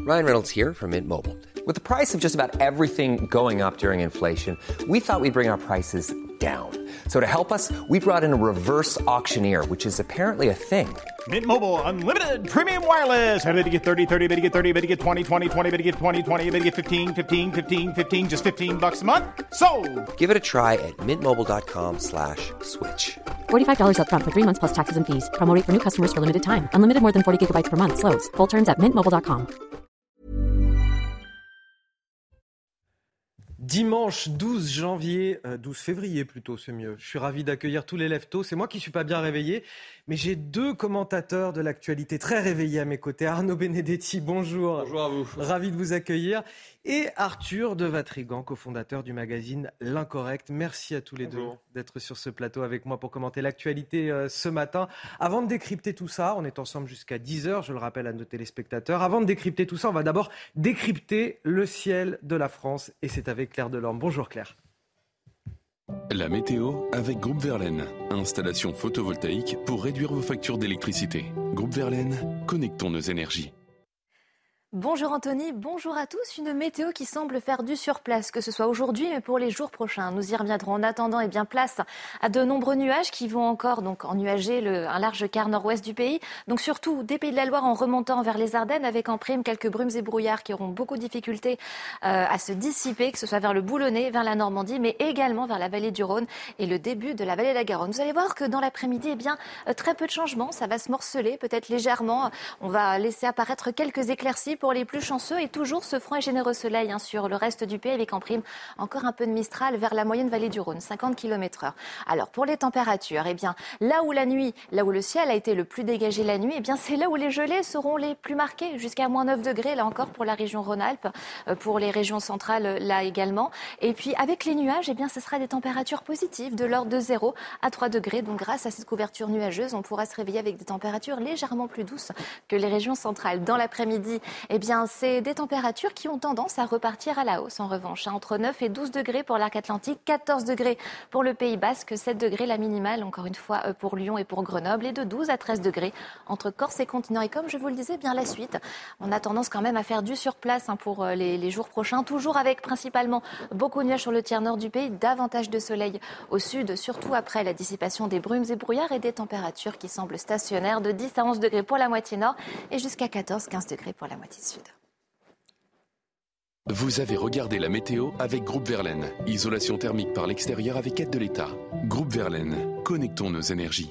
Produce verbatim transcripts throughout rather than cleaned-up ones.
Ryan Reynolds here from Mint Mobile. With the price of just about everything going up during inflation, we thought we'd bring our prices down. So to help us, we brought in a reverse auctioneer, which is apparently a thing. Mint Mobile Unlimited Premium Wireless. How to get thirty, thirty, how to get thirty, how to get twenty, twenty, twenty, how to get twenty, twenty, how to get fifteen, fifteen, fifteen, fifteen, just fifteen bucks a month? Sold! Give it a try at mintmobile.com slash switch. forty-five dollars up front for three months plus taxes and fees. Promo rate for new customers for limited time. Unlimited more than forty gigabytes per month. Slows full terms at mint mobile dot com. Dimanche douze janvier, euh, douze février plutôt, c'est mieux. Je suis ravi d'accueillir tous les lève-tôt. C'est moi qui ne suis pas bien réveillé, mais j'ai deux commentateurs de l'actualité très réveillés à mes côtés. Arnaud Benedetti, bonjour. Bonjour à vous. Ravi de vous accueillir. Et Arthur de Vatrigan, cofondateur du magazine L'Incorrect. Merci à tous les bonjour. deux d'être sur ce plateau avec moi pour commenter l'actualité euh, ce matin. Avant de décrypter tout ça, on est ensemble jusqu'à dix heures, je le rappelle à nos téléspectateurs. Avant de décrypter tout ça, on va d'abord décrypter le ciel de la France. Et c'est avec Claire Delorme. Bonjour Claire. La météo avec Groupe Verlaine. Installation photovoltaïque pour réduire vos factures d'électricité. Groupe Verlaine, connectons nos énergies. Bonjour Anthony, bonjour à tous. Une météo qui semble faire du surplace, que ce soit aujourd'hui mais pour les jours prochains. Nous y reviendrons. En attendant, eh bien, place à de nombreux nuages qui vont encore donc ennuager le, un large quart nord-ouest du pays. Donc surtout des Pays de la Loire en remontant vers les Ardennes avec en prime quelques brumes et brouillards qui auront beaucoup de difficultés euh, à se dissiper, que ce soit vers le Boulonnais, vers la Normandie, mais également vers la vallée du Rhône et le début de la vallée de la Garonne. Vous allez voir que dans l'après-midi, eh bien, euh, très peu de changements. Ça va se morceler, peut-être légèrement. On va laisser apparaître quelques éclaircies pour les plus chanceux et toujours ce franc et généreux soleil hein, sur le reste du pays avec en prime encore un peu de Mistral vers la moyenne vallée du Rhône, cinquante kilomètres heure. Alors pour les températures, eh bien, là où la nuit, là où le ciel a été le plus dégagé la nuit, eh bien, c'est là où les gelées seront les plus marquées, jusqu'à moins neuf degrés, là encore pour la région Rhône-Alpes, euh, pour les régions centrales là également. Et puis avec les nuages, eh bien, ce sera des températures positives de l'ordre de zéro à trois degrés. Donc grâce à cette couverture nuageuse, on pourra se réveiller avec des températures légèrement plus douces que les régions centrales. Dans l'après-midi, eh bien, c'est des températures qui ont tendance à repartir à la hausse en revanche. Hein, entre neuf et douze degrés pour l'arc atlantique, quatorze degrés pour le Pays Basque, sept degrés la minimale, encore une fois pour Lyon et pour Grenoble, et de douze à treize degrés entre Corse et continent. Et comme je vous le disais, bien la suite, on a tendance quand même à faire du surplace hein, pour les, les jours prochains, toujours avec principalement beaucoup de nuages sur le tiers nord du pays, davantage de soleil au sud, surtout après la dissipation des brumes et brouillards et des températures qui semblent stationnaires de dix à onze degrés pour la moitié nord et jusqu'à quatorze à quinze degrés pour la moitié sud. Vous avez regardé la météo avec Groupe Verlaine. Isolation thermique par l'extérieur avec aide de l'État. Groupe Verlaine, connectons nos énergies.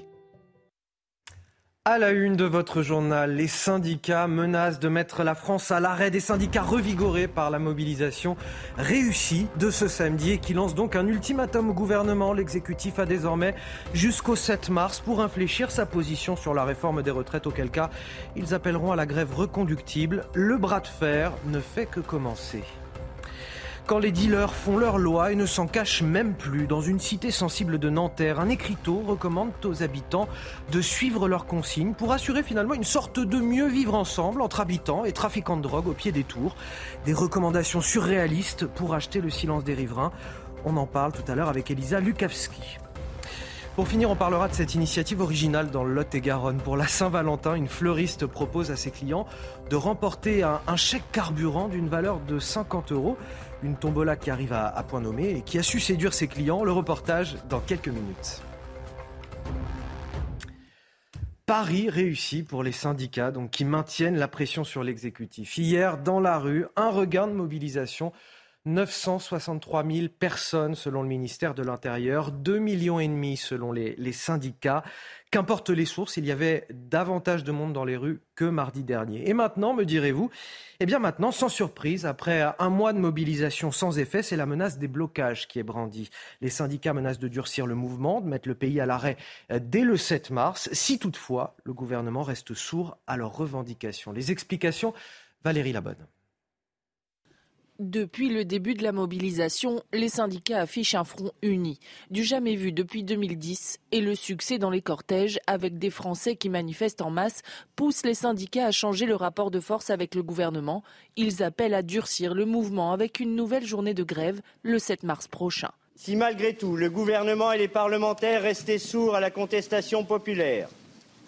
À la une de votre journal, les syndicats menacent de mettre la France à l'arrêt. Des syndicats revigorés par la mobilisation réussie de ce samedi et qui lancent donc un ultimatum au gouvernement. L'exécutif a désormais jusqu'au sept mars pour infléchir sa position sur la réforme des retraites, auquel cas ils appelleront à la grève reconductible. Le bras de fer ne fait que commencer. Quand les dealers font leur loi et ne s'en cachent même plus, dans une cité sensible de Nanterre, un écriteau recommande aux habitants de suivre leurs consignes pour assurer finalement une sorte de mieux vivre ensemble entre habitants et trafiquants de drogue au pied des tours. Des recommandations surréalistes pour acheter le silence des riverains. On en parle tout à l'heure avec Elisa Lukavski. Pour finir, on parlera de cette initiative originale dans le Lot-et-Garonne. Pour la Saint-Valentin, une fleuriste propose à ses clients de remporter un, un chèque carburant d'une valeur de cinquante euros. Une tombola qui arrive à, à point nommé et qui a su séduire ses clients. Le reportage dans quelques minutes. Pari réussi pour les syndicats donc, qui maintiennent la pression sur l'exécutif. Hier, dans la rue, un regain de mobilisation. neuf cent soixante-trois mille personnes selon le ministère de l'Intérieur, deux millions et demi selon les, les syndicats. Qu'importe les sources, il y avait davantage de monde dans les rues que mardi dernier. Et maintenant, me direz-vous, eh bien maintenant, sans surprise, après un mois de mobilisation sans effet, c'est la menace des blocages qui est brandie. Les syndicats menacent de durcir le mouvement, de mettre le pays à l'arrêt dès le sept mars, si toutefois le gouvernement reste sourd à leurs revendications. Les explications, Valérie Labonne. Depuis le début de la mobilisation, les syndicats affichent un front uni, du jamais vu depuis deux mille dix, et le succès dans les cortèges avec des Français qui manifestent en masse pousse les syndicats à changer le rapport de force avec le gouvernement. Ils appellent à durcir le mouvement avec une nouvelle journée de grève le sept mars prochain. Si malgré tout, le gouvernement et les parlementaires restaient sourds à la contestation populaire,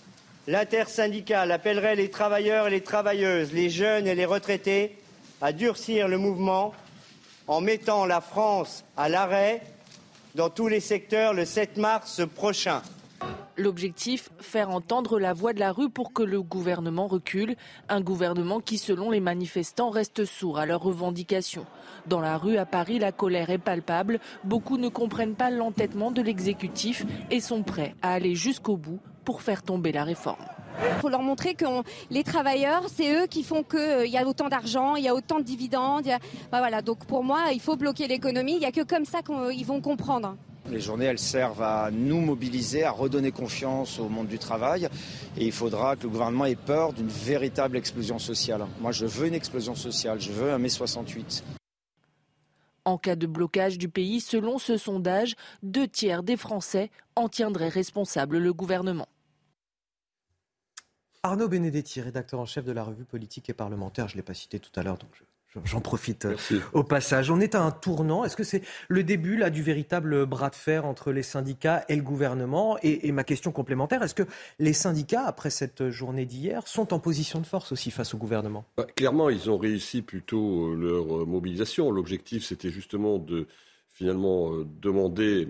L'intersyndicale appellerait les travailleurs et les travailleuses, les jeunes et les retraités à durcir le mouvement en mettant la France à l'arrêt dans tous les secteurs le sept mars prochain. L'objectif, faire entendre la voix de la rue pour que le gouvernement recule. Un gouvernement qui, selon les manifestants, reste sourd à leurs revendications. Dans la rue à Paris, la colère est palpable. Beaucoup ne comprennent pas l'entêtement de l'exécutif et sont prêts à aller jusqu'au bout pour faire tomber la réforme. Il faut leur montrer que on, les travailleurs, c'est eux qui font qu'il euh, y a autant d'argent, il y a autant de dividendes. Y a... ben voilà, donc pour moi, il faut bloquer l'économie. Il n'y a que comme ça qu'ils vont comprendre. Les journées, elles servent à nous mobiliser, à redonner confiance au monde du travail. Et il faudra que le gouvernement ait peur d'une véritable explosion sociale. Moi, je veux une explosion sociale, je veux un mai soixante-huit. En cas de blocage du pays, selon ce sondage, deux tiers des Français en tiendraient responsable le gouvernement. Arnaud Benedetti, rédacteur en chef de la revue politique et parlementaire, je ne l'ai pas cité tout à l'heure, donc je... J'en profite Merci. Au passage. On est à un tournant. Est-ce que c'est le début là, du véritable bras de fer entre les syndicats et le gouvernement ? et, et ma question complémentaire, est-ce que les syndicats, après cette journée d'hier, sont en position de force aussi face au gouvernement ? bah, Clairement, ils ont réussi plutôt leur mobilisation. L'objectif, c'était justement de finalement euh, demander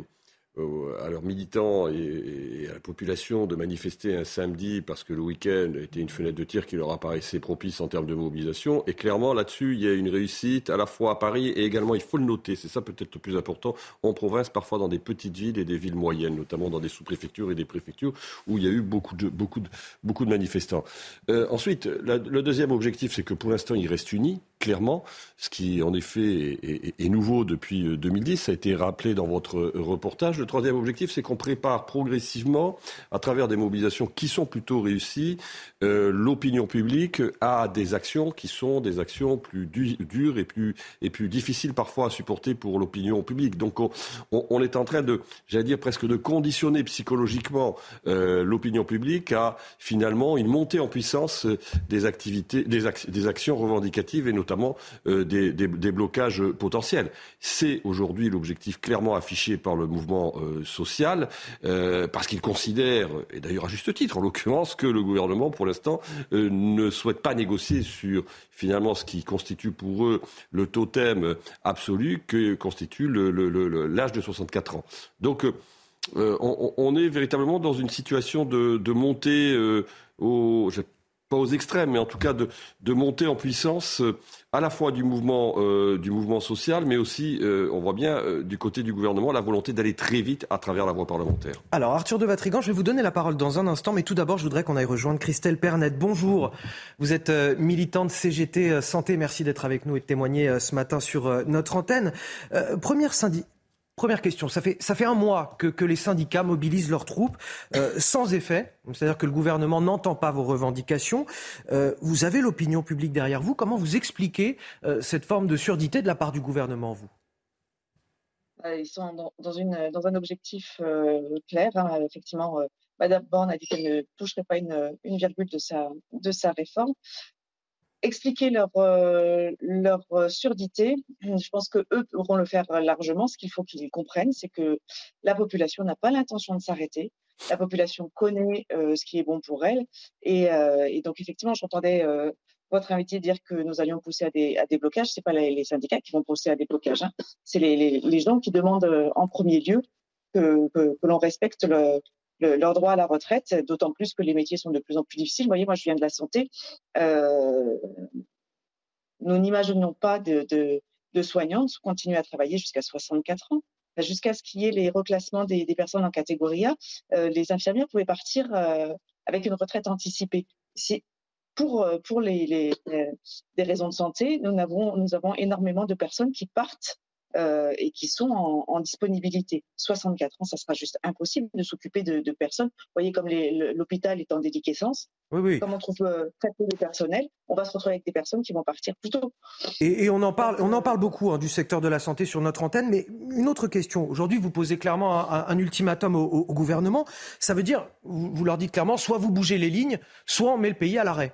à leurs militants et à la population de manifester un samedi parce que le week-end était une fenêtre de tir qui leur apparaissait propice en termes de mobilisation. Et clairement, là-dessus, il y a une réussite à la fois à Paris et également, il faut le noter, c'est ça peut-être le plus important, en province, parfois dans des petites villes et des villes moyennes, notamment dans des sous-préfectures et des préfectures où il y a eu beaucoup de, beaucoup de, beaucoup de manifestants. Euh, ensuite, la, le deuxième objectif, c'est que pour l'instant, ils restent unis, clairement, ce qui en effet est, est, est nouveau depuis deux mille dix, ça a été rappelé dans votre reportage. Le troisième objectif, c'est qu'on prépare progressivement, à travers des mobilisations qui sont plutôt réussies, euh, l'opinion publique à des actions qui sont des actions plus du, dures et plus, et plus difficiles parfois à supporter pour l'opinion publique. Donc on, on, on est en train de, j'allais dire presque de conditionner psychologiquement euh, l'opinion publique à finalement une montée en puissance des activités, des, ac- des actions revendicatives et notamment euh, des, des, des blocages potentiels. C'est aujourd'hui l'objectif clairement affiché par le mouvement euh, social, euh, parce qu'ils considèrent, et d'ailleurs à juste titre en l'occurrence, que le gouvernement pour l'instant euh, ne souhaite pas négocier sur finalement ce qui constitue pour eux le totem absolu que constitue le, le, le, l'âge de soixante-quatre ans. Donc euh, on, on est véritablement dans une situation de, de montée euh, au... pas aux extrêmes, mais en tout cas de, de monter en puissance euh, à la fois du mouvement, euh, du mouvement social, mais aussi, euh, on voit bien, euh, du côté du gouvernement, la volonté d'aller très vite à travers la voie parlementaire. Alors, Arthur de Vatrigan, je vais vous donner la parole dans un instant, mais tout d'abord, je voudrais qu'on aille rejoindre Christelle Pernette. Bonjour, vous êtes euh, militante C G T euh, Santé, merci d'être avec nous et de témoigner euh, ce matin sur euh, notre antenne. Euh, première syndic... Première question, ça fait, ça fait un mois que, que les syndicats mobilisent leurs troupes euh, sans effet, c'est-à-dire que le gouvernement n'entend pas vos revendications. Euh, vous avez l'opinion publique derrière vous. Comment vous expliquez euh, cette forme de surdité de la part du gouvernement, vous ? Ils sont dans, dans, une, dans un objectif euh, clair. Hein, effectivement, euh, Madame Borne a dit qu'elle ne toucherait pas une, une virgule de sa, de sa réforme. Expliquer leur, euh, leur surdité, je pense qu'eux pourront le faire largement. Ce qu'il faut qu'ils comprennent, c'est que la population n'a pas l'intention de s'arrêter. La population connaît euh, ce qui est bon pour elle. Et, euh, et donc, effectivement, j'entendais euh, votre invité dire que nous allions pousser à des, à des blocages. Ce n'est pas les, les syndicats qui vont pousser à des blocages. Hein. C'est les, les, les gens qui demandent euh, en premier lieu que, que, que l'on respecte le, Le, leur droit à la retraite, d'autant plus que les métiers sont de plus en plus difficiles. Vous voyez, moi, je viens de la santé. Euh, nous n'imaginons pas de, de, de soignantes continuer à travailler jusqu'à soixante-quatre ans. Jusqu'à ce qu'il y ait les reclassements des, des personnes en catégorie A, euh, les infirmières pouvaient partir euh, avec une retraite anticipée. C'est pour, pour les, les, les, des raisons de santé, nous avons, nous avons énormément de personnes qui partent Euh, et qui sont en, en disponibilité. soixante-quatre ans, ça sera juste impossible de s'occuper de, de personnes. Vous voyez, comme les, l'hôpital est en déliquescence, oui, oui. Comme on trouve euh, très peu de personnel, on va se retrouver avec des personnes qui vont partir plus tôt. Et, et on en parle, on en parle beaucoup hein, du secteur de la santé sur notre antenne, mais une autre question. Aujourd'hui, vous posez clairement un, un ultimatum au, au, au gouvernement. Ça veut dire, vous, vous leur dites clairement, soit vous bougez les lignes, soit on met le pays à l'arrêt.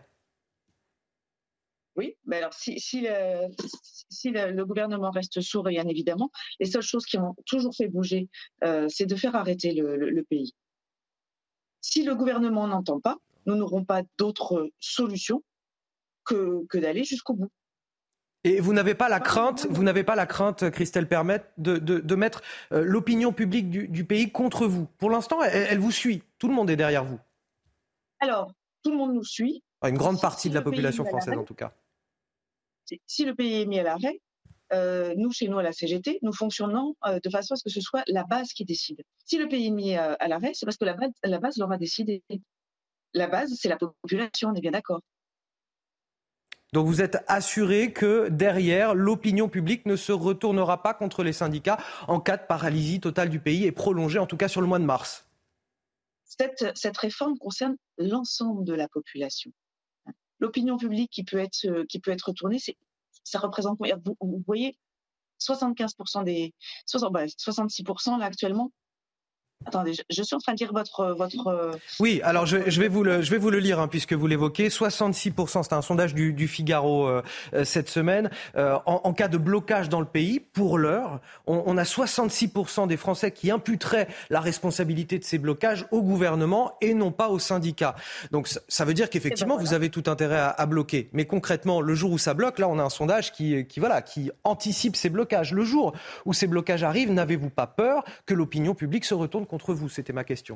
Oui, mais alors si, si, le, si le, le gouvernement reste sourd, bien évidemment, les seules choses qui ont toujours fait bouger, euh, c'est de faire arrêter le, le, le pays. Si le gouvernement n'entend pas, nous n'aurons pas d'autre solution que, que d'aller jusqu'au bout. Et vous n'avez pas la crainte, vous n'avez pas la crainte, Christelle Pernet, de, de, de mettre euh, l'opinion publique du, du pays contre vous. Pour l'instant, elle, elle vous suit. Tout le monde est derrière vous. Alors, tout le monde nous suit. Enfin, une grande partie si de la population française, en tout cas. Si le pays est mis à l'arrêt, euh, nous, chez nous, à la C G T, nous fonctionnons euh, de façon à ce que ce soit la base qui décide. Si le pays est mis à, à l'arrêt, c'est parce que la base, la base l'aura décidé. La base, c'est la population, on est bien d'accord. Donc vous êtes assuré que derrière, l'opinion publique ne se retournera pas contre les syndicats en cas de paralysie totale du pays et prolongée, en tout cas sur le mois de mars. Cette, cette réforme concerne l'ensemble de la population. L'opinion publique qui peut être, qui peut être retournée, c'est, ça représente, vous, vous voyez, soixante-quinze pour cent des, soixante, bah, soixante-six pour cent là actuellement. Attendez, je, je suis en train de lire votre... votre oui, alors je, je, vais vous le, je vais vous le lire, hein, puisque vous l'évoquez. soixante-six pour cent, c'est un sondage du, du Figaro euh, cette semaine. Euh, en, en cas de blocage dans le pays, pour l'heure, on, on a soixante-six pour cent des Français qui imputeraient la responsabilité de ces blocages au gouvernement et non pas aux syndicats. Donc ça, ça veut dire qu'effectivement, ben voilà. Vous avez tout intérêt à, à bloquer. Mais concrètement, le jour où ça bloque, là, on a un sondage qui, qui, voilà, qui anticipe ces blocages. Le jour où ces blocages arrivent, n'avez-vous pas peur que l'opinion publique se retourne contre vous? C'était ma question.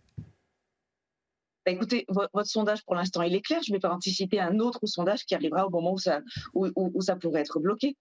Bah écoutez, votre, votre sondage pour l'instant il est clair. Je ne vais pas anticiper un autre sondage qui arrivera au moment où ça, où, où, où ça pourrait être bloqué.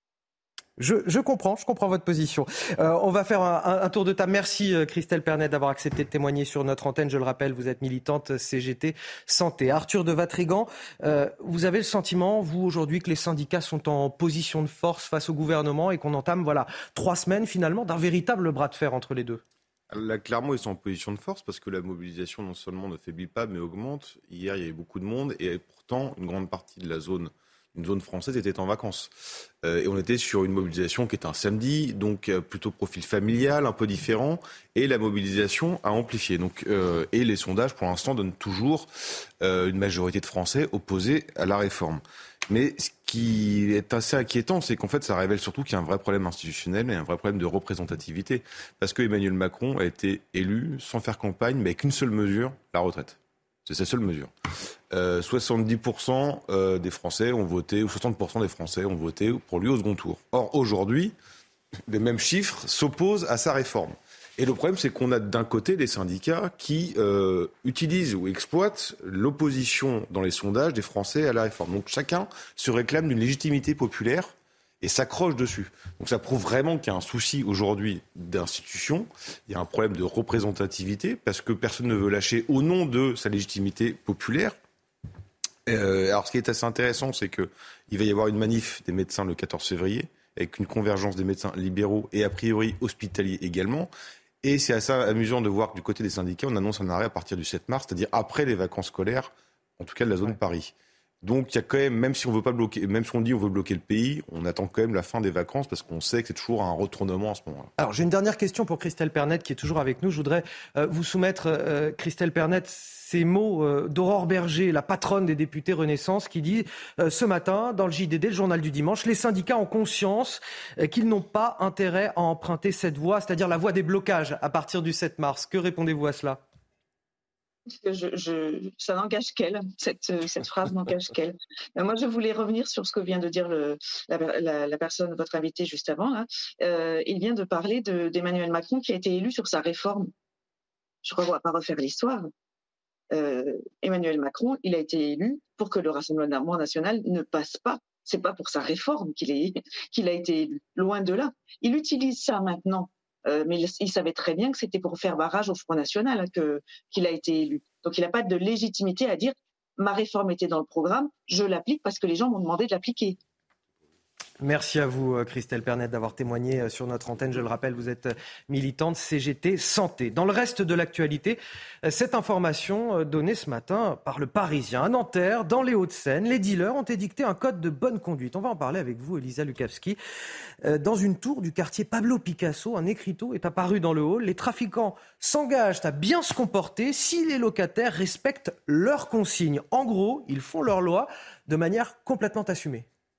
Je, je comprends, je comprends votre position. Euh, on va faire un, un tour de table. Merci Christelle Pernet d'avoir accepté de témoigner sur notre antenne. Je le rappelle, vous êtes militante C G T Santé. Arthur de Vatrigan, euh, vous avez le sentiment, vous aujourd'hui, que les syndicats sont en position de force face au gouvernement et qu'on entame, voilà, trois semaines finalement d'un véritable bras de fer entre les deux? Là, clairement, ils sont en position de force parce que la mobilisation non seulement ne faiblit pas, mais augmente. Hier, il y avait beaucoup de monde et pourtant, une grande partie de la zone, une zone française était en vacances. Euh, et on était sur une mobilisation qui est un samedi, donc euh, plutôt profil familial, un peu différent. Et la mobilisation a amplifié. Donc, euh, et les sondages, pour l'instant, donnent toujours euh, une majorité de Français opposés à la réforme. Mais ce qui est assez inquiétant, c'est qu'en fait, ça révèle surtout qu'il y a un vrai problème institutionnel et un vrai problème de représentativité. Parce que Emmanuel Macron a été élu sans faire campagne, mais avec une seule mesure, la retraite. C'est sa seule mesure. Euh, soixante-dix pour cent des Français ont voté, ou soixante pour cent des Français ont voté pour lui au second tour. Or, aujourd'hui, les mêmes chiffres s'opposent à sa réforme. Et le problème, c'est qu'on a d'un côté des syndicats qui euh, utilisent ou exploitent l'opposition dans les sondages des Français à la réforme. Donc chacun se réclame d'une légitimité populaire et s'accroche dessus. Donc ça prouve vraiment qu'il y a un souci aujourd'hui d'institution, il y a un problème de représentativité, parce que personne ne veut lâcher au nom de sa légitimité populaire. Euh, alors ce qui est assez intéressant, c'est qu'il va y avoir une manif des médecins le quatorze février, avec une convergence des médecins libéraux et a priori hospitaliers également. Et c'est assez amusant de voir que du côté des syndicats, on annonce un arrêt à partir du sept mars, c'est-à-dire après les vacances scolaires, en tout cas de la zone Paris. Donc il y a quand même, même si on veut pas bloquer, même si on dit on veut bloquer le pays, on attend quand même la fin des vacances parce qu'on sait que c'est toujours un retournement à ce moment-là. Alors j'ai une dernière question pour Christelle Pernet qui est toujours avec nous. Je voudrais euh, vous soumettre, euh, Christelle Pernet, ces mots euh, d'Aurore Berger, la patronne des députés Renaissance, qui dit euh, ce matin dans le J D D, le journal du dimanche, les syndicats ont conscience euh, qu'ils n'ont pas intérêt à emprunter cette voie, c'est-à-dire la voie des blocages à partir du sept mars. Que répondez-vous à cela ? Je, je, ça n'engage qu'elle, cette, cette phrase n'engage qu'elle. Mais moi, je voulais revenir sur ce que vient de dire le, la, la, la personne, votre invité juste avant. Là. Euh, il vient de parler de, d'Emmanuel Macron qui a été élu sur sa réforme. Je crois qu'on ne va pas refaire l'histoire. Euh, Emmanuel Macron, il a été élu pour que le Rassemblement national ne passe pas. C'est pas pour sa réforme qu'il, est, qu'il a été élu. Loin de là. Il utilise ça maintenant. Euh, mais il, il savait très bien que c'était pour faire barrage au Front National hein, que, qu'il a été élu. Donc il n'a pas de légitimité à dire « ma réforme était dans le programme, je l'applique parce que les gens m'ont demandé de l'appliquer ». Merci à vous, Christelle Pernet, d'avoir témoigné sur notre antenne. Je le rappelle, vous êtes militante C G T Santé. Dans le reste de l'actualité, cette information donnée ce matin par le Parisien. À Nanterre, dans les Hauts-de-Seine, les dealers ont édicté un code de bonne conduite. On va en parler avec vous, Elisa Lukavski. Dans une tour du quartier Pablo Picasso, un écriteau est apparu dans le hall. Les trafiquants s'engagent à bien se comporter si les locataires respectent leurs consignes. En gros, ils font leur loi de manière complètement assumée.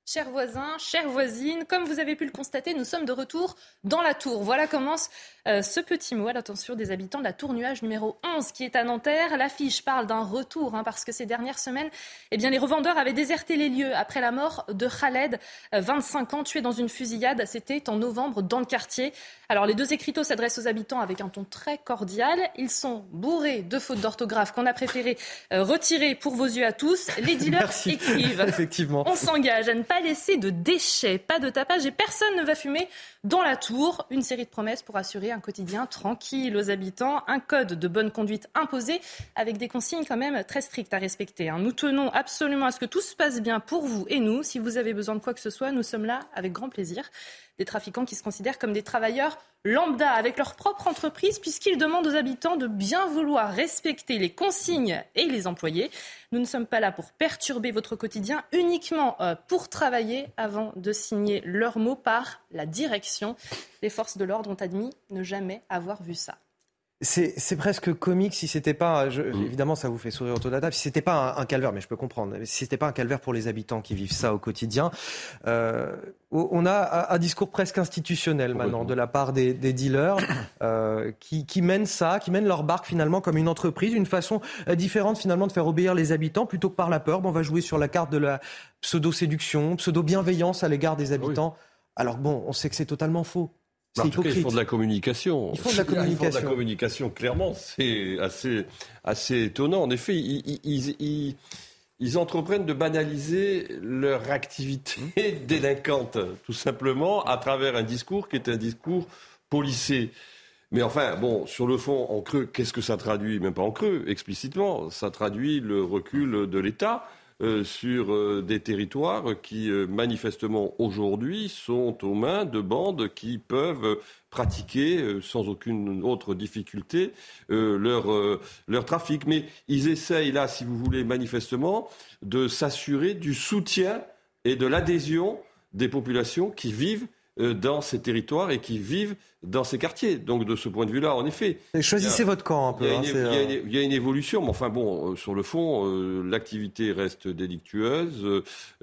Chers voisins, chères voisines, comme vous avez pu le constater, nous sommes de retour dans la tour. Voilà commence euh, ce petit mot à l'attention des habitants de la tour Nuage numéro onze qui est à Nanterre. L'affiche parle d'un retour hein, parce que ces dernières semaines, eh bien, les revendeurs avaient déserté les lieux après la mort de Khaled, euh, vingt-cinq ans, tué dans une fusillade. C'était en novembre dans le quartier. Alors les deux écriteaux s'adressent aux habitants avec un ton très cordial. Ils sont bourrés de fautes d'orthographe qu'on a préféré euh, retirer pour vos yeux à tous. Les dealers Merci. écrivent. Effectivement. On s'engage à ne pas laisser de déchets, pas de tapage et personne ne va fumer dans la tour. Une série de promesses pour assurer un quotidien tranquille aux habitants, un code de bonne conduite imposé avec des consignes quand même très strictes à respecter. Nous tenons absolument à ce que tout se passe bien pour vous et nous. Si vous avez besoin de quoi que ce soit, nous sommes là avec grand plaisir. Des trafiquants qui se considèrent comme des travailleurs lambda avec leur propre entreprise puisqu'ils demandent aux habitants de bien vouloir respecter les consignes et les employés. Nous ne sommes pas là pour perturber votre quotidien, uniquement pour travailler avant de signer leurs mots par la direction. Les forces de l'ordre ont admis ne jamais avoir vu ça. C'est, c'est presque comique si c'était pas, je, évidemment ça vous fait sourire autour de la table, si c'était pas un, un calvaire, mais je peux comprendre, si c'était pas un calvaire pour les habitants qui vivent ça au quotidien. Euh, on a un discours presque institutionnel maintenant de la part des, des dealers euh, qui, qui mènent ça, qui mènent leur barque finalement comme une entreprise, une façon différente finalement de faire obéir les habitants plutôt que par la peur. Bon, on va jouer sur la carte de la pseudo-séduction, pseudo-bienveillance à l'égard des habitants. Oui. Alors bon, on sait que c'est totalement faux. C'est en tout cas, ils font de la communication. Ils font de la communication. Ils font de la communication, clairement. C'est assez, assez étonnant. En effet, ils, ils, ils, ils entreprennent de banaliser leur activité délinquante, tout simplement, à travers un discours qui est un discours policé. Mais enfin, bon, sur le fond, en creux, qu'est-ce que ça traduit ? Même pas en creux, explicitement. Ça traduit le recul de l'État. Euh, sur euh, des territoires qui, euh, manifestement, aujourd'hui, sont aux mains de bandes qui peuvent euh, pratiquer, euh, sans aucune autre difficulté, euh, leur, euh, leur trafic. Mais ils essayent, là, si vous voulez, manifestement, de s'assurer du soutien et de l'adhésion des populations qui vivent euh, dans ces territoires et qui vivent dans ces quartiers. Donc, de ce point de vue-là, en effet... Et choisissez a, votre camp, un peu. Il y, hein, il, y a une, il y a une évolution, mais enfin, bon, euh, sur le fond, euh, l'activité reste délictueuse. Euh,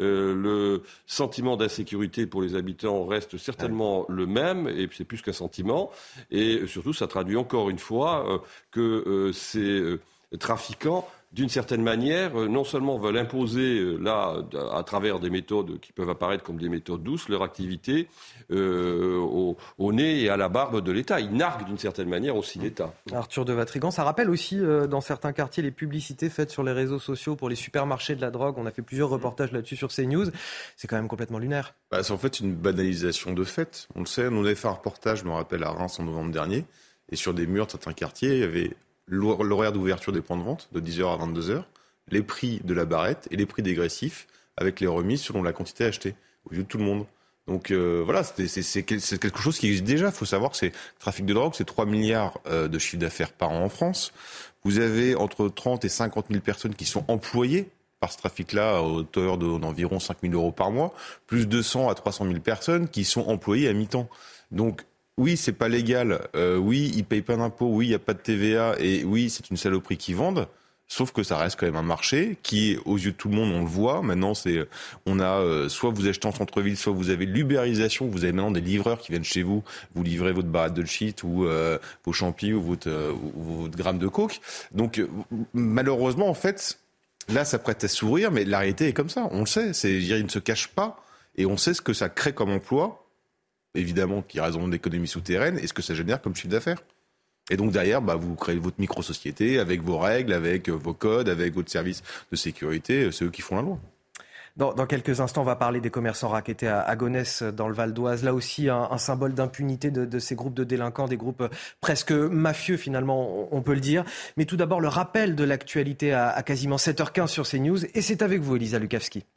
le sentiment d'insécurité pour les habitants reste certainement ouais. le même, et c'est plus qu'un sentiment. Et surtout, ça traduit encore une fois euh, que euh, ces euh, trafiquants... d'une certaine manière, non seulement veulent imposer, là, à travers des méthodes qui peuvent apparaître comme des méthodes douces, leur activité euh, au, au nez et à la barbe de l'État. Ils narguent d'une certaine manière aussi l'État. Arthur de Vatrigan, ça rappelle aussi, euh, dans certains quartiers, les publicités faites sur les réseaux sociaux pour les supermarchés de la drogue. On a fait plusieurs reportages là-dessus sur CNews. C'est quand même complètement lunaire. Bah, c'est en fait une banalisation de fait. On le sait, on avait fait un reportage, je me rappelle, à Reims en novembre dernier, et sur des murs de certains quartiers, il y avait... l'horaire d'ouverture des points de vente de dix heures à vingt-deux heures, les prix de la barrette et les prix dégressifs avec les remises selon la quantité achetée au lieu de tout le monde. Donc euh, voilà, c'est, c'est, c'est quelque chose qui existe déjà. Il faut savoir que c'est, le trafic de drogue, c'est trois milliards euh, de chiffre d'affaires par an en France. Vous avez entre trente et cinquante mille personnes qui sont employées par ce trafic-là à hauteur de, d'environ cinq mille euros par mois, plus deux cents à trois cent mille personnes qui sont employées à mi-temps. Donc oui, c'est pas légal, euh, oui, ils payent pas d'impôts, oui, il n'y a pas de T V A, et oui, c'est une saloperie qu'ils vendent, sauf que ça reste quand même un marché qui, aux yeux de tout le monde, on le voit, maintenant, c'est, on a, euh, soit vous achetez en centre-ville, soit vous avez l'ubérisation, vous avez maintenant des livreurs qui viennent chez vous, vous livrez votre barrette de shit, ou euh, vos champis, ou votre, euh, ou votre gramme de coke. Donc, euh, malheureusement, en fait, là, ça prête à sourire, mais la réalité est comme ça, on le sait, c'est, il ne se cache pas, et on sait ce que ça crée comme emploi, évidemment, qui a raison d'économie souterraine, et ce que ça génère comme chiffre d'affaires. Et donc derrière, bah, vous créez votre micro-société avec vos règles, avec vos codes, avec votre service de sécurité, c'est eux qui font la loi. Dans, dans quelques instants, on va parler des commerçants rackettés à, à Gonesse, dans le Val d'Oise. Là aussi, un, un symbole d'impunité de, de ces groupes de délinquants, des groupes presque mafieux finalement, on, on peut le dire. Mais tout d'abord, le rappel de l'actualité à, à quasiment sept heures quinze sur CNews. Et c'est avec vous, Elisa Lukavski.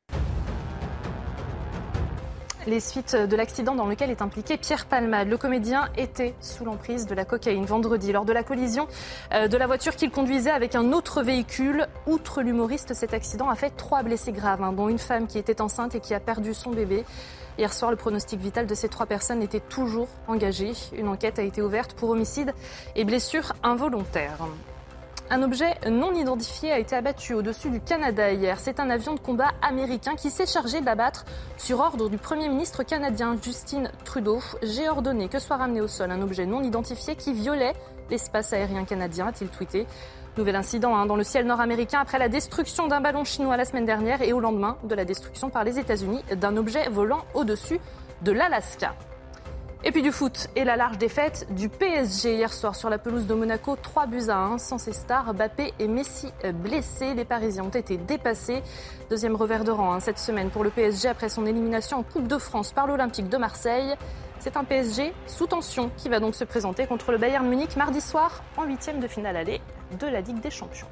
Les suites de l'accident dans lequel est impliqué Pierre Palmade. Le comédien était sous l'emprise de la cocaïne vendredi lors de la collision de la voiture qu'il conduisait avec un autre véhicule. Outre l'humoriste, cet accident a fait trois blessés graves, hein, dont une femme qui était enceinte et qui a perdu son bébé. Hier soir, le pronostic vital de ces trois personnes était toujours engagé. Une enquête a été ouverte pour homicide et blessures involontaires. Un objet non identifié a été abattu au-dessus du Canada hier. C'est un avion de combat américain qui s'est chargé de l'abattre sur ordre du Premier ministre canadien Justin Trudeau. J'ai ordonné que soit ramené au sol un objet non identifié qui violait l'espace aérien canadien, a-t-il tweeté. Nouvel incident hein, dans le ciel nord-américain après la destruction d'un ballon chinois la semaine dernière et au lendemain de la destruction par les États-Unis d'un objet volant au-dessus de l'Alaska. Et puis du foot et la large défaite du P S G hier soir sur la pelouse de Monaco, trois buts à un, sans ses stars, Mbappé et Messi blessés. Les Parisiens ont été dépassés. Deuxième revers de rang hein, cette semaine pour le P S G après son élimination en Coupe de France par l'Olympique de Marseille. C'est un P S G sous tension qui va donc se présenter contre le Bayern Munich mardi soir en huitième de finale aller de la Ligue des Champions.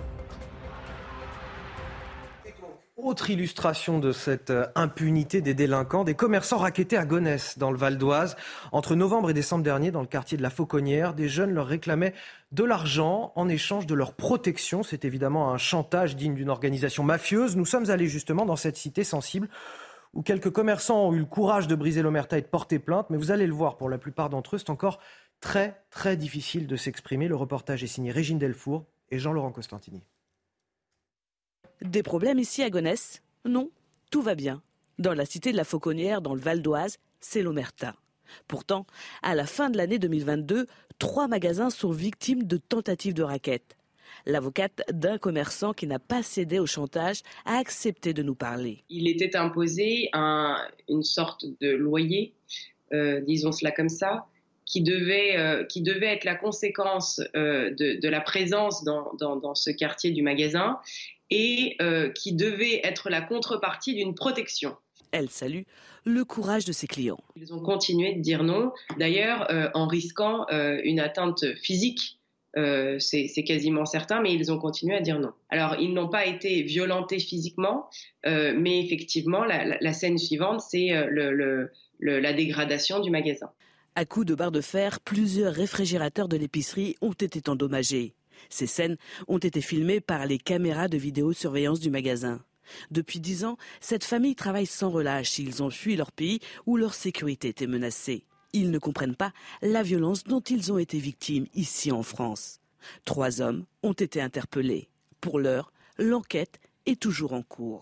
Autre illustration de cette impunité des délinquants, des commerçants rackettés à Gonesse, dans le Val d'Oise. Entre novembre et décembre dernier, dans le quartier de la Fauconnière, des jeunes leur réclamaient de l'argent en échange de leur protection. C'est évidemment un chantage digne d'une organisation mafieuse. Nous sommes allés justement dans cette cité sensible où quelques commerçants ont eu le courage de briser l'omerta et de porter plainte. Mais vous allez le voir, pour la plupart d'entre eux, c'est encore très, très difficile de s'exprimer. Le reportage est signé Régine Delfour et Jean-Laurent Costantini. Des problèmes ici à Gonesse ? Non, tout va bien. Dans la cité de la Fauconnière, dans le Val d'Oise, c'est l'omerta. Pourtant, à la fin de l'année deux mille vingt-deux, trois magasins sont victimes de tentatives de racket. L'avocate d'un commerçant qui n'a pas cédé au chantage a accepté de nous parler. Il était imposé un, une sorte de loyer, euh, disons cela comme ça, qui devait, euh, qui devait être la conséquence euh, de, de la présence dans, dans, dans ce quartier du magasin et euh, qui devait être la contrepartie d'une protection. Elle salue le courage de ses clients. Ils ont continué de dire non, d'ailleurs euh, en risquant euh, une atteinte physique. Euh, c'est, c'est quasiment certain, mais ils ont continué à dire non. Alors, ils n'ont pas été violentés physiquement, euh, mais effectivement, la, la, la scène suivante, c'est euh, le, le, le, la dégradation du magasin. À coups de barre de fer, plusieurs réfrigérateurs de l'épicerie ont été endommagés. Ces scènes ont été filmées par les caméras de vidéosurveillance du magasin. Depuis dix ans, cette famille travaille sans relâche. Ils ont fui leur pays où leur sécurité était menacée. Ils ne comprennent pas la violence dont ils ont été victimes ici en France. Trois hommes ont été interpellés. Pour l'heure, l'enquête est toujours en cours.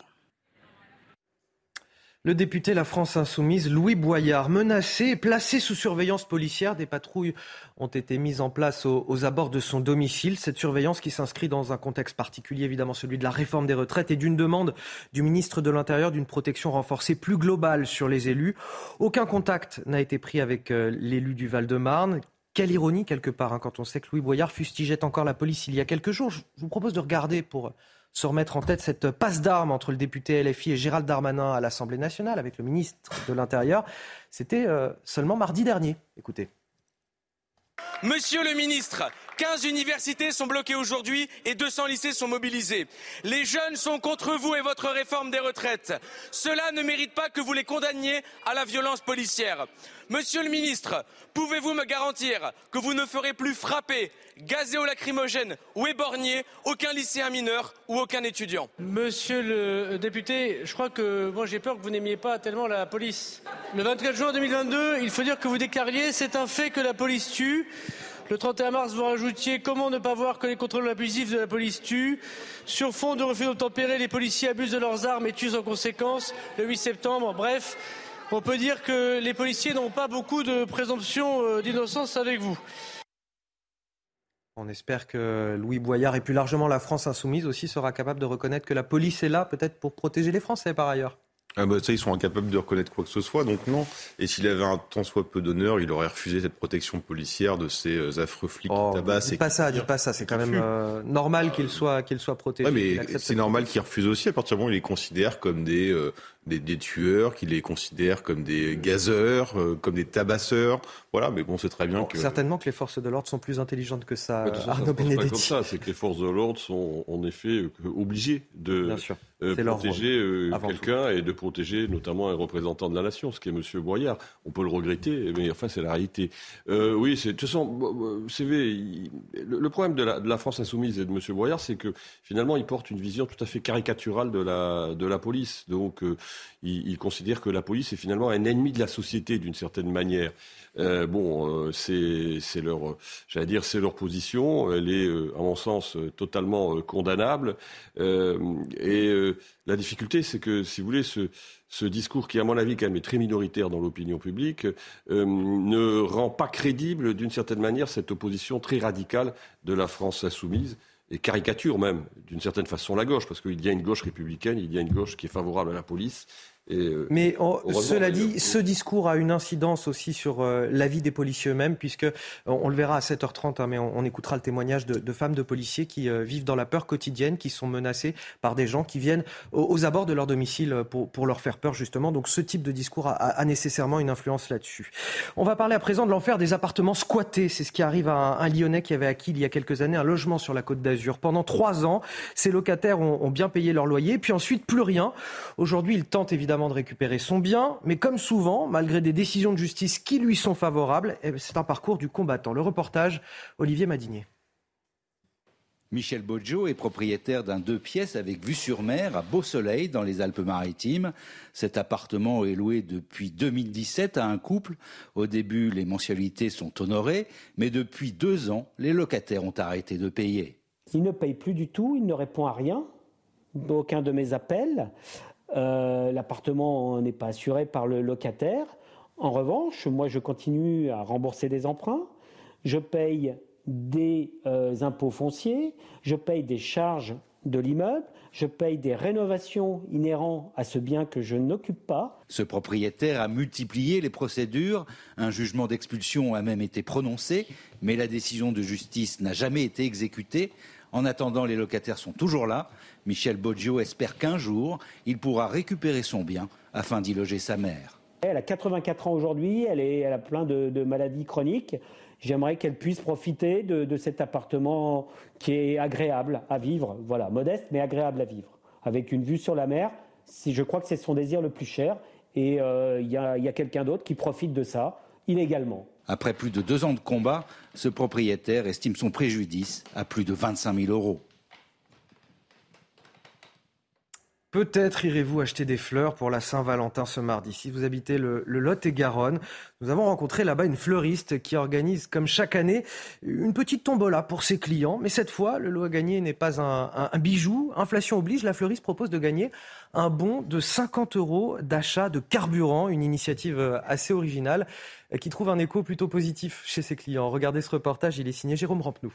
Le député La France Insoumise, Louis Boyard, menacé et placé sous surveillance policière. Des patrouilles ont été mises en place aux, aux abords de son domicile. Cette surveillance qui s'inscrit dans un contexte particulier, évidemment celui de la réforme des retraites et d'une demande du ministre de l'Intérieur d'une protection renforcée plus globale sur les élus. Aucun contact n'a été pris avec euh, l'élu du Val-de-Marne. Quelle ironie quelque part, hein, quand on sait que Louis Boyard fustigeait encore la police il y a quelques jours. Je vous propose de regarder pour se remettre en tête cette passe d'armes entre le député L F I et Gérald Darmanin à l'Assemblée nationale avec le ministre de l'Intérieur. C'était euh, seulement mardi dernier. Écoutez. Monsieur le ministre, quinze universités sont bloquées aujourd'hui et deux cents lycées sont mobilisés. Les jeunes sont contre vous et votre réforme des retraites. Cela ne mérite pas que vous les condamniez à la violence policière. Monsieur le ministre, pouvez-vous me garantir que vous ne ferez plus frapper, gazer au lacrymogène ou éborgner aucun lycéen mineur ou aucun étudiant? Monsieur le député, je crois que moi j'ai peur que vous n'aimiez pas tellement la police. Le vingt-quatre juin deux mille vingt-deux, il faut dire que vous déclariez « c'est un fait que la police tue ». Le trente et un mars, vous rajoutiez « comment ne pas voir que les contrôles abusifs de la police tuent ». Sur fond de refus d'obtempérer, les policiers abusent de leurs armes et tuent en conséquence. Le huit septembre, bref, on peut dire que les policiers n'ont pas beaucoup de présomption d'innocence avec vous. On espère que Louis Boyard et plus largement la France Insoumise aussi sera capable de reconnaître que la police est là peut-être pour protéger les Français par ailleurs. Ah bah ça, ils sont incapables de reconnaître quoi que ce soit, donc non. Et s'il avait un tant soit peu d'honneur, il aurait refusé cette protection policière de ces affreux flics oh, qui tabassent. Dis pas ça, dis pas ça, c'est quand même euh, normal qu'il soit, qu'il soit protégé. Ouais, mais c'est normal qu'il refuse aussi à partir du moment où il les considère comme des, euh, des, des tueurs, qu'il les considère comme des gazeurs, euh, comme des tabasseurs. Voilà, mais bon, c'est très bien bon, que... Certainement que les forces de l'ordre sont plus intelligentes que ça, ouais, ça Arnaud ça Benedetti. C'est pas comme ça, c'est que les forces de l'ordre sont en effet obligées de euh, protéger euh, quelqu'un et de protéger notamment un représentant de la nation, ce qui est M. Boyard. On peut le regretter, mais enfin, c'est la réalité. Euh, oui, c'est, de toute façon, vous savez, il, le, le problème de la, de la France Insoumise et de M. Boyard, c'est que finalement, il porte une vision tout à fait caricaturale de la, de la police. Donc, euh, ils, ils considèrent que la police est finalement un ennemi de la société d'une certaine manière. Euh, bon, euh, c'est, c'est leur, j'allais dire, c'est leur position. Elle est, euh, à mon sens, euh, totalement euh, condamnable. Euh, et euh, la difficulté, c'est que, si vous voulez, ce, ce discours qui, à mon avis, quand même est très minoritaire dans l'opinion publique, euh, ne rend pas crédible, d'une certaine manière, cette opposition très radicale de la France insoumise. Et caricature même, d'une certaine façon, la gauche, parce qu'il y a une gauche républicaine, il y a une gauche qui est favorable à la police. Et, euh, Mais on, cela dit, ce discours a une incidence aussi sur euh, la vie des policiers eux-mêmes, puisque on, on le verra à sept heures trente, hein, mais on, on écoutera le témoignage de, de femmes de policiers qui euh, vivent dans la peur quotidienne, qui sont menacées par des gens qui viennent aux, aux abords de leur domicile pour, pour leur faire peur, justement. Donc ce type de discours a, a nécessairement une influence là-dessus. On va parler à présent de l'enfer des appartements squattés. C'est ce qui arrive à un, un Lyonnais qui avait acquis il y a quelques années un logement sur la Côte d'Azur. Pendant trois ans, ses locataires ont, ont bien payé leur loyer, puis ensuite plus rien. Aujourd'hui, il tente évidemment de récupérer son bien, mais comme souvent, malgré des décisions de justice qui lui sont favorables, c'est un parcours du combattant. Le reportage, Olivier Madinier. Michel Boggio est propriétaire d'un deux pièces avec vue sur mer à Beau-Soleil dans les Alpes-Maritimes. Cet appartement est loué depuis deux mille dix-sept à un couple. Au début, les mensualités sont honorées, mais depuis deux ans, les locataires ont arrêté de payer. Il ne paye plus du tout, il ne répond à rien, aucun de mes appels. Euh, l'appartement n'est pas assuré par le locataire. En revanche, moi, je continue à rembourser des emprunts. Je paye des euh, impôts fonciers. Je paye des charges de l'immeuble. Je paye des rénovations inhérentes à ce bien que je n'occupe pas. Ce propriétaire a multiplié les procédures. Un jugement d'expulsion a même été prononcé, mais la décision de justice n'a jamais été exécutée. En attendant, les locataires sont toujours là. Michel Boggio espère qu'un jour, il pourra récupérer son bien afin d'y loger sa mère. Elle a quatre-vingt-quatre ans aujourd'hui, elle, est, elle a plein de, de maladies chroniques. J'aimerais qu'elle puisse profiter de, de cet appartement qui est agréable à vivre, voilà, modeste mais agréable à vivre, avec une vue sur la mer. Si, je crois que c'est son désir le plus cher et il euh, y a, y a quelqu'un d'autre qui profite de ça illégalement. Après plus de deux ans de combat, ce propriétaire estime son préjudice à plus de vingt-cinq mille euros. Peut-être irez-vous acheter des fleurs pour la Saint-Valentin ce mardi. Si vous habitez le, le Lot-et-Garonne, nous avons rencontré là-bas une fleuriste qui organise, comme chaque année, une petite tombola pour ses clients. Mais cette fois, le lot à gagner n'est pas un, un, un bijou. Inflation oblige, la fleuriste propose de gagner un bon de cinquante euros d'achat de carburant. Une initiative assez originale qui trouve un écho plutôt positif chez ses clients. Regardez ce reportage, il est signé Jérôme Rampenou.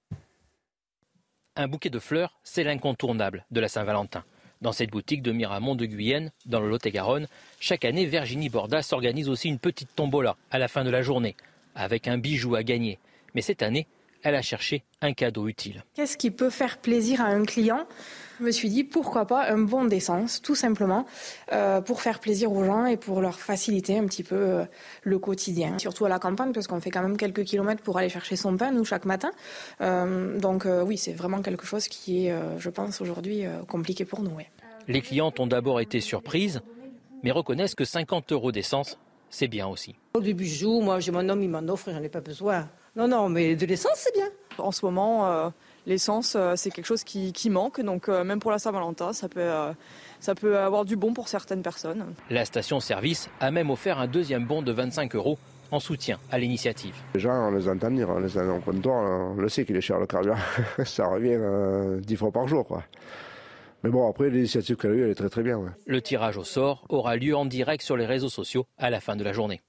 Un bouquet de fleurs, c'est l'incontournable de la Saint-Valentin. Dans cette boutique de Miramont de Guyenne, dans le Lot-et-Garonne, chaque année, Virginie Bordas organise aussi une petite tombola à la fin de la journée, avec un bijou à gagner. Mais cette année, elle a cherché un cadeau utile. Qu'est-ce qui peut faire plaisir à un client ? Je me suis dit, pourquoi pas un bon d'essence, tout simplement, euh, pour faire plaisir aux gens et pour leur faciliter un petit peu euh, le quotidien. Surtout à la campagne, parce qu'on fait quand même quelques kilomètres pour aller chercher son pain, nous, chaque matin. Euh, donc euh, oui, c'est vraiment quelque chose qui est, euh, je pense, aujourd'hui euh, compliqué pour nous. Ouais. Les clientes ont d'abord été surprises, mais reconnaissent que cinquante euros d'essence, c'est bien aussi. Des bijoux, moi j'ai mon homme, il m'en offre et j'en ai pas besoin. Non, non, mais de l'essence, c'est bien. En ce moment, euh, l'essence, euh, c'est quelque chose qui, qui manque. Donc euh, même pour la Saint-Valentin, ça peut, euh, ça peut avoir du bon pour certaines personnes. La station-service a même offert un deuxième bon de vingt-cinq euros en soutien à l'initiative. Les gens, on les entend venir, on les entend au comptoir, on le sait qu'il est cher le carburant. Ça revient euh, dix fois par jour, quoi. Mais bon, après, l'initiative qu'elle a eue, elle est très très bien. Ouais. Le tirage au sort aura lieu en direct sur les réseaux sociaux à la fin de la journée.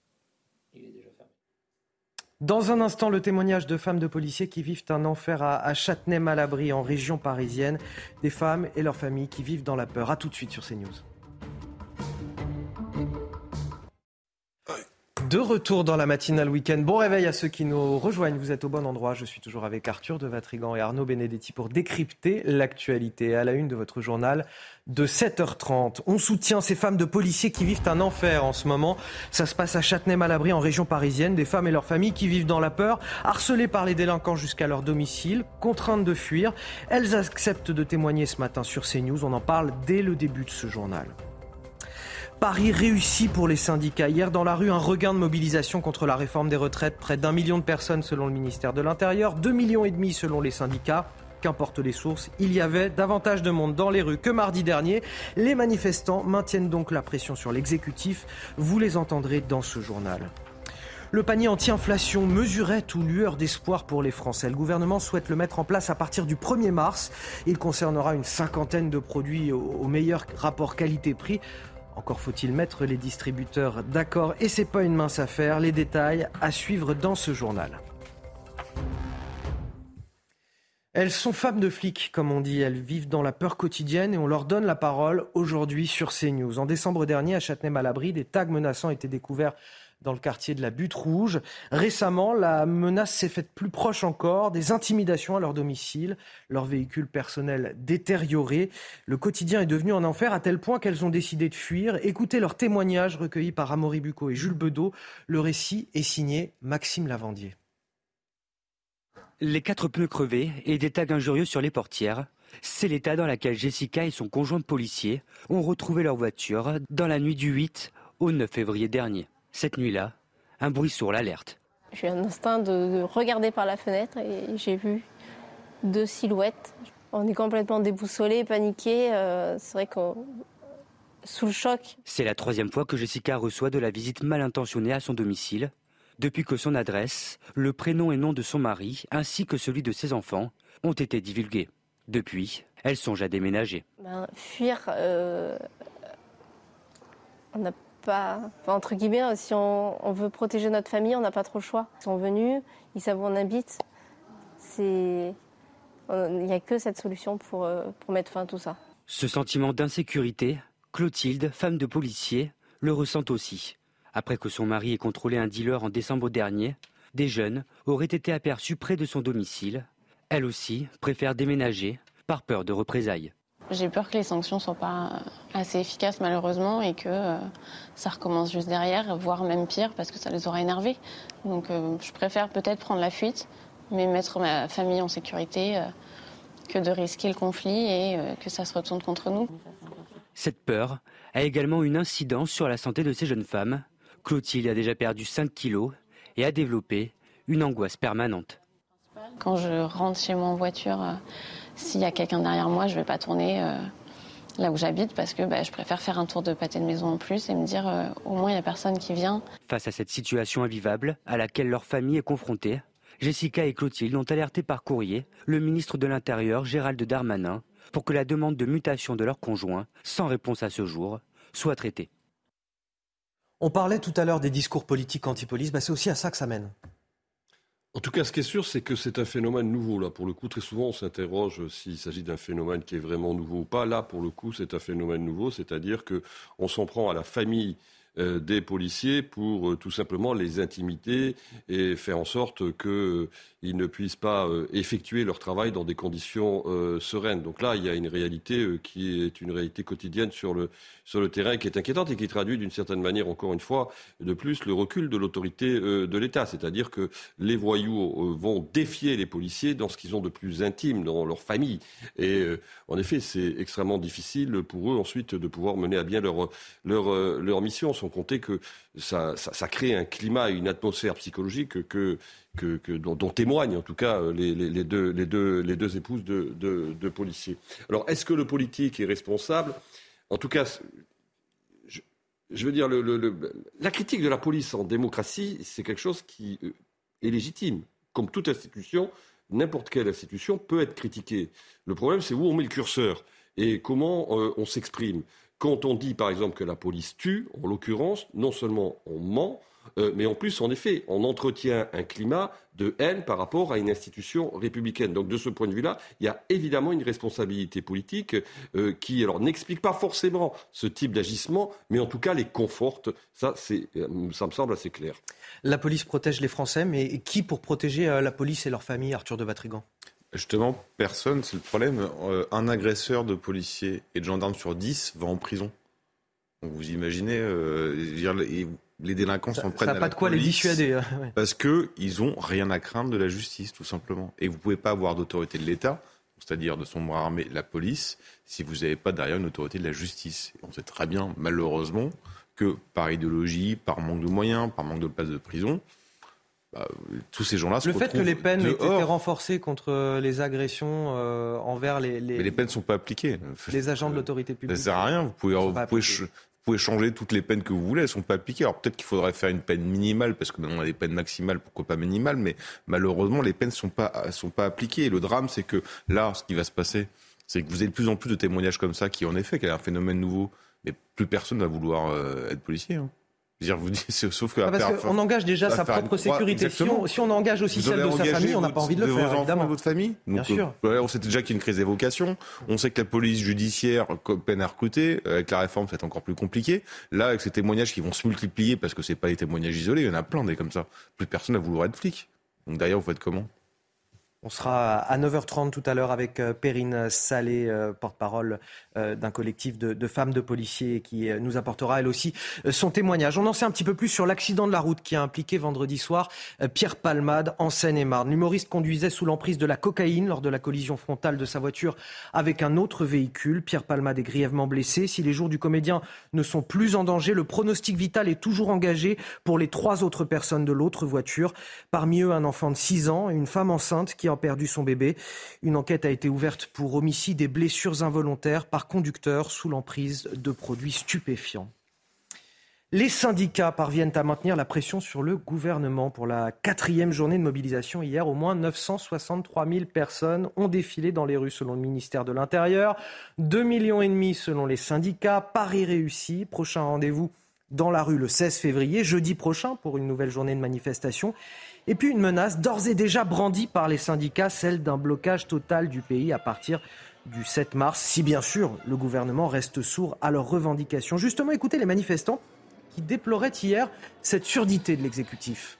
Dans un instant, le témoignage de femmes de policiers qui vivent un enfer à, à Châtenay-Malabry, en région parisienne. Des femmes et leurs familles qui vivent dans la peur. A tout de suite sur CNews. De retour dans la matinale week-end. Bon réveil à ceux qui nous rejoignent. Vous êtes au bon endroit. Je suis toujours avec Arthur de Vatrigan et Arnaud Benedetti pour décrypter l'actualité. À la une de votre journal de sept heures trente. On soutient ces femmes de policiers qui vivent un enfer en ce moment. Ça se passe à Châtenay-Malabry en région parisienne. Des femmes et leurs familles qui vivent dans la peur, harcelées par les délinquants jusqu'à leur domicile, contraintes de fuir. Elles acceptent de témoigner ce matin sur CNews. On en parle dès le début de ce journal. Paris réussi pour les syndicats. Hier, dans la rue, un regain de mobilisation contre la réforme des retraites. Près d'un million de personnes selon le ministère de l'Intérieur, deux millions et demi selon les syndicats. Qu'importe les sources, il y avait davantage de monde dans les rues que mardi dernier. Les manifestants maintiennent donc la pression sur l'exécutif. Vous les entendrez dans ce journal. Le panier anti-inflation, mesurette ou lueur d'espoir pour les Français. Le gouvernement souhaite le mettre en place à partir du premier mars. Il concernera une cinquantaine de produits au meilleur rapport qualité-prix. Encore faut-il mettre les distributeurs d'accord et c'est pas une mince affaire. Les détails à suivre dans ce journal. Elles sont femmes de flics, comme on dit. Elles vivent dans la peur quotidienne et on leur donne la parole aujourd'hui sur CNews. En décembre dernier, à Châtenay-Malabry, des tags menaçants étaient découverts dans le quartier de la Butte Rouge. Récemment, la menace s'est faite plus proche encore, des intimidations à leur domicile, leur véhicule personnel détérioré. Le quotidien est devenu un enfer à tel point qu'elles ont décidé de fuir. Écoutez leurs témoignages recueillis par Amaury Bucco et Jules Bedeau. Le récit est signé Maxime Lavandier. Les quatre pneus crevés et des tags injurieux sur les portières, c'est l'état dans lequel Jessica et son conjoint policier ont retrouvé leur voiture dans la nuit du huit au neuf février dernier. Cette nuit-là, un bruit sourd l'alerte. J'ai eu un instinct de, de regarder par la fenêtre et j'ai vu deux silhouettes. On est complètement déboussolé, paniqué. Euh, c'est vrai qu'on sous le choc. C'est la troisième fois que Jessica reçoit de la visite mal intentionnée à son domicile, depuis que son adresse, le prénom et nom de son mari, ainsi que celui de ses enfants, ont été divulgués. Depuis, elle songe à déménager. Ben, fuir, euh, on n'a pas, enfin, entre guillemets, si on, on veut protéger notre famille, on n'a pas trop le choix. Ils sont venus, ils savent où on habite. C'est, il n'y a que cette solution pour, pour mettre fin à tout ça. Ce sentiment d'insécurité, Clotilde, femme de policier, le ressent aussi. Après que son mari ait contrôlé un dealer en décembre dernier, des jeunes auraient été aperçus près de son domicile. Elle aussi préfère déménager par peur de représailles. J'ai peur que les sanctions ne soient pas assez efficaces malheureusement et que euh, ça recommence juste derrière, voire même pire parce que ça les aura énervés. Donc euh, je préfère peut-être prendre la fuite, mais mettre ma famille en sécurité euh, que de risquer le conflit et euh, que ça se retourne contre nous. Cette peur a également une incidence sur la santé de ces jeunes femmes. Clotilde a déjà perdu cinq kilos et a développé une angoisse permanente. Quand je rentre chez moi en voiture, euh, s'il y a quelqu'un derrière moi, je ne vais pas tourner euh, là où j'habite parce que bah, je préfère faire un tour de pâté de maison en plus et me dire euh, au moins il n'y a personne qui vient. Face à cette situation invivable à laquelle leur famille est confrontée, Jessica et Clotilde ont alerté par courrier le ministre de l'Intérieur, Gérald Darmanin, pour que la demande de mutation de leur conjoint, sans réponse à ce jour, soit traitée. On parlait tout à l'heure des discours politiques anti-police, bah c'est aussi à ça que ça mène. En tout cas, ce qui est sûr, c'est que c'est un phénomène nouveau. Là, pour le coup, très souvent, on s'interroge s'il s'agit d'un phénomène qui est vraiment nouveau ou pas. Là, pour le coup, c'est un phénomène nouveau, c'est-à-dire qu'on s'en prend à la famille euh, des policiers pour euh, tout simplement les intimider et faire en sorte qu'ils euh, ne puissent pas euh, effectuer leur travail dans des conditions euh, sereines. Donc là, il y a une réalité euh, qui est une réalité quotidienne sur le, sur le terrain qui est inquiétante et qui traduit d'une certaine manière, encore une fois, de plus, le recul de l'autorité euh, de l'État. C'est-à-dire que les voyous euh, vont défier les policiers dans ce qu'ils ont de plus intime, dans leur famille. Et euh, en effet, c'est extrêmement difficile pour eux ensuite de pouvoir mener à bien leur, leur, euh, leur mission, sans compter que ça, ça, ça crée un climat, une atmosphère psychologique que, que, que, dont, dont témoignent en tout cas les, les, les, deux, les, deux, les deux épouses de, de, de policiers. Alors, est-ce que le politique est responsable ? En tout cas, je, je veux dire, le, le, le, la critique de la police en démocratie, c'est quelque chose qui est légitime. Comme toute institution, n'importe quelle institution peut être critiquée. Le problème, c'est où on met le curseur et comment euh, on s'exprime. Quand on dit, par exemple, que la police tue, en l'occurrence, non seulement on ment, euh, mais en plus, en effet, on entretient un climat de haine par rapport à une institution républicaine. Donc, de ce point de vue-là, il y a évidemment une responsabilité politique euh, qui, alors, n'explique pas forcément ce type d'agissement, mais en tout cas les conforte. Ça, c'est, ça me semble assez clair. La police protège les Français, mais qui pour protéger euh, la police et leur famille, Arthur de Vatrigan ? Justement, personne, c'est le problème. Euh, un agresseur de policiers et de gendarmes sur dix va en prison. Donc vous imaginez, euh, dire, les, les délinquants s'en prennent à la police. Ça n'a pas de quoi les dissuader. Ouais. Parce qu'ils n'ont rien à craindre de la justice, tout simplement. Et vous ne pouvez pas avoir d'autorité de l'État, c'est-à-dire de son bras armé, la police, si vous n'avez pas derrière une autorité de la justice. Et on sait très bien, malheureusement, que par idéologie, par manque de moyens, par manque de places de prison, Bah, tous ces gens-là se Le retrouvent fait que les peines aient dehors. été renforcées contre les agressions euh, envers les, les... Mais les peines ne sont pas appliquées. Les agents de l'autorité publique. Ça ne sert à rien. Vous pouvez, vous pouvez, ch- vous pouvez changer toutes les peines que vous voulez, elles ne sont pas appliquées. Alors peut-être qu'il faudrait faire une peine minimale, parce que maintenant on a des peines maximales, pourquoi pas minimales, mais malheureusement les peines ne sont pas, sont pas appliquées. Et le drame, c'est que là, ce qui va se passer, c'est que vous avez de plus en plus de témoignages comme ça qui, en effet, qu'il y a un phénomène nouveau, mais plus personne ne va vouloir euh, être policier. Hein. Dire, vous dites, sauf que ah, parce qu'on engage déjà sa propre sécurité. Si on, si on engage aussi vous celle de sa famille, on n'a votre, pas envie de le de faire, vos évidemment. Enfants, de votre famille. Donc, Bien sûr. Euh, on sait déjà qu'il y a une crise des vocations. On sait que la police judiciaire peine à recruter. Avec la réforme, ça va être encore plus compliqué. Là, avec ces témoignages qui vont se multiplier, parce que c'est pas des témoignages isolés, il y en a plein des comme ça. Plus personne ne va vouloir être flic. Donc derrière, vous faites comment ? On sera à neuf heures trente tout à l'heure avec Perrine Salé, euh, porte-parole euh, d'un collectif de, de femmes de policiers qui euh, nous apportera elle aussi euh, son témoignage. On en sait un petit peu plus sur l'accident de la route qui a impliqué vendredi soir euh, Pierre Palmade en Seine-et-Marne. L'humoriste conduisait sous l'emprise de la cocaïne lors de la collision frontale de sa voiture avec un autre véhicule. Pierre Palmade est grièvement blessé. Si les jours du comédien ne sont plus en danger, le pronostic vital est toujours engagé pour les trois autres personnes de l'autre voiture. Parmi eux, un enfant de six ans et une femme enceinte qui a perdu son bébé. Une enquête a été ouverte pour homicide et blessures involontaires par conducteur sous l'emprise de produits stupéfiants. Les syndicats parviennent à maintenir la pression sur le gouvernement. Pour la quatrième journée de mobilisation hier, au moins neuf cent soixante-trois mille personnes ont défilé dans les rues selon le ministère de l'Intérieur. deux millions et demi selon les syndicats. Paris réussi. Prochain rendez-vous dans la rue le seize février, jeudi prochain, pour une nouvelle journée de manifestation. Et puis une menace d'ores et déjà brandie par les syndicats, celle d'un blocage total du pays à partir du sept mars, si bien sûr le gouvernement reste sourd à leurs revendications. Justement, écoutez les manifestants qui déploraient hier cette surdité de l'exécutif.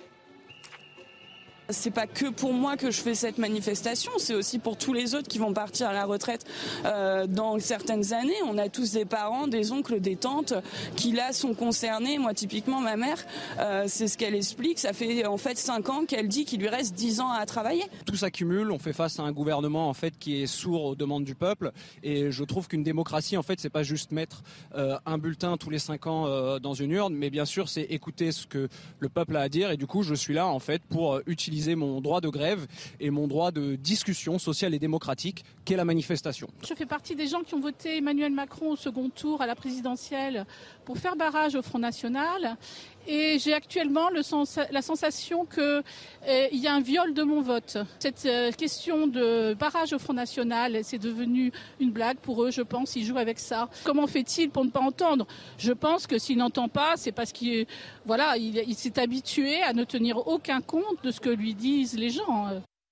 C'est pas que pour moi que je fais cette manifestation, c'est aussi pour tous les autres qui vont partir à la retraite euh, dans certaines années. On a tous des parents, des oncles, des tantes qui là sont concernés. Moi typiquement ma mère, euh, c'est ce qu'elle explique. Ça fait en fait cinq ans qu'elle dit qu'il lui reste dix ans à travailler. Tout s'accumule, on fait face à un gouvernement en fait qui est sourd aux demandes du peuple. Et je trouve qu'une démocratie en fait c'est pas juste mettre euh, un bulletin tous les cinq ans euh, dans une urne, mais bien sûr c'est écouter ce que le peuple a à dire. Et du coup je suis là en fait pour euh, utiliser mon droit de grève et mon droit de discussion sociale et démocratique qu'est la manifestation. Je fais partie des gens qui ont voté Emmanuel Macron au second tour à la présidentielle pour faire barrage au Front National et j'ai actuellement le sens, la sensation qu'il euh, y a un viol de mon vote. Cette euh, question de barrage au Front National, c'est devenu une blague pour eux, je pense, ils jouent avec ça. Comment fait-il pour ne pas entendre ? Je pense que s'il n'entend pas, c'est parce qu'il voilà, il, il s'est habitué à ne tenir aucun compte de ce que lui disent les gens.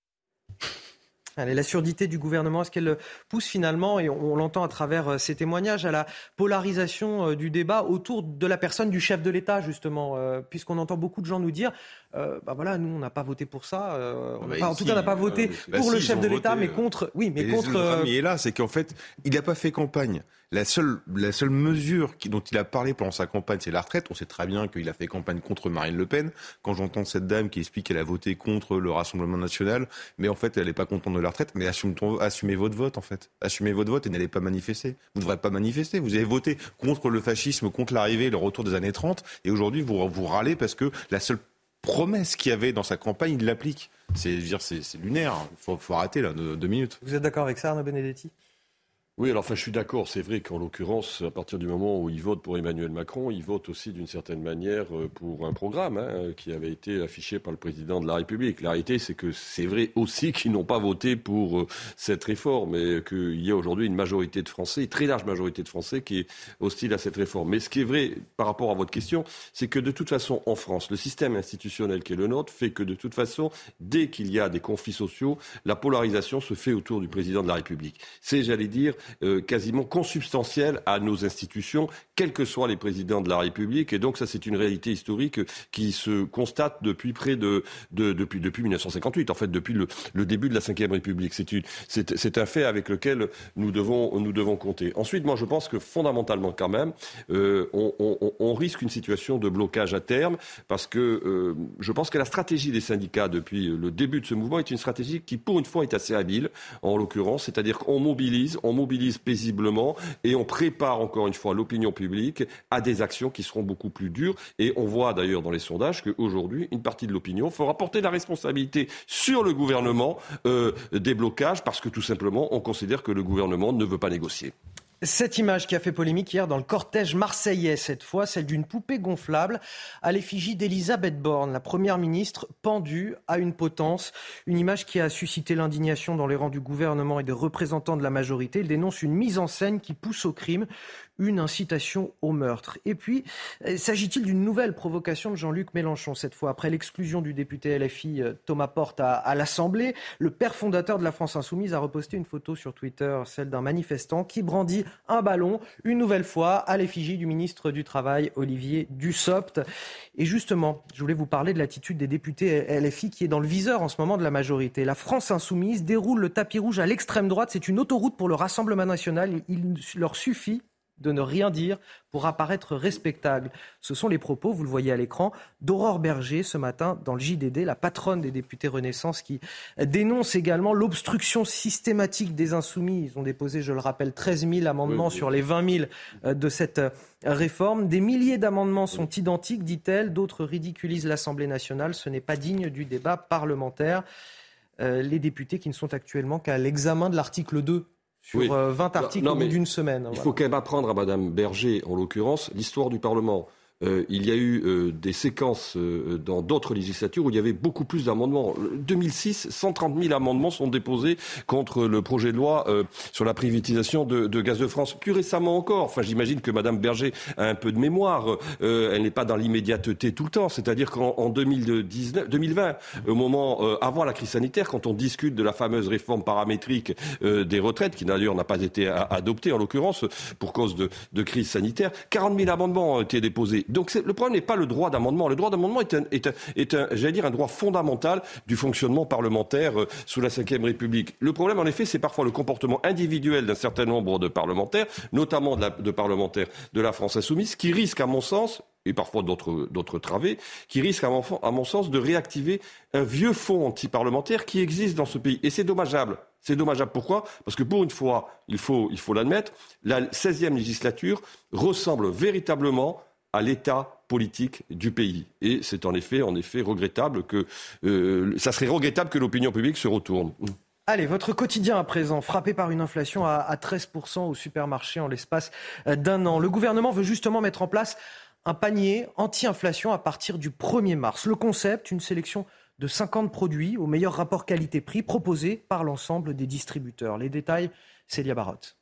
Allez, la surdité du gouvernement, est-ce qu'elle pousse finalement, et on, on l'entend à travers ces témoignages, à la polarisation euh, du débat autour de la personne du chef de l'État, justement, euh, puisqu'on entend beaucoup de gens nous dire, euh, bah voilà, nous on n'a pas voté pour ça, euh, on bah pas, en si, tout cas on n'a pas voté bah pour si, le chef de l'État, voté, mais contre, oui, mais et contre. Le drame, euh... il est là, c'est qu'en fait, il n'a pas fait campagne. La seule, la seule mesure qui, dont il a parlé pendant sa campagne, c'est la retraite. On sait très bien qu'il a fait campagne contre Marine Le Pen. Quand j'entends cette dame qui explique qu'elle a voté contre le Rassemblement national, mais en fait, elle n'est pas contente de la retraite, mais assume ton, assumez votre vote, en fait. Assumez votre vote et n'allez pas manifester. Vous ne devrez pas manifester. Vous avez voté contre le fascisme, contre l'arrivée, le retour des années trente, et aujourd'hui, vous, vous râlez parce que la seule promesse qu'il y avait dans sa campagne, il l'applique. C'est, je veux dire, c'est, c'est lunaire. Il faut, faut arrêter, là, deux, deux minutes. Vous êtes d'accord avec ça, Arnaud Benedetti ? Oui, alors enfin, je suis d'accord. C'est vrai qu'en l'occurrence, à partir du moment où il vote pour Emmanuel Macron, il vote aussi d'une certaine manière pour un programme hein, qui avait été affiché par le président de la République. La réalité, c'est que c'est vrai aussi qu'ils n'ont pas voté pour euh, cette réforme et qu'il y a aujourd'hui une majorité de Français, une très large majorité de Français qui est hostile à cette réforme. Mais ce qui est vrai par rapport à votre question, c'est que de toute façon, en France, le système institutionnel qui est le nôtre fait que de toute façon, dès qu'il y a des conflits sociaux, la polarisation se fait autour du président de la République. C'est, j'allais dire, Euh, quasiment consubstantielle à nos institutions, quels que soient les présidents de la République. Et donc ça, c'est une réalité historique qui se constate depuis près de, de depuis depuis dix-neuf cent cinquante-huit. En fait, depuis le, le début de la cinquième République. C'est une, c'est, c'est un fait avec lequel nous devons nous devons compter. Ensuite, moi, je pense que fondamentalement, quand même, euh, on, on, on risque une situation de blocage à terme parce que euh, je pense que la stratégie des syndicats depuis le début de ce mouvement est une stratégie qui, pour une fois, est assez habile. En l'occurrence, c'est-à-dire qu'on mobilise, on mobilise mobilise paisiblement et on prépare encore une fois l'opinion publique à des actions qui seront beaucoup plus dures. Et on voit d'ailleurs dans les sondages qu'aujourd'hui, une partie de l'opinion fera porter la responsabilité sur le gouvernement euh, des blocages parce que tout simplement, on considère que le gouvernement ne veut pas négocier. Cette image qui a fait polémique hier dans le cortège marseillais, cette fois, celle d'une poupée gonflable à l'effigie d'Elisabeth Borne, la première ministre pendue à une potence. Une image qui a suscité l'indignation dans les rangs du gouvernement et des représentants de la majorité. Il dénonce une mise en scène qui pousse au crime, une incitation au meurtre. Et puis, s'agit-il d'une nouvelle provocation de Jean-Luc Mélenchon, cette fois, après l'exclusion du député L F I Thomas Porte à, à l'Assemblée? Le père fondateur de la France Insoumise a reposté une photo sur Twitter, celle d'un manifestant qui brandit un ballon, une nouvelle fois, à l'effigie du ministre du Travail, Olivier Dussopt. Et justement, je voulais vous parler de l'attitude des députés L F I qui est dans le viseur en ce moment de la majorité. La France Insoumise déroule le tapis rouge à l'extrême droite. C'est une autoroute pour le Rassemblement national. Il leur suffit de ne rien dire pour apparaître respectable. Ce sont les propos, vous le voyez à l'écran, d'Aurore Berger ce matin dans le J D D, la patronne des députés Renaissance, qui dénonce également l'obstruction systématique des Insoumis. Ils ont déposé, je le rappelle, treize mille amendements oui, oui. sur les vingt mille de cette réforme. Des milliers d'amendements sont identiques, dit-elle. D'autres ridiculisent l'Assemblée nationale. Ce n'est pas digne du débat parlementaire. Euh, les députés qui ne sont actuellement qu'à l'examen de l'article deux. Sur oui. vingt articles non, non, au bout d'une semaine. Il voilà. faut quand même apprendre à Mme Berger, en l'occurrence, l'histoire du Parlement. Euh, il y a eu euh, des séquences euh, dans d'autres législatures où il y avait beaucoup plus d'amendements. deux mille six, cent trente mille amendements sont déposés contre le projet de loi euh, sur la privatisation de, de Gaz de France. Plus récemment encore, enfin, j'imagine que Mme Berger a un peu de mémoire. Euh, elle n'est pas dans l'immédiateté tout le temps. C'est-à-dire qu'en en deux mille dix-neuf, deux mille vingt, au moment euh, avant la crise sanitaire, quand on discute de la fameuse réforme paramétrique euh, des retraites, qui d'ailleurs n'a pas été a- adoptée en l'occurrence pour cause de, de crise sanitaire, quarante mille amendements ont été déposés. Donc c'est, le problème n'est pas le droit d'amendement. Le droit d'amendement est un, est un, est un, j'allais dire, un droit fondamental du fonctionnement parlementaire euh, sous la cinquième République. Le problème, en effet, c'est parfois le comportement individuel d'un certain nombre de parlementaires, notamment de, la, de parlementaires de la France Insoumise, qui risquent, à mon sens, et parfois d'autres, d'autres travées, qui risquent, à mon, à mon sens, de réactiver un vieux fond anti-parlementaire qui existe dans ce pays. Et c'est dommageable. C'est dommageable. Pourquoi ? Parce que pour une fois, il faut, il faut l'admettre, la seizième législature ressemble véritablement à l'état politique du pays. Et c'est en effet, en effet regrettable que, euh, ça serait regrettable que l'opinion publique se retourne. Allez, votre quotidien à présent, frappé par une inflation à, à treize pour cent au supermarché en l'espace d'un an. Le gouvernement veut justement mettre en place un panier anti-inflation à partir du premier mars. Le concept, une sélection de cinquante produits au meilleur rapport qualité-prix proposés par l'ensemble des distributeurs. Les détails, Célia Barotte.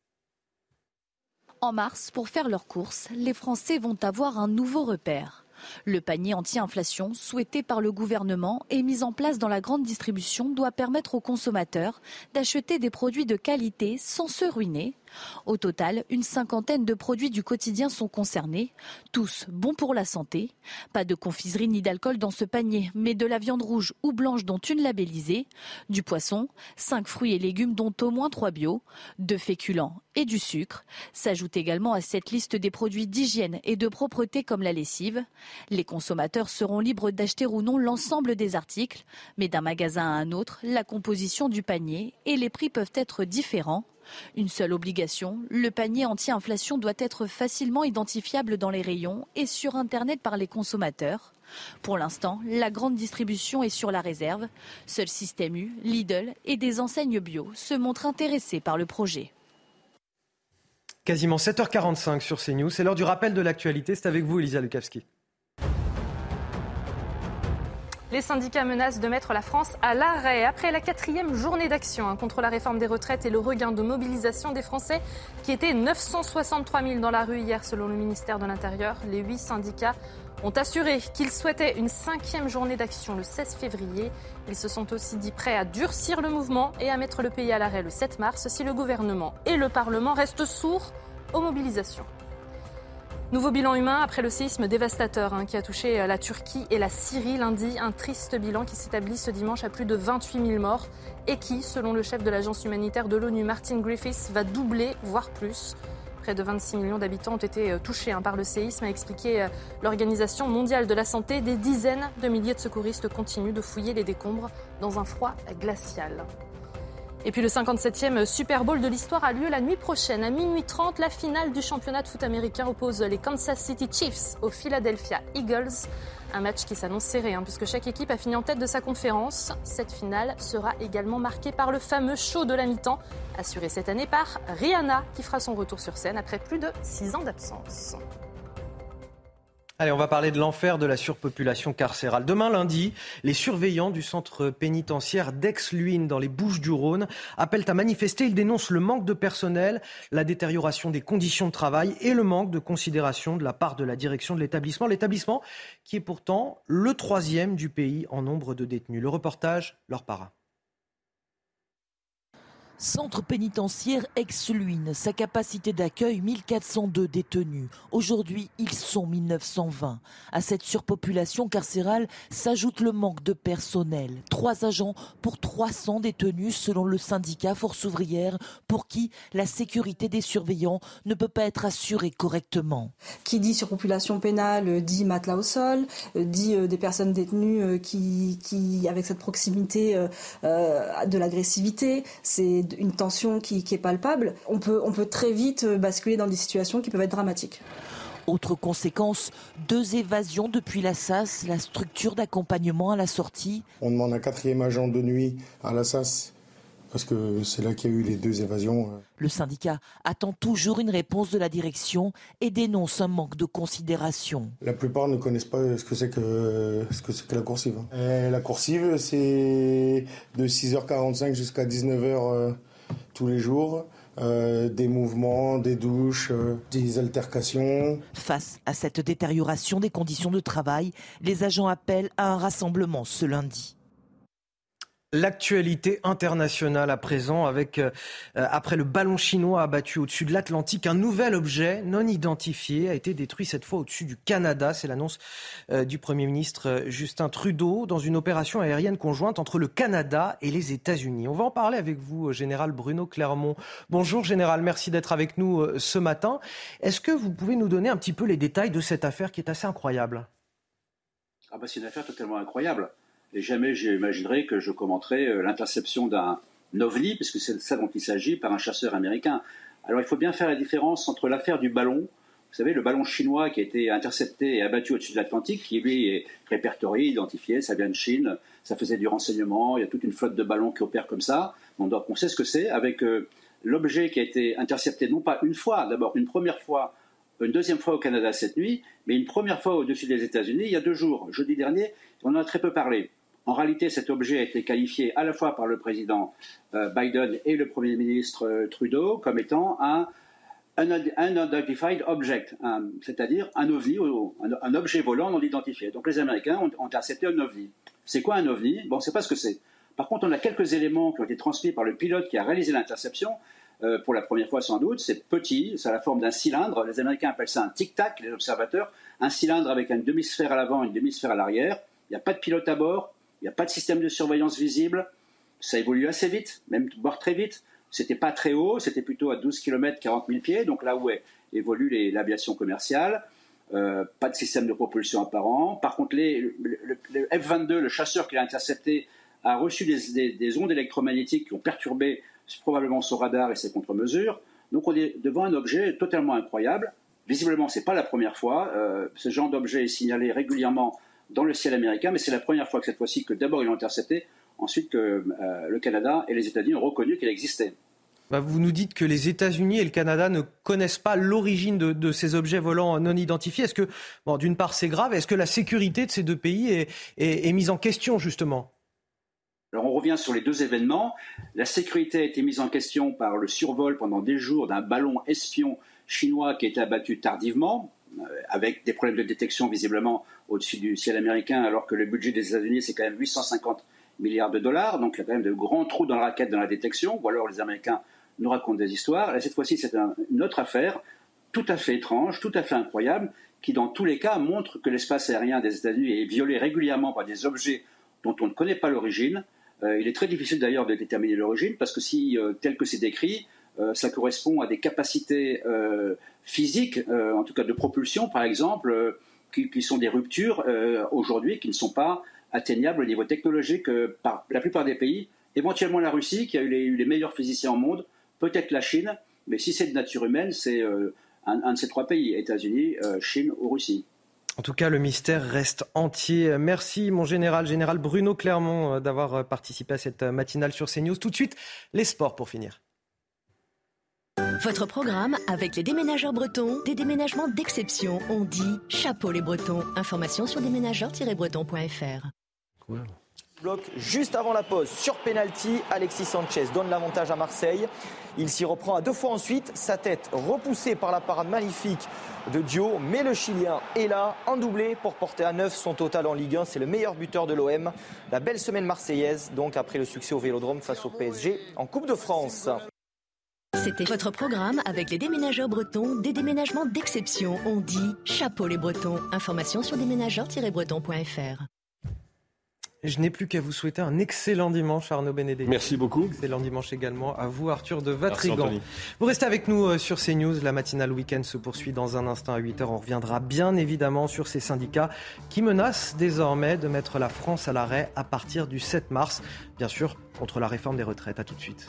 En mars, pour faire leurs courses, les Français vont avoir un nouveau repère. Le panier anti-inflation, souhaité par le gouvernement et mis en place dans la grande distribution, doit permettre aux consommateurs d'acheter des produits de qualité sans se ruiner. Au total, une cinquantaine de produits du quotidien sont concernés, tous bons pour la santé. Pas de confiserie ni d'alcool dans ce panier, mais de la viande rouge ou blanche dont une labellisée, du poisson, cinq fruits et légumes dont au moins trois bio, de féculents et du sucre. S'ajoutent également à cette liste des produits d'hygiène et de propreté comme la lessive. Les consommateurs seront libres d'acheter ou non l'ensemble des articles, mais d'un magasin à un autre, la composition du panier et les prix peuvent être différents. Une seule obligation, le panier anti-inflation doit être facilement identifiable dans les rayons et sur Internet par les consommateurs. Pour l'instant, la grande distribution est sur la réserve. Seul Système U, Lidl et des enseignes bio se montrent intéressés par le projet. Quasiment sept heures quarante-cinq sur CNews. C'est l'heure du rappel de l'actualité. C'est avec vous, Elisa Lukavski. Les syndicats menacent de mettre la France à l'arrêt après la quatrième journée d'action contre la réforme des retraites et le regain de mobilisation des Français qui étaient neuf cent soixante-trois mille dans la rue hier selon le ministère de l'Intérieur. Les huit syndicats ont assuré qu'ils souhaitaient une cinquième journée d'action le seize février. Ils se sont aussi dit prêts à durcir le mouvement et à mettre le pays à l'arrêt le sept mars si le gouvernement et le Parlement restent sourds aux mobilisations. Nouveau bilan humain après le séisme dévastateur hein, qui a touché la Turquie et la Syrie lundi. Un triste bilan qui s'établit ce dimanche à plus de vingt-huit mille morts et qui, selon le chef de l'agence humanitaire de l'ONU, Martin Griffiths, va doubler, voire plus. Près de vingt-six millions d'habitants ont été touchés hein, par le séisme, a expliqué l'Organisation mondiale de la santé. Des dizaines de milliers de secouristes continuent de fouiller les décombres dans un froid glacial. Et puis le cinquante-septième Super Bowl de l'histoire a lieu la nuit prochaine. À minuit trente, la finale du championnat de foot américain oppose les Kansas City Chiefs aux Philadelphia Eagles. Un match qui s'annonce serré, hein, puisque chaque équipe a fini en tête de sa conférence. Cette finale sera également marquée par le fameux show de la mi-temps, assuré cette année par Rihanna, qui fera son retour sur scène après plus de six ans d'absence. Allez, on va parler de l'enfer de la surpopulation carcérale. Demain lundi, les surveillants du centre pénitentiaire d'Aix-Luynes dans les Bouches-du-Rhône appellent à manifester. Ils dénoncent le manque de personnel, la détérioration des conditions de travail et le manque de considération de la part de la direction de l'établissement. L'établissement qui est pourtant le troisième du pays en nombre de détenus. Le reportage, Laure Parra. Centre pénitentiaire Aix-Luynes, sa capacité d'accueil mille quatre cent deux détenus. Aujourd'hui, ils sont mille neuf cent vingt. À cette surpopulation carcérale s'ajoute le manque de personnel. Trois agents pour trois cents détenus selon le syndicat Force ouvrière, pour qui la sécurité des surveillants ne peut pas être assurée correctement. Qui dit surpopulation pénale dit matelas au sol, dit des personnes détenues qui, qui avec cette proximité euh, de l'agressivité, c'est une tension qui, qui est palpable. On peut, on peut très vite basculer dans des situations qui peuvent être dramatiques. Autre conséquence, deux évasions depuis la S A S, la structure d'accompagnement à la sortie. On demande un quatrième agent de nuit à la S A S, parce que c'est là qu'il y a eu les deux évasions. Le syndicat attend toujours une réponse de la direction et dénonce un manque de considération. La plupart ne connaissent pas ce que c'est que, ce que, c'est que la coursive. Et la coursive, c'est de six heures quarante-cinq jusqu'à dix-neuf heures euh, tous les jours. Euh, des mouvements, des douches, euh, des altercations. Face à cette détérioration des conditions de travail, les agents appellent à un rassemblement ce lundi. L'actualité internationale à présent avec, euh, après le ballon chinois abattu au-dessus de l'Atlantique, un nouvel objet non identifié a été détruit cette fois au-dessus du Canada. C'est l'annonce euh, du Premier ministre Justin Trudeau dans une opération aérienne conjointe entre le Canada et les États-Unis. On va en parler avec vous, Général Bruno Clermont. Bonjour Général, merci d'être avec nous euh, ce matin. Est-ce que vous pouvez nous donner un petit peu les détails de cette affaire qui est assez incroyable ? Ah bah c'est une affaire totalement incroyable. Et jamais j'imaginerais que je commenterais l'interception d'un ovni, puisque c'est de ça dont il s'agit, par un chasseur américain. Alors il faut bien faire la différence entre l'affaire du ballon, vous savez, le ballon chinois qui a été intercepté et abattu au-dessus de l'Atlantique, qui lui est répertorié, identifié, ça vient de Chine, ça faisait du renseignement, il y a toute une flotte de ballons qui opèrent comme ça, donc on sait ce que c'est, avec euh, l'objet qui a été intercepté non pas une fois, d'abord une première fois, une deuxième fois au Canada cette nuit, mais une première fois au-dessus des États-Unis il y a deux jours, jeudi dernier, on en a très peu parlé. En réalité, cet objet a été qualifié à la fois par le président euh, Biden et le Premier ministre euh, Trudeau comme étant un unidentified object, un, c'est-à-dire un ovni, un, un objet volant non identifié. Donc les Américains ont, ont intercepté un ovni. C'est quoi un ovni ? Bon, on ne sait pas ce que c'est. Par contre, on a quelques éléments qui ont été transmis par le pilote qui a réalisé l'interception, euh, pour la première fois sans doute. C'est petit, c'est la forme d'un cylindre. Les Américains appellent ça un tic-tac, les observateurs. Un cylindre avec une demi-sphère à l'avant et une demi-sphère à l'arrière. Il n'y a pas de pilote à bord. Il n'y a pas de système de surveillance visible, ça évolue assez vite, même voire très vite. C'était pas très haut, c'était plutôt à douze kilomètres, quarante mille pieds, donc là où est, évolue les, l'aviation commerciale. Euh, pas de système de propulsion apparent. Par contre, les, le, le, le F vingt-deux, le chasseur qui l'a intercepté, a reçu des, des, des ondes électromagnétiques qui ont perturbé probablement son radar et ses contre-mesures. Donc on est devant un objet totalement incroyable. Visiblement, ce n'est pas la première fois. Euh, ce genre d'objet est signalé régulièrement dans le ciel américain, mais c'est la première fois que cette fois-ci que d'abord ils l'ont intercepté, ensuite que euh, le Canada et les États-Unis ont reconnu qu'elle existait. Bah vous nous dites que les États-Unis et le Canada ne connaissent pas l'origine de, de ces objets volants non identifiés. Est-ce que, bon, d'une part c'est grave, est-ce que la sécurité de ces deux pays est, est, est mise en question justement ? Alors on revient sur les deux événements. La sécurité a été mise en question par le survol pendant des jours d'un ballon espion chinois qui a été abattu tardivement, avec des problèmes de détection visiblement au-dessus du ciel américain, alors que le budget des États-Unis, c'est quand même huit cent cinquante milliards de dollars, donc il y a quand même de grands trous dans la raquette dans la détection, ou alors les Américains nous racontent des histoires. Là, cette fois-ci, c'est un, une autre affaire, tout à fait étrange, tout à fait incroyable, qui dans tous les cas montre que l'espace aérien des États-Unis est violé régulièrement par des objets dont on ne connaît pas l'origine. Euh, il est très difficile d'ailleurs de déterminer l'origine, parce que si, euh, tel que c'est décrit, Euh, ça correspond à des capacités euh, physiques, euh, en tout cas de propulsion par exemple, euh, qui, qui sont des ruptures euh, aujourd'hui qui ne sont pas atteignables au niveau technologique euh, par la plupart des pays, éventuellement la Russie, qui a eu les, eu les meilleurs physiciens au monde, peut-être la Chine, mais si c'est de nature humaine, c'est euh, un, un de ces trois pays, États-Unis, euh, Chine ou Russie. En tout cas, le mystère reste entier. Merci, mon général, général Bruno Clermont, d'avoir participé à cette matinale sur CNews. Tout de suite, les sports pour finir. Votre programme avec les déménageurs bretons, des déménagements d'exception. On dit chapeau les Bretons. Information sur déménageurs tiret bretons point f r. Cool. Bloc juste avant la pause. Sur pénalty, Alexis Sanchez donne l'avantage à Marseille. Il s'y reprend à deux fois ensuite. Sa tête repoussée par la parade magnifique de Dio. Mais le Chilien est là, en doublé pour porter à neuf son total en Ligue un. C'est le meilleur buteur de l'O M. La belle semaine marseillaise, donc après le succès au Vélodrome face au P S G en Coupe de France. C'était votre programme avec les déménageurs bretons, des déménagements d'exception. On dit chapeau les Bretons. Information sur déménageurs tiret bretons point f r. Je n'ai plus qu'à vous souhaiter un excellent dimanche, Arnaud Benedetti. Merci beaucoup. Excellent dimanche également à vous, Arthur de Vatrigan. Vous restez avec nous sur CNews. La matinale week-end se poursuit dans un instant à huit heures. On reviendra bien évidemment sur ces syndicats qui menacent désormais de mettre la France à l'arrêt à partir du sept mars. Bien sûr, contre la réforme des retraites. À tout de suite.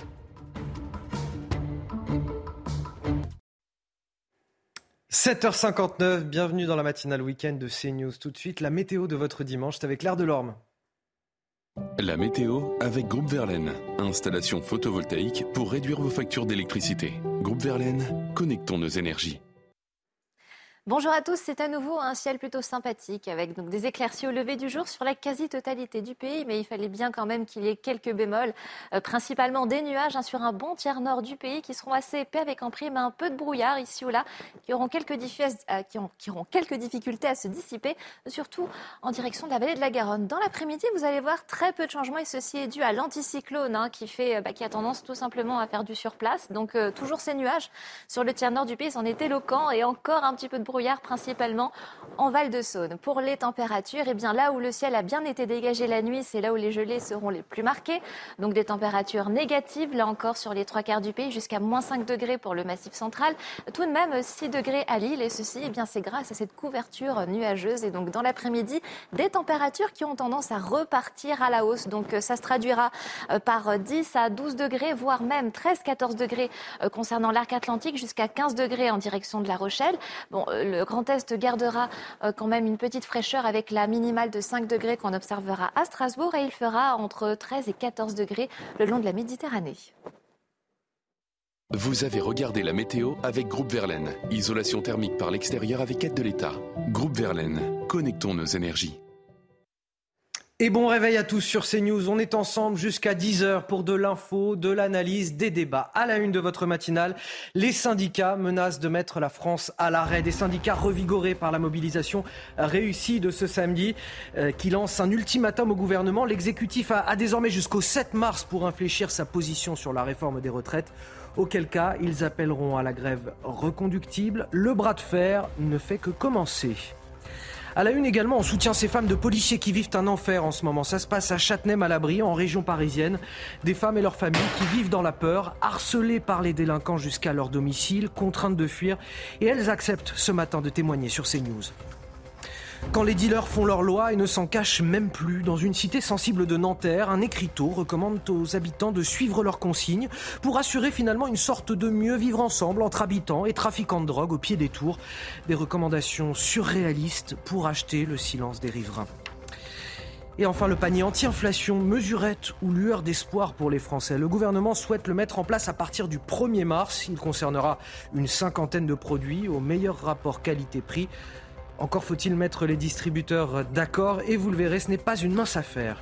sept heures cinquante-neuf, bienvenue dans la matinale week-end de CNews. Tout de suite, la météo de votre dimanche, c'est avec Claire Delorme. La météo avec Groupe Verlaine. Installation photovoltaïque pour réduire vos factures d'électricité. Groupe Verlaine, connectons nos énergies. Bonjour à tous, c'est à nouveau un ciel plutôt sympathique avec donc des éclaircies au lever du jour sur la quasi-totalité du pays, mais il fallait bien quand même qu'il y ait quelques bémols, euh, principalement des nuages hein, sur un bon tiers nord du pays qui seront assez épais avec en prime un peu de brouillard ici ou là, qui auront quelques, diffi- euh, qui ont, qui auront quelques difficultés à se dissiper, surtout en direction de la vallée de la Garonne. Dans l'après-midi, vous allez voir très peu de changements et ceci est dû à l'anticyclone hein, qui, fait, bah, qui a tendance tout simplement à faire du surplace. Donc euh, toujours ces nuages sur le tiers nord du pays, c'en est éloquent et encore un petit peu de brouillard. Principalement en Val-de-Saône. Pour les températures, eh bien là où le ciel a bien été dégagé la nuit, c'est là où les gelées seront les plus marquées. Donc des températures négatives, là encore sur les trois quarts du pays, jusqu'à moins cinq degrés pour le Massif central. Tout de même six degrés à Lille et ceci, eh bien c'est grâce à cette couverture nuageuse. Et donc dans l'après-midi, des températures qui ont tendance à repartir à la hausse. Donc ça se traduira par dix à douze degrés, voire même treize à quatorze degrés concernant l'arc atlantique, jusqu'à quinze degrés en direction de La Rochelle. Bon, le Grand Est gardera euh, quand même une petite fraîcheur avec la minimale de cinq degrés qu'on observera à Strasbourg et il fera entre treize et quatorze degrés le long de la Méditerranée. Vous avez regardé la météo avec Groupe Verlaine. Isolation thermique par l'extérieur avec aide de l'État. Groupe Verlaine, connectons nos énergies. Et bon réveil à tous sur CNews. On est ensemble jusqu'à dix heures pour de l'info, de l'analyse, des débats. À la une de votre matinale, les syndicats menacent de mettre la France à l'arrêt. Des syndicats revigorés par la mobilisation réussie de ce samedi euh, qui lance un ultimatum au gouvernement. L'exécutif a, a désormais jusqu'au sept mars pour infléchir sa position sur la réforme des retraites. Auquel cas, ils appelleront à la grève reconductible. Le bras de fer ne fait que commencer. À la une également, on soutient ces femmes de policiers qui vivent un enfer en ce moment. Ça se passe à Châtenay-Malabry, en région parisienne. Des femmes et leurs familles qui vivent dans la peur, harcelées par les délinquants jusqu'à leur domicile, contraintes de fuir. Et elles acceptent ce matin de témoigner sur CNews. Quand les dealers font leur loi et ne s'en cachent même plus, dans une cité sensible de Nanterre, un écriteau recommande aux habitants de suivre leurs consignes pour assurer finalement une sorte de mieux vivre ensemble entre habitants et trafiquants de drogue au pied des tours. Des recommandations surréalistes pour acheter le silence des riverains. Et enfin, le panier anti-inflation, mesurette ou lueur d'espoir pour les Français. Le gouvernement souhaite le mettre en place à partir du premier mars. Il concernera une cinquantaine de produits au meilleur rapport qualité-prix. Encore faut-il mettre les distributeurs d'accord et vous le verrez, ce n'est pas une mince affaire.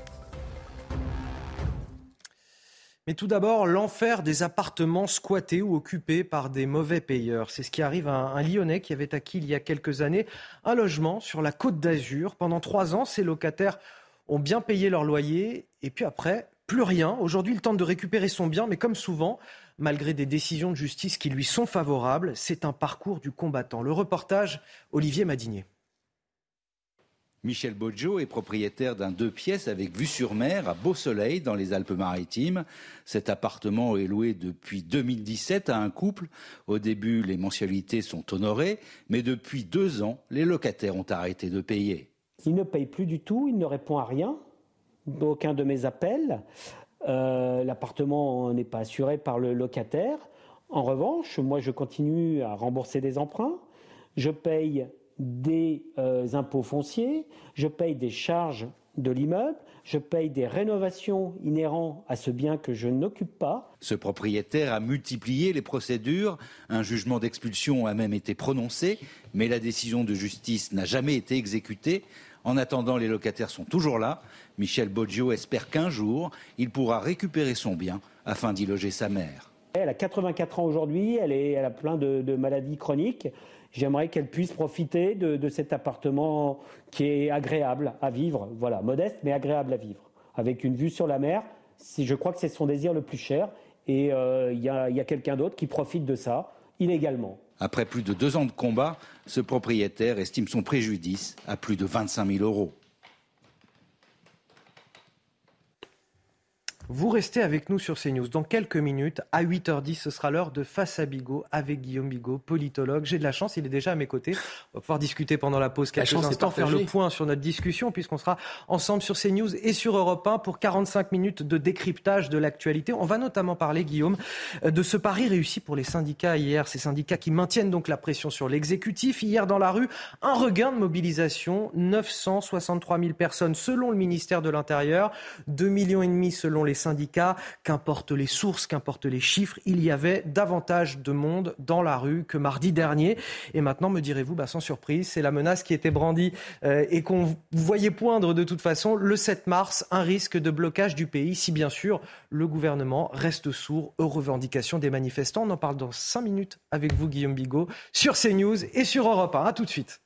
Mais tout d'abord, l'enfer des appartements squattés ou occupés par des mauvais payeurs. C'est ce qui arrive à un Lyonnais qui avait acquis il y a quelques années un logement sur la Côte d'Azur. Pendant trois ans, ses locataires ont bien payé leur loyer et puis après, plus rien. Aujourd'hui, il tente de récupérer son bien, mais comme souvent, malgré des décisions de justice qui lui sont favorables, c'est un parcours du combattant. Le reportage, Olivier Madinier. Michel Bodjo est propriétaire d'un deux pièces avec vue sur mer à Beausoleil dans les Alpes-Maritimes. Cet appartement est loué depuis deux mille dix-sept à un couple. Au début, les mensualités sont honorées, mais depuis deux ans, les locataires ont arrêté de payer. Il ne paye plus du tout, il ne répond à rien, aucun de mes appels. Euh, l'appartement n'est pas assuré par le locataire. En revanche, moi, je continue à rembourser des emprunts. Je paye des euh, impôts fonciers. Je paye des charges de l'immeuble. Je paye des rénovations inhérentes à ce bien que je n'occupe pas. Ce propriétaire a multiplié les procédures. Un jugement d'expulsion a même été prononcé, mais la décision de justice n'a jamais été exécutée. En attendant, les locataires sont toujours là. Michel Boggio espère qu'un jour, il pourra récupérer son bien afin d'y loger sa mère. Elle a quatre-vingt-quatre ans aujourd'hui, elle, est, elle a plein de, de maladies chroniques. J'aimerais qu'elle puisse profiter de, de cet appartement qui est agréable à vivre, voilà, modeste mais agréable à vivre, avec une vue sur la mer. Je crois que c'est son désir le plus cher et il euh, y a, y a quelqu'un d'autre qui profite de ça illégalement. Après plus de deux ans de combat, ce propriétaire estime son préjudice à plus de vingt-cinq mille euros. Vous restez avec nous sur CNews. Dans quelques minutes, à huit heures dix, ce sera l'heure de Face à Bigot avec Guillaume Bigot, politologue. J'ai de la chance, il est déjà à mes côtés. On va pouvoir discuter pendant la pause quelques la instants, faire le point sur notre discussion, puisqu'on sera ensemble sur CNews et sur Europe un pour quarante-cinq minutes de décryptage de l'actualité. On va notamment parler, Guillaume, de ce pari réussi pour les syndicats hier. Ces syndicats qui maintiennent donc la pression sur l'exécutif. Hier, dans la rue, un regain de mobilisation. neuf cent soixante-trois mille personnes selon le ministère de l'Intérieur. deux millions et demi selon les syndicats, qu'importent les sources, qu'importent les chiffres, il y avait davantage de monde dans la rue que mardi dernier. Et maintenant, me direz-vous, bah, sans surprise, c'est la menace qui était brandie euh, et qu'on voyait poindre de toute façon le sept mars, un risque de blocage du pays, si bien sûr le gouvernement reste sourd aux revendications des manifestants. On en parle dans cinq minutes avec vous, Guillaume Bigot, sur CNews et sur Europe un. À tout de suite.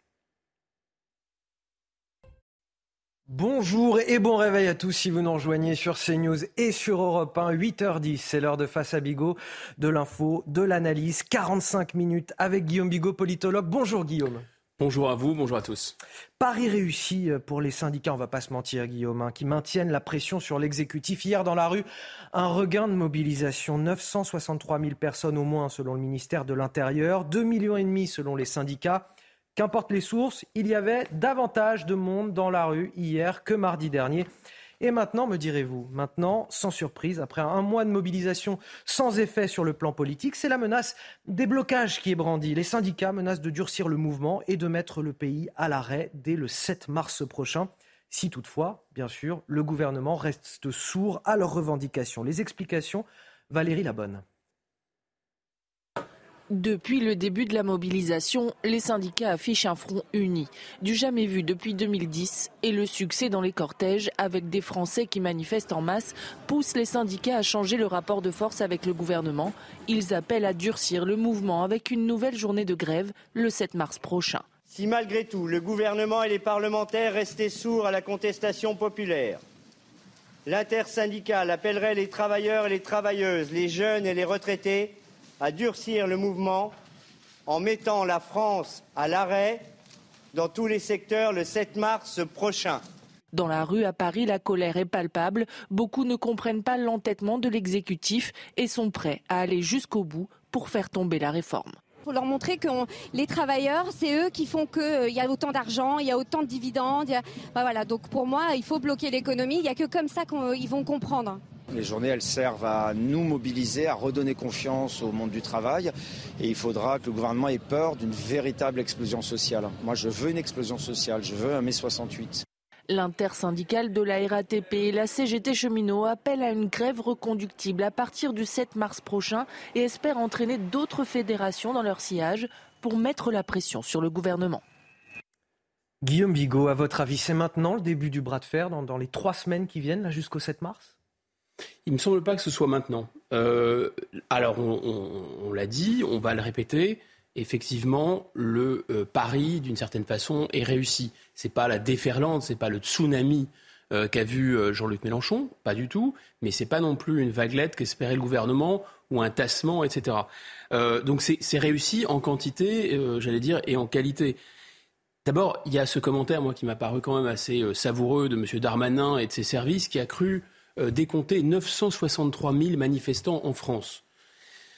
Bonjour et bon réveil à tous si vous nous rejoignez sur CNews et sur Europe un, huit heures dix, c'est l'heure de Face à Bigot, de l'info, de l'analyse, quarante-cinq minutes avec Guillaume Bigot, politologue. Bonjour Guillaume. Bonjour à vous, bonjour à tous. Pari réussi pour les syndicats, on ne va pas se mentir Guillaume, hein, qui maintiennent la pression sur l'exécutif. Hier dans la rue, un regain de mobilisation, neuf cent soixante-trois mille personnes au moins selon le ministère de l'Intérieur, deux millions et demi selon les syndicats. Qu'importe les sources, il y avait davantage de monde dans la rue hier que mardi dernier. Et maintenant, me direz-vous, maintenant, sans surprise, après un mois de mobilisation sans effet sur le plan politique, c'est la menace des blocages qui est brandie. Les syndicats menacent de durcir le mouvement et de mettre le pays à l'arrêt dès le sept mars prochain. Si toutefois, bien sûr, le gouvernement reste sourd à leurs revendications. Les explications, Valérie Labonne. Depuis le début de la mobilisation, les syndicats affichent un front uni, du jamais vu depuis deux mille dix, et le succès dans les cortèges avec des Français qui manifestent en masse pousse les syndicats à changer le rapport de force avec le gouvernement. Ils appellent à durcir le mouvement avec une nouvelle journée de grève le sept mars prochain. Si malgré tout, le gouvernement et les parlementaires restaient sourds à la contestation populaire, l'intersyndicale appellerait les travailleurs et les travailleuses, les jeunes et les retraités à durcir le mouvement en mettant la France à l'arrêt dans tous les secteurs le sept mars prochain. Dans la rue à Paris, la colère est palpable. Beaucoup ne comprennent pas l'entêtement de l'exécutif et sont prêts à aller jusqu'au bout pour faire tomber la réforme. Il faut leur montrer que on, les travailleurs, c'est eux qui font qu'il euh, y a autant d'argent, il y a autant de dividendes. Y a... ben voilà, donc pour moi, il faut bloquer l'économie. Il n'y a que comme ça qu'ils vont comprendre. Les journées, elles servent à nous mobiliser, à redonner confiance au monde du travail. Et il faudra que le gouvernement ait peur d'une véritable explosion sociale. Moi, je veux une explosion sociale, je veux un mai soixante-huit. L'intersyndicale de la R A T P et la C G T Cheminots appellent à une grève reconductible à partir du sept mars prochain et espèrent entraîner d'autres fédérations dans leur sillage pour mettre la pression sur le gouvernement. Guillaume Bigot, à votre avis, c'est maintenant le début du bras de fer dans, dans les trois semaines qui viennent, là, jusqu'au sept mars ? Il ne me semble pas que ce soit maintenant. Euh, alors, on, on, on l'a dit, on va le répéter. Effectivement, le euh, pari, d'une certaine façon, est réussi. C'est pas la déferlante, c'est pas le tsunami euh, qu'a vu euh, Jean-Luc Mélenchon, pas du tout. Mais c'est pas non plus une vaguelette qu'espérait le gouvernement ou un tassement, et cetera. Euh, donc c'est, c'est réussi en quantité, euh, j'allais dire, et en qualité. D'abord, il y a ce commentaire, moi, qui m'a paru quand même assez euh, savoureux de M. Darmanin et de ses services, qui a cru euh, décompter neuf cent soixante-trois mille manifestants en France.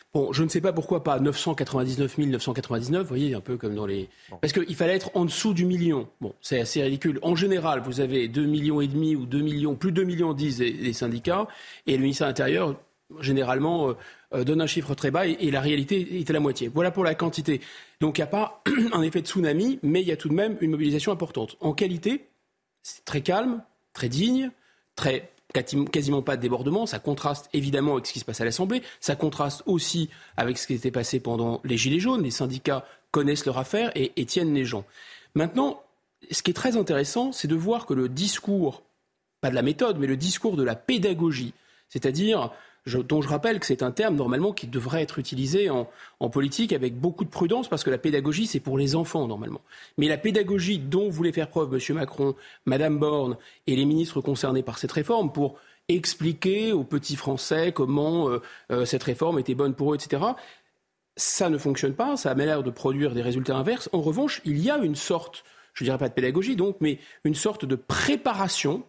Bon, je ne sais pas pourquoi pas neuf cent quatre-vingt-dix-neuf mille neuf cent quatre-vingt-dix-neuf, vous voyez, un peu comme dans les... Bon. Parce qu'il fallait être en dessous du million. Bon, c'est assez ridicule. En général, vous avez deux millions et demi ou deux millions, plus de deux millions disent les, les syndicats, et le ministère de l'Intérieur, généralement, euh, donne un chiffre très bas, et, et la réalité est à la moitié. Voilà pour la quantité. Donc il n'y a pas un effet de tsunami, mais il y a tout de même une mobilisation importante. En qualité, c'est très calme, très digne, très... quasiment pas de débordement, ça contraste évidemment avec ce qui se passe à l'Assemblée, ça contraste aussi avec ce qui s'était passé pendant les Gilets jaunes, les syndicats connaissent leur affaire et, et tiennent les gens. Maintenant, ce qui est très intéressant, c'est de voir que le discours, pas de la méthode, mais le discours de la pédagogie, c'est-à-dire, je, dont je rappelle que c'est un terme normalement qui devrait être utilisé en, en politique avec beaucoup de prudence, parce que la pédagogie, c'est pour les enfants normalement. Mais la pédagogie dont voulait faire preuve M. Macron, Mme Borne et les ministres concernés par cette réforme pour expliquer aux petits Français comment euh, euh, cette réforme était bonne pour eux, et cetera, ça ne fonctionne pas, ça a l'air de produire des résultats inverses. En revanche, il y a une sorte, je ne dirais pas de pédagogie donc, mais une sorte de préparation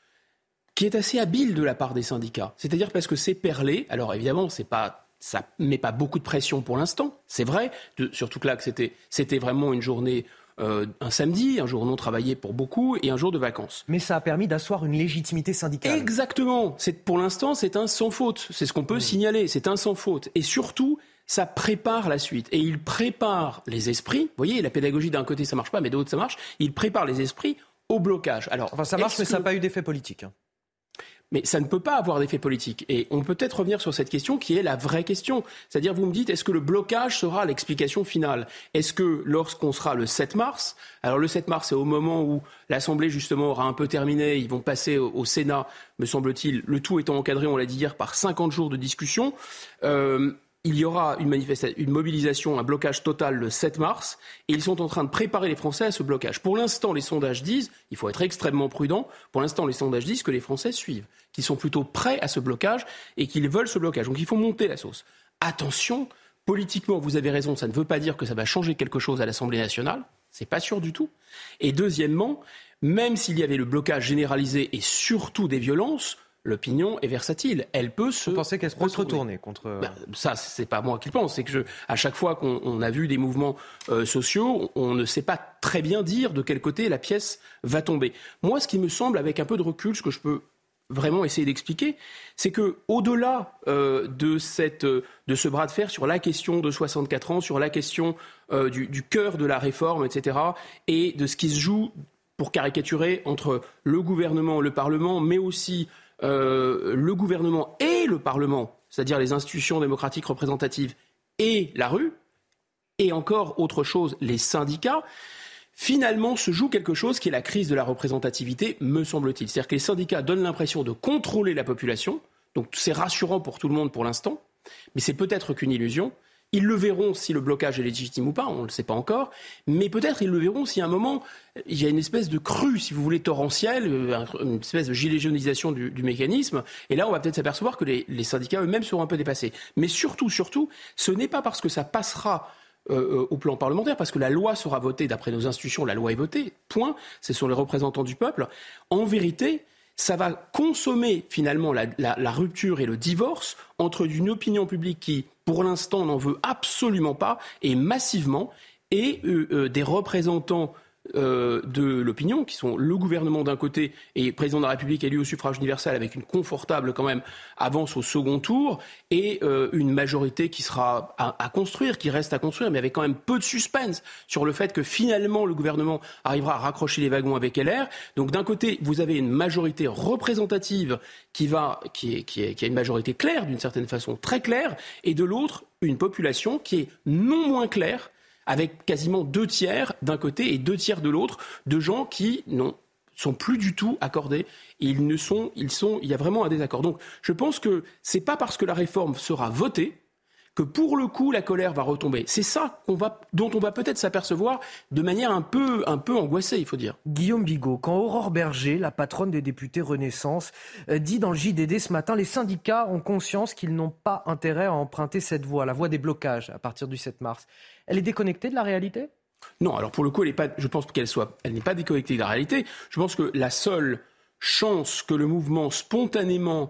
qui est assez habile de la part des syndicats. C'est-à-dire parce que c'est perlé. Alors évidemment, c'est pas, ça ne met pas beaucoup de pression pour l'instant, c'est vrai, de, surtout que là, que c'était, c'était vraiment une journée, euh, un samedi, un jour non travaillé pour beaucoup, et un jour de vacances. Mais ça a permis d'asseoir une légitimité syndicale. Exactement. C'est, pour l'instant, c'est un sans faute. C'est ce qu'on peut mmh. signaler, c'est un sans faute. Et surtout, ça prépare la suite. Et il prépare les esprits. Vous voyez, la pédagogie d'un côté, ça ne marche pas, mais de l'autre, ça marche. Il prépare les esprits au blocage. Alors, enfin, ça marche, mais que... ça n'a pas eu d'effet politique. Hein. Mais ça ne peut pas avoir d'effet politique. Et on peut peut-être revenir sur cette question qui est la vraie question. C'est-à-dire, vous me dites, est-ce que le blocage sera l'explication finale ? Est-ce que lorsqu'on sera le sept mars, alors le sept mars, c'est au moment où l'Assemblée, justement, aura un peu terminé, ils vont passer au, au Sénat, me semble-t-il, le tout étant encadré, on l'a dit hier, par cinquante jours de discussion, euh, il y aura une, manifestation, une mobilisation, un blocage total le sept mars, et ils sont en train de préparer les Français à ce blocage. Pour l'instant, les sondages disent, il faut être extrêmement prudent, pour l'instant, les sondages disent que les Français suivent, qu'ils sont plutôt prêts à ce blocage et qu'ils veulent ce blocage. Donc il faut monter la sauce. Attention, politiquement, vous avez raison, ça ne veut pas dire que ça va changer quelque chose à l'Assemblée nationale, c'est pas sûr du tout. Et deuxièmement, même s'il y avait le blocage généralisé et surtout des violences, l'opinion est versatile. Elle peut se. Vous pensez qu'elle peut se retourner contre. Ben, ça, c'est pas moi qui le pense. C'est que je, à chaque fois qu'on on a vu des mouvements euh, sociaux, on, on ne sait pas très bien dire de quel côté la pièce va tomber. Moi, ce qui me semble, avec un peu de recul, ce que je peux vraiment essayer d'expliquer, c'est que au-delà euh, de cette, euh, de ce bras de fer sur la question de soixante-quatre ans, sur la question euh, du, du cœur de la réforme, et cetera, et de ce qui se joue, pour caricaturer, entre le gouvernement, le Parlement, mais aussi Euh, le gouvernement et le Parlement, c'est-à-dire les institutions démocratiques représentatives et la rue, et encore autre chose, les syndicats, finalement se joue quelque chose qui est la crise de la représentativité, me semble-t-il. C'est-à-dire que les syndicats donnent l'impression de contrôler la population, donc c'est rassurant pour tout le monde pour l'instant, mais c'est peut-être qu'une illusion. Ils le verront si le blocage est légitime ou pas, on ne le sait pas encore, mais peut-être ils le verront si à un moment il y a une espèce de crue, si vous voulez, torrentielle, une espèce de gilet jaunisation du, du mécanisme, et là on va peut-être s'apercevoir que les, les syndicats eux-mêmes seront un peu dépassés. Mais surtout, surtout, ce n'est pas parce que ça passera euh, au plan parlementaire, parce que la loi sera votée, d'après nos institutions, la loi est votée, point, ce sont les représentants du peuple. En vérité, ça va consommer finalement la, la, la rupture et le divorce entre une opinion publique qui, pour l'instant, n'en veut absolument pas, et massivement, et euh, euh, des représentants euh, de l'opinion, qui sont le gouvernement d'un côté et le président de la République élu au suffrage universel avec une confortable quand même avance au second tour, et euh, une majorité qui sera à, à construire, qui reste à construire, mais avec quand même peu de suspense sur le fait que finalement le gouvernement arrivera à raccrocher les wagons avec L R. Donc d'un côté, vous avez une majorité représentative qui va, qui est, qui est, qui a une majorité claire, d'une certaine façon très claire, et de l'autre, une population qui est non moins claire, avec quasiment deux tiers d'un côté et deux tiers de l'autre, de gens qui ne sont plus du tout accordés. Ils ne sont, ils sont, il y a vraiment un désaccord. Donc je pense que ce n'est pas parce que la réforme sera votée que pour le coup la colère va retomber. C'est ça qu'on va, dont on va peut-être s'apercevoir de manière un peu, un peu angoissée, il faut dire. Guillaume Bigot, quand Aurore Berger, la patronne des députés Renaissance, dit dans le J D D ce matin, les syndicats ont conscience qu'ils n'ont pas intérêt à emprunter cette voie, la voie des blocages à partir du sept mars. Elle est déconnectée de la réalité ? Non, alors pour le coup, elle est pas, je pense qu'elle soit, elle n'est pas déconnectée de la réalité. Je pense que la seule chance que le mouvement spontanément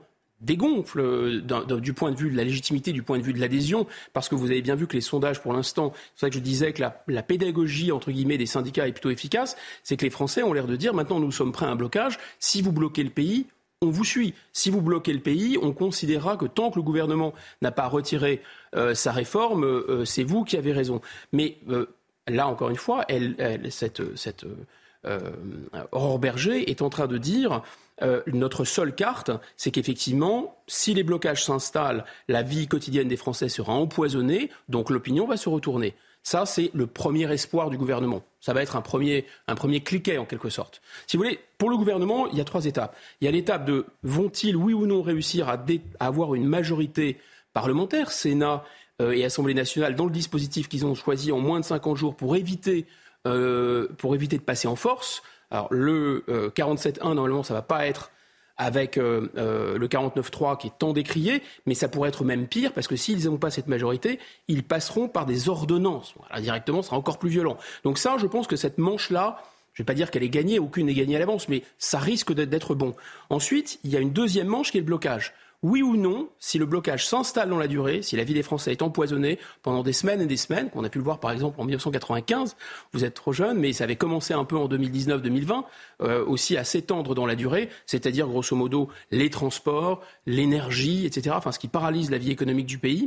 dégonfle d'un, d'un, du point de vue de la légitimité, du point de vue de l'adhésion, parce que vous avez bien vu que les sondages pour l'instant, c'est ça que je disais que la, la pédagogie entre guillemets des syndicats est plutôt efficace, c'est que les Français ont l'air de dire maintenant nous sommes prêts à un blocage, si vous bloquez le pays, on vous suit. Si vous bloquez le pays, on considérera que tant que le gouvernement n'a pas retiré euh, sa réforme, euh, c'est vous qui avez raison. Mais euh, là encore une fois, elle, elle, cette, cette euh, Aurore Berger est en train de dire Euh, notre seule carte, c'est qu'effectivement, si les blocages s'installent, la vie quotidienne des Français sera empoisonnée, donc l'opinion va se retourner. Ça, c'est le premier espoir du gouvernement. Ça va être un premier, un premier cliquet, en quelque sorte. Si vous voulez, pour le gouvernement, il y a trois étapes. Il y a l'étape de vont-ils, oui ou non, réussir à, dé- à avoir une majorité parlementaire, Sénat euh, et Assemblée nationale, dans le dispositif qu'ils ont choisi en moins de cinquante jours pour éviter, euh, pour éviter de passer en force. Alors, le euh, quarante-sept un, normalement, ça ne va pas être avec euh, euh, le quarante-neuf trois qui est tant décrié, mais ça pourrait être même pire, parce que s'ils n'ont pas cette majorité, ils passeront par des ordonnances. Alors, directement, ce sera encore plus violent. Donc ça, je pense que cette manche-là, je ne vais pas dire qu'elle est gagnée, aucune n'est gagnée à l'avance, mais ça risque d'être bon. Ensuite, il y a une deuxième manche qui est le blocage. Oui ou non, si le blocage s'installe dans la durée, si la vie des Français est empoisonnée pendant des semaines et des semaines, qu'on a pu le voir par exemple en dix-neuf cent quatre-vingt-quinze, vous êtes trop jeune, mais ça avait commencé un peu en deux mille dix-neuf deux mille vingt, euh, aussi à s'étendre dans la durée, c'est-à-dire grosso modo les transports, l'énergie, et cetera, enfin ce qui paralyse la vie économique du pays,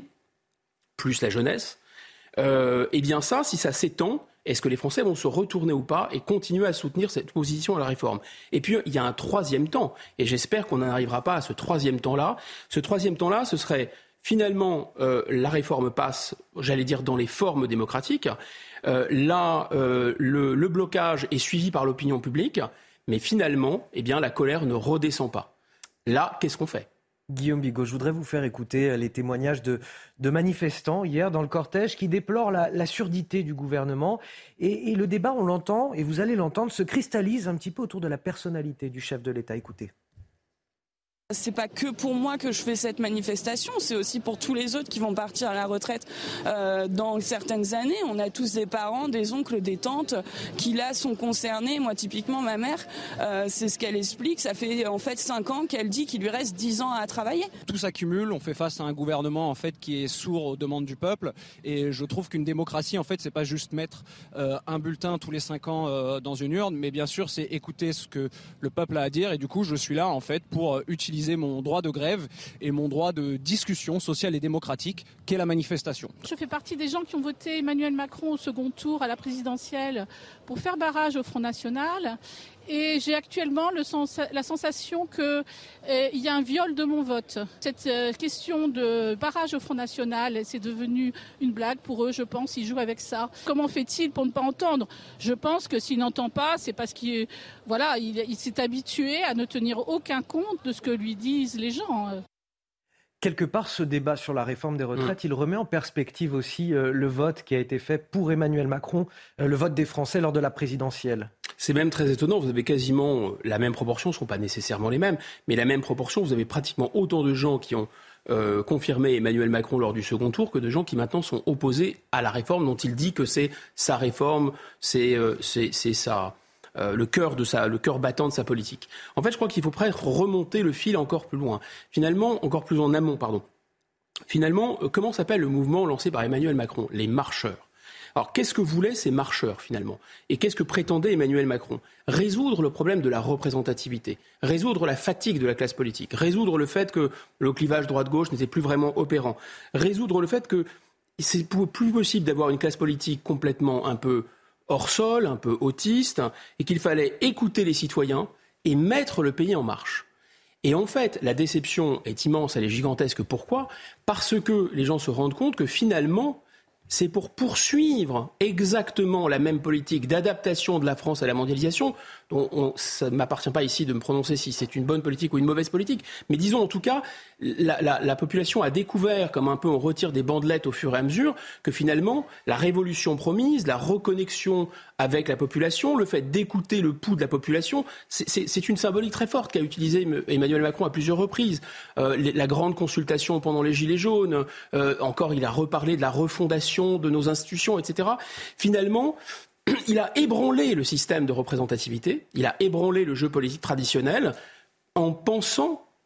plus la jeunesse. Euh, eh bien ça, si ça s'étend, est-ce que les Français vont se retourner ou pas et continuer à soutenir cette opposition à la réforme? Et puis, il y a un troisième temps, et j'espère qu'on n'arrivera pas à ce troisième temps-là. Ce troisième temps-là, ce serait finalement, euh, la réforme passe, j'allais dire, dans les formes démocratiques. Euh, là, euh, le, le blocage est suivi par l'opinion publique, mais finalement, eh bien, la colère ne redescend pas. Là, qu'est-ce qu'on fait ? Guillaume Bigot, je voudrais vous faire écouter les témoignages de, de manifestants hier dans le cortège qui déplorent la, la surdité du gouvernement. Et, et le débat, on l'entend, et vous allez l'entendre, se cristallise un petit peu autour de la personnalité du chef de l'État. Écoutez. C'est pas que pour moi que je fais cette manifestation, c'est aussi pour tous les autres qui vont partir à la retraite euh, dans certaines années. On a tous des parents, des oncles, des tantes qui là sont concernés. Moi typiquement ma mère, euh, c'est ce qu'elle explique, ça fait en fait cinq ans qu'elle dit qu'il lui reste dix ans à travailler. Tout s'accumule, on fait face à un gouvernement en fait qui est sourd aux demandes du peuple et je trouve qu'une démocratie en fait c'est pas juste mettre euh, un bulletin tous les cinq ans euh, dans une urne, mais bien sûr c'est écouter ce que le peuple a à dire et du coup je suis là en fait pour euh, utiliser mon droit de grève et mon droit de discussion sociale et démocratique qu'est la manifestation. Je fais partie des gens qui ont voté Emmanuel Macron au second tour à la présidentielle pour faire barrage au Front National et j'ai actuellement le sens, la sensation qu'il euh, y a un viol de mon vote. Cette euh, question de barrage au Front National, c'est devenu une blague pour eux, je pense, ils jouent avec ça. Comment fait-il pour ne pas entendre ? Je pense que s'il n'entend pas, c'est parce qu'il voilà, il, il s'est habitué à ne tenir aucun compte de ce que lui disent les gens. Quelque part, ce débat sur la réforme des retraites, mmh. il remet en perspective aussi euh, le vote qui a été fait pour Emmanuel Macron, euh, le vote des Français lors de la présidentielle. C'est même très étonnant, vous avez quasiment la même proportion, ce ne sont pas nécessairement les mêmes, mais la même proportion, vous avez pratiquement autant de gens qui ont euh, confirmé Emmanuel Macron lors du second tour que de gens qui maintenant sont opposés à la réforme dont il dit que c'est sa réforme, c'est, euh, c'est, c'est sa... Euh, le cœur de sa, le cœur battant de sa politique. En fait, je crois qu'il faut presque remonter le fil encore plus loin. Finalement, encore plus en amont, pardon. Finalement, euh, comment s'appelle le mouvement lancé par Emmanuel Macron ? Les marcheurs. Alors, qu'est-ce que voulaient ces marcheurs, finalement ? Et qu'est-ce que prétendait Emmanuel Macron ? Résoudre le problème de la représentativité, résoudre la fatigue de la classe politique, résoudre le fait que le clivage droite-gauche n'était plus vraiment opérant, résoudre le fait que c'est plus possible d'avoir une classe politique complètement un peu hors sol, un peu autiste, et qu'il fallait écouter les citoyens et mettre le pays en marche. Et en fait, la déception est immense, elle est gigantesque. Pourquoi ? Parce que les gens se rendent compte que finalement, c'est pour poursuivre exactement la même politique d'adaptation de la France à la mondialisation, dont on, ça ne m'appartient pas ici de me prononcer si c'est une bonne politique ou une mauvaise politique, mais disons en tout cas, la, la, la population a découvert, comme un peu on retire des bandelettes au fur et à mesure, que finalement, la révolution promise, la reconnexion avec la population, le fait d'écouter le pouls de la population, c'est, c'est, c'est une symbolique très forte qu'a utilisée Emmanuel Macron à plusieurs reprises. Euh, les, la grande consultation pendant les Gilets jaunes, euh, encore il a reparlé de la refondation de nos institutions, et cetera. Finalement, il a ébranlé le système de représentativité, il a ébranlé le jeu politique traditionnel en pensant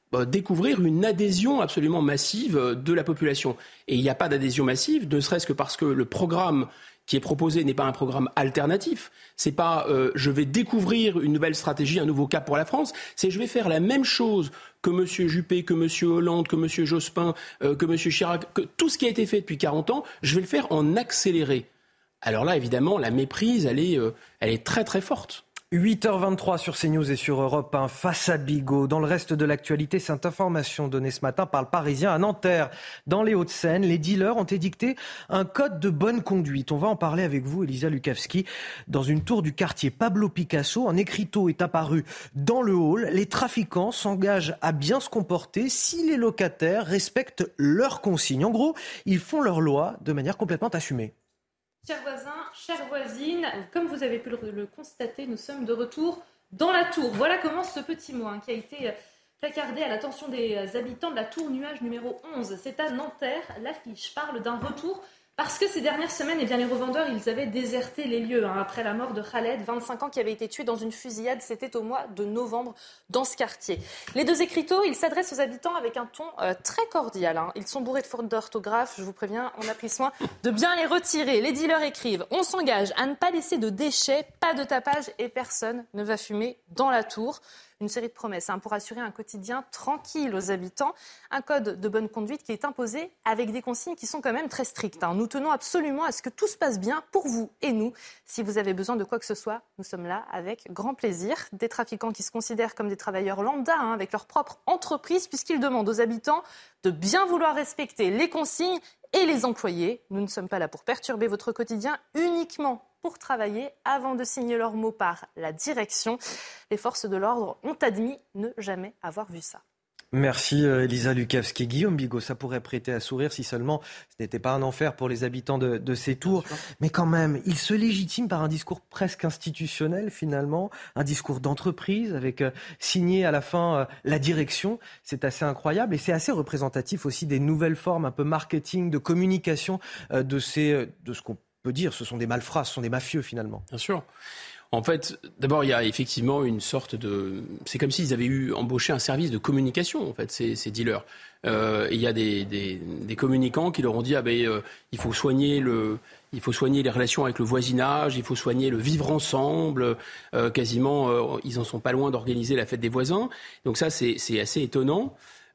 euh, découvrir une adhésion absolument massive de la population. Et il n'y a pas d'adhésion massive, ne serait-ce que parce que le programme qui est proposé n'est pas un programme alternatif. C'est pas euh, je vais découvrir une nouvelle stratégie, un nouveau cap pour la France. C'est je vais faire la même chose que M. Juppé, que M. Hollande, que M. Jospin, euh, que M. Chirac, que tout ce qui a été fait depuis quarante ans, je vais le faire en accéléré. Alors là, évidemment, la méprise, elle est, euh, elle est très très forte. huit heures vingt-trois sur CNews et sur Europe un face à Bigot. Dans le reste de l'actualité, cette information donnée ce matin par le Parisien à Nanterre. Dans les Hauts-de-Seine, les dealers ont édicté un code de bonne conduite. On va en parler avec vous, Elisa Lukavski. Dans une tour du quartier Pablo Picasso, un écriteau est apparu dans le hall. Les trafiquants s'engagent à bien se comporter si les locataires respectent leurs consignes. En gros, ils font leur loi de manière complètement assumée. Chers voisins, chères voisines, comme vous avez pu le, le constater, nous sommes de retour dans la tour. Voilà comment ce petit mot hein, qui a été placardé à l'attention des habitants de la tour nuage numéro onze. C'est à Nanterre. L'affiche parle d'un retour parce que ces dernières semaines, eh bien, les revendeurs ils avaient déserté les lieux hein, après la mort de Khaled, vingt-cinq ans, qui avait été tué dans une fusillade. C'était au mois de novembre dans ce quartier. Les deux écriteaux, ils s'adressent aux habitants avec un ton euh, très cordial. Hein. Ils sont bourrés de fautes d'orthographe. Je vous préviens, on a pris soin de bien les retirer. Les dealers écrivent « On s'engage à ne pas laisser de déchets, pas de tapage et personne ne va fumer dans la tour ». Une série de promesses hein, pour assurer un quotidien tranquille aux habitants. Un code de bonne conduite qui est imposé avec des consignes qui sont quand même très strictes. Hein. Nous tenons absolument à ce que tout se passe bien pour vous et nous. Si vous avez besoin de quoi que ce soit, nous sommes là avec grand plaisir. Des trafiquants qui se considèrent comme des travailleurs lambda hein, avec leur propre entreprise puisqu'ils demandent aux habitants de bien vouloir respecter les consignes et les employés. Nous ne sommes pas là pour perturber votre quotidien, uniquement pour travailler avant de signer leurs mots par la direction. Les forces de l'ordre ont admis ne jamais avoir vu ça. Merci Elisa Lukavski. Guillaume Bigot, ça pourrait prêter à sourire si seulement ce n'était pas un enfer pour les habitants de, de ces tours. Mais quand même, il se légitime par un discours presque institutionnel finalement, un discours d'entreprise avec euh, signé à la fin euh, la direction. C'est assez incroyable et c'est assez représentatif aussi des nouvelles formes un peu marketing, de communication euh, de, ces, de ce qu'on peut dire. Ce sont des malfrats, ce sont des mafieux finalement. Bien sûr. En fait, d'abord, il y a effectivement une sorte de... C'est comme s'ils avaient eu embauché un service de communication, en fait, ces, ces dealers. Euh, et il y a des, des, des communicants qui leur ont dit ah ben, euh, il faut soigner le... Il faut soigner les relations avec le voisinage, il faut soigner le vivre ensemble. Euh, quasiment, euh, ils en sont pas loin d'organiser la fête des voisins. Donc ça, c'est, c'est assez étonnant.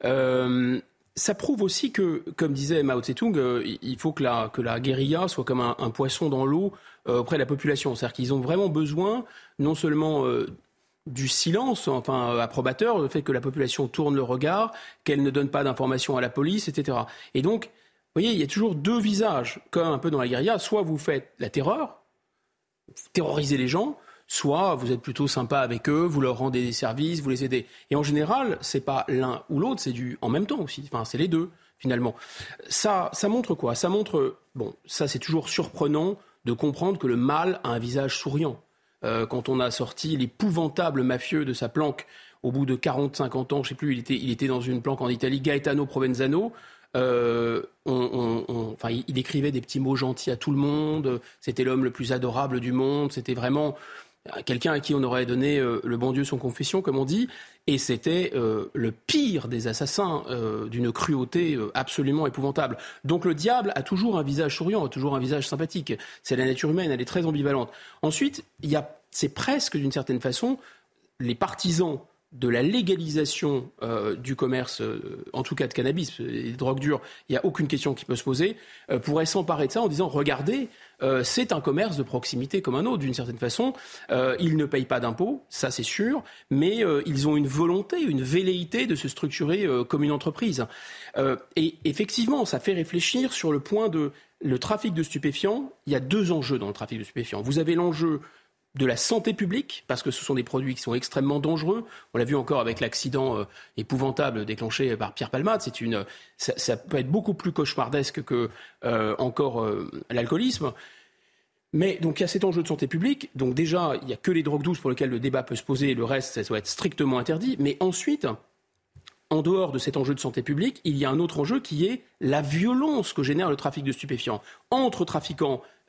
Euh, ça prouve aussi que, comme disait Mao Tse-tung, euh, il faut que la, que la guérilla soit comme un, un poisson dans l'eau euh, auprès de la population. C'est-à-dire qu'ils ont vraiment besoin, non seulement euh, du silence, enfin euh, approbateur, le fait que la population tourne le regard, qu'elle ne donne pas d'informations à la police, et cetera. Et donc, vous voyez, il y a toujours deux visages, comme un peu dans la guérilla. Soit vous faites la terreur, vous terrorisez les gens, soit vous êtes plutôt sympa avec eux, vous leur rendez des services, vous les aidez. Et en général, c'est pas l'un ou l'autre, c'est du en même temps aussi. Enfin, c'est les deux, finalement. Ça, ça montre quoi ? Ça montre, bon, ça c'est toujours surprenant de comprendre que le mal a un visage souriant. Euh, quand on a sorti l'épouvantable mafieux de sa planque, au bout de quarante, cinquante ans, je sais plus, il était, il était dans une planque en Italie, Gaetano Provenzano. Euh, on, on, on, enfin, il écrivait des petits mots gentils à tout le monde. C'était l'homme le plus adorable du monde. C'était vraiment quelqu'un à qui on aurait donné euh, le bon Dieu son confession, comme on dit. Et c'était euh, le pire des assassins, euh, d'une cruauté euh, absolument épouvantable. Donc le diable a toujours un visage souriant, a toujours un visage sympathique. C'est la nature humaine, elle est très ambivalente. Ensuite, il y a, c'est presque d'une certaine façon les partisans de la légalisation euh, du commerce, euh, en tout cas de cannabis, des drogues dures, il n'y a aucune question qui peut se poser, euh, pourrait s'emparer de ça en disant « Regardez, euh, c'est un commerce de proximité comme un autre, d'une certaine façon. Euh, ils ne payent pas d'impôts, ça c'est sûr, mais euh, ils ont une volonté, une velléité de se structurer euh, comme une entreprise. Euh, » Et effectivement, ça fait réfléchir sur le point de le trafic de stupéfiants. Il y a deux enjeux dans le trafic de stupéfiants. Vous avez l'enjeu de la santé publique, parce que ce sont des produits qui sont extrêmement dangereux. On l'a vu encore avec l'accident euh, épouvantable déclenché par Pierre Palmade. C'est une, ça, ça peut être beaucoup plus cauchemardesque que euh, encore euh, l'alcoolisme. Mais donc il y a cet enjeu de santé publique. Donc déjà, il n'y a que les drogues douces pour lesquelles le débat peut se poser. Le reste, ça doit être strictement interdit. Mais ensuite, en dehors de cet enjeu de santé publique, il y a un autre enjeu qui est la violence que génère le trafic de stupéfiants entre trafiquants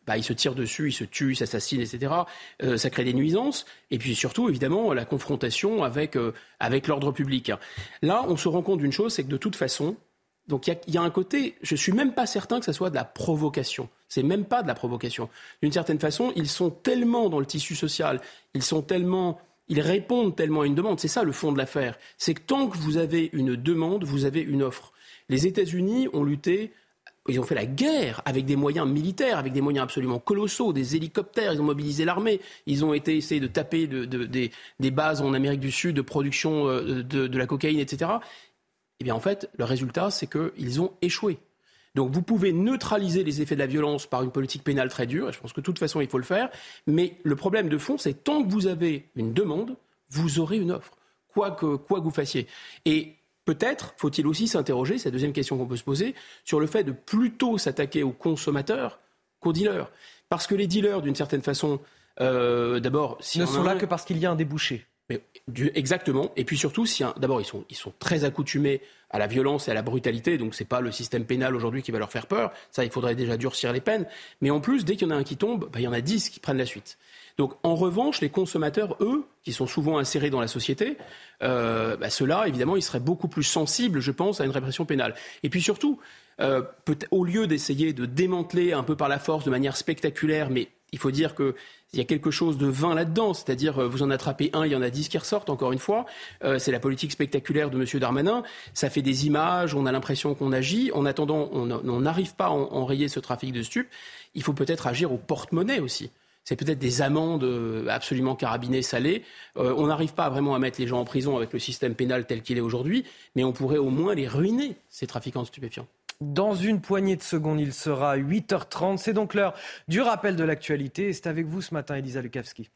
bah, ils se tirent dessus, ils se tuent, ils s'assassinent, et cetera. Euh, ça crée des nuisances. Et puis surtout, évidemment, la confrontation avec, euh, avec l'ordre public. Là, on se rend compte d'une chose, c'est que de toute façon, donc il y, y a un côté, je ne suis même pas certain que ça soit de la provocation. C'est même pas de la provocation. D'une certaine façon, ils sont tellement dans le tissu social, ils sont tellement... Ils répondent tellement à une demande. C'est ça le fond de l'affaire. C'est que tant que vous avez une demande, vous avez une offre. Les États-Unis ont lutté... Ils ont fait la guerre avec des moyens militaires, avec des moyens absolument colossaux, des hélicoptères, ils ont mobilisé l'armée, ils ont été essayé de taper de, de, des, des bases en Amérique du Sud de production de, de la cocaïne, et cetera. Eh bien en fait, le résultat, c'est qu'ils ont échoué. Donc vous pouvez neutraliser les effets de la violence par une politique pénale très dure, et je pense que de toute façon il faut le faire, mais le problème de fond, c'est que tant que vous avez une demande, vous aurez une offre, quoi que, quoi que vous fassiez. Et peut-être faut-il aussi s'interroger, c'est la deuxième question qu'on peut se poser, sur le fait de plutôt s'attaquer aux consommateurs qu'aux dealers. Parce que les dealers, d'une certaine façon, euh, d'abord... Si ne sont là un... que parce qu'il y a un débouché. Mais, du, exactement. Et puis surtout, si un, d'abord, ils sont, ils sont très accoutumés à la violence et à la brutalité, donc c'est pas le système pénal aujourd'hui qui va leur faire peur. Ça, il faudrait déjà durcir les peines. Mais en plus, dès qu'il y en a un qui tombe, bah, il y en a dix qui prennent la suite. Donc, en revanche, les consommateurs, eux, qui sont souvent insérés dans la société, euh, bah, ceux-là, évidemment, ils seraient beaucoup plus sensibles, je pense, à une répression pénale. Et puis surtout, euh, peut- au lieu d'essayer de démanteler un peu par la force, de manière spectaculaire, mais il faut dire qu'il y a quelque chose de vain là-dedans, c'est-à-dire euh, vous en attrapez un, il y en a dix qui ressortent, encore une fois. Euh, c'est la politique spectaculaire de M. Darmanin. Ça fait des images, on a l'impression qu'on agit. En attendant, on n'arrive pas à en- enrayer ce trafic de stupes. Il faut peut-être agir au porte-monnaie aussi. C'est peut-être des amendes absolument carabinées, salées. Euh, on n'arrive pas vraiment à mettre les gens en prison avec le système pénal tel qu'il est aujourd'hui, mais on pourrait au moins les ruiner, ces trafiquants de stupéfiants. Dans une poignée de secondes, il sera huit heures trente. C'est donc l'heure du rappel de l'actualité. Et c'est avec vous ce matin, Elisa Lukavski.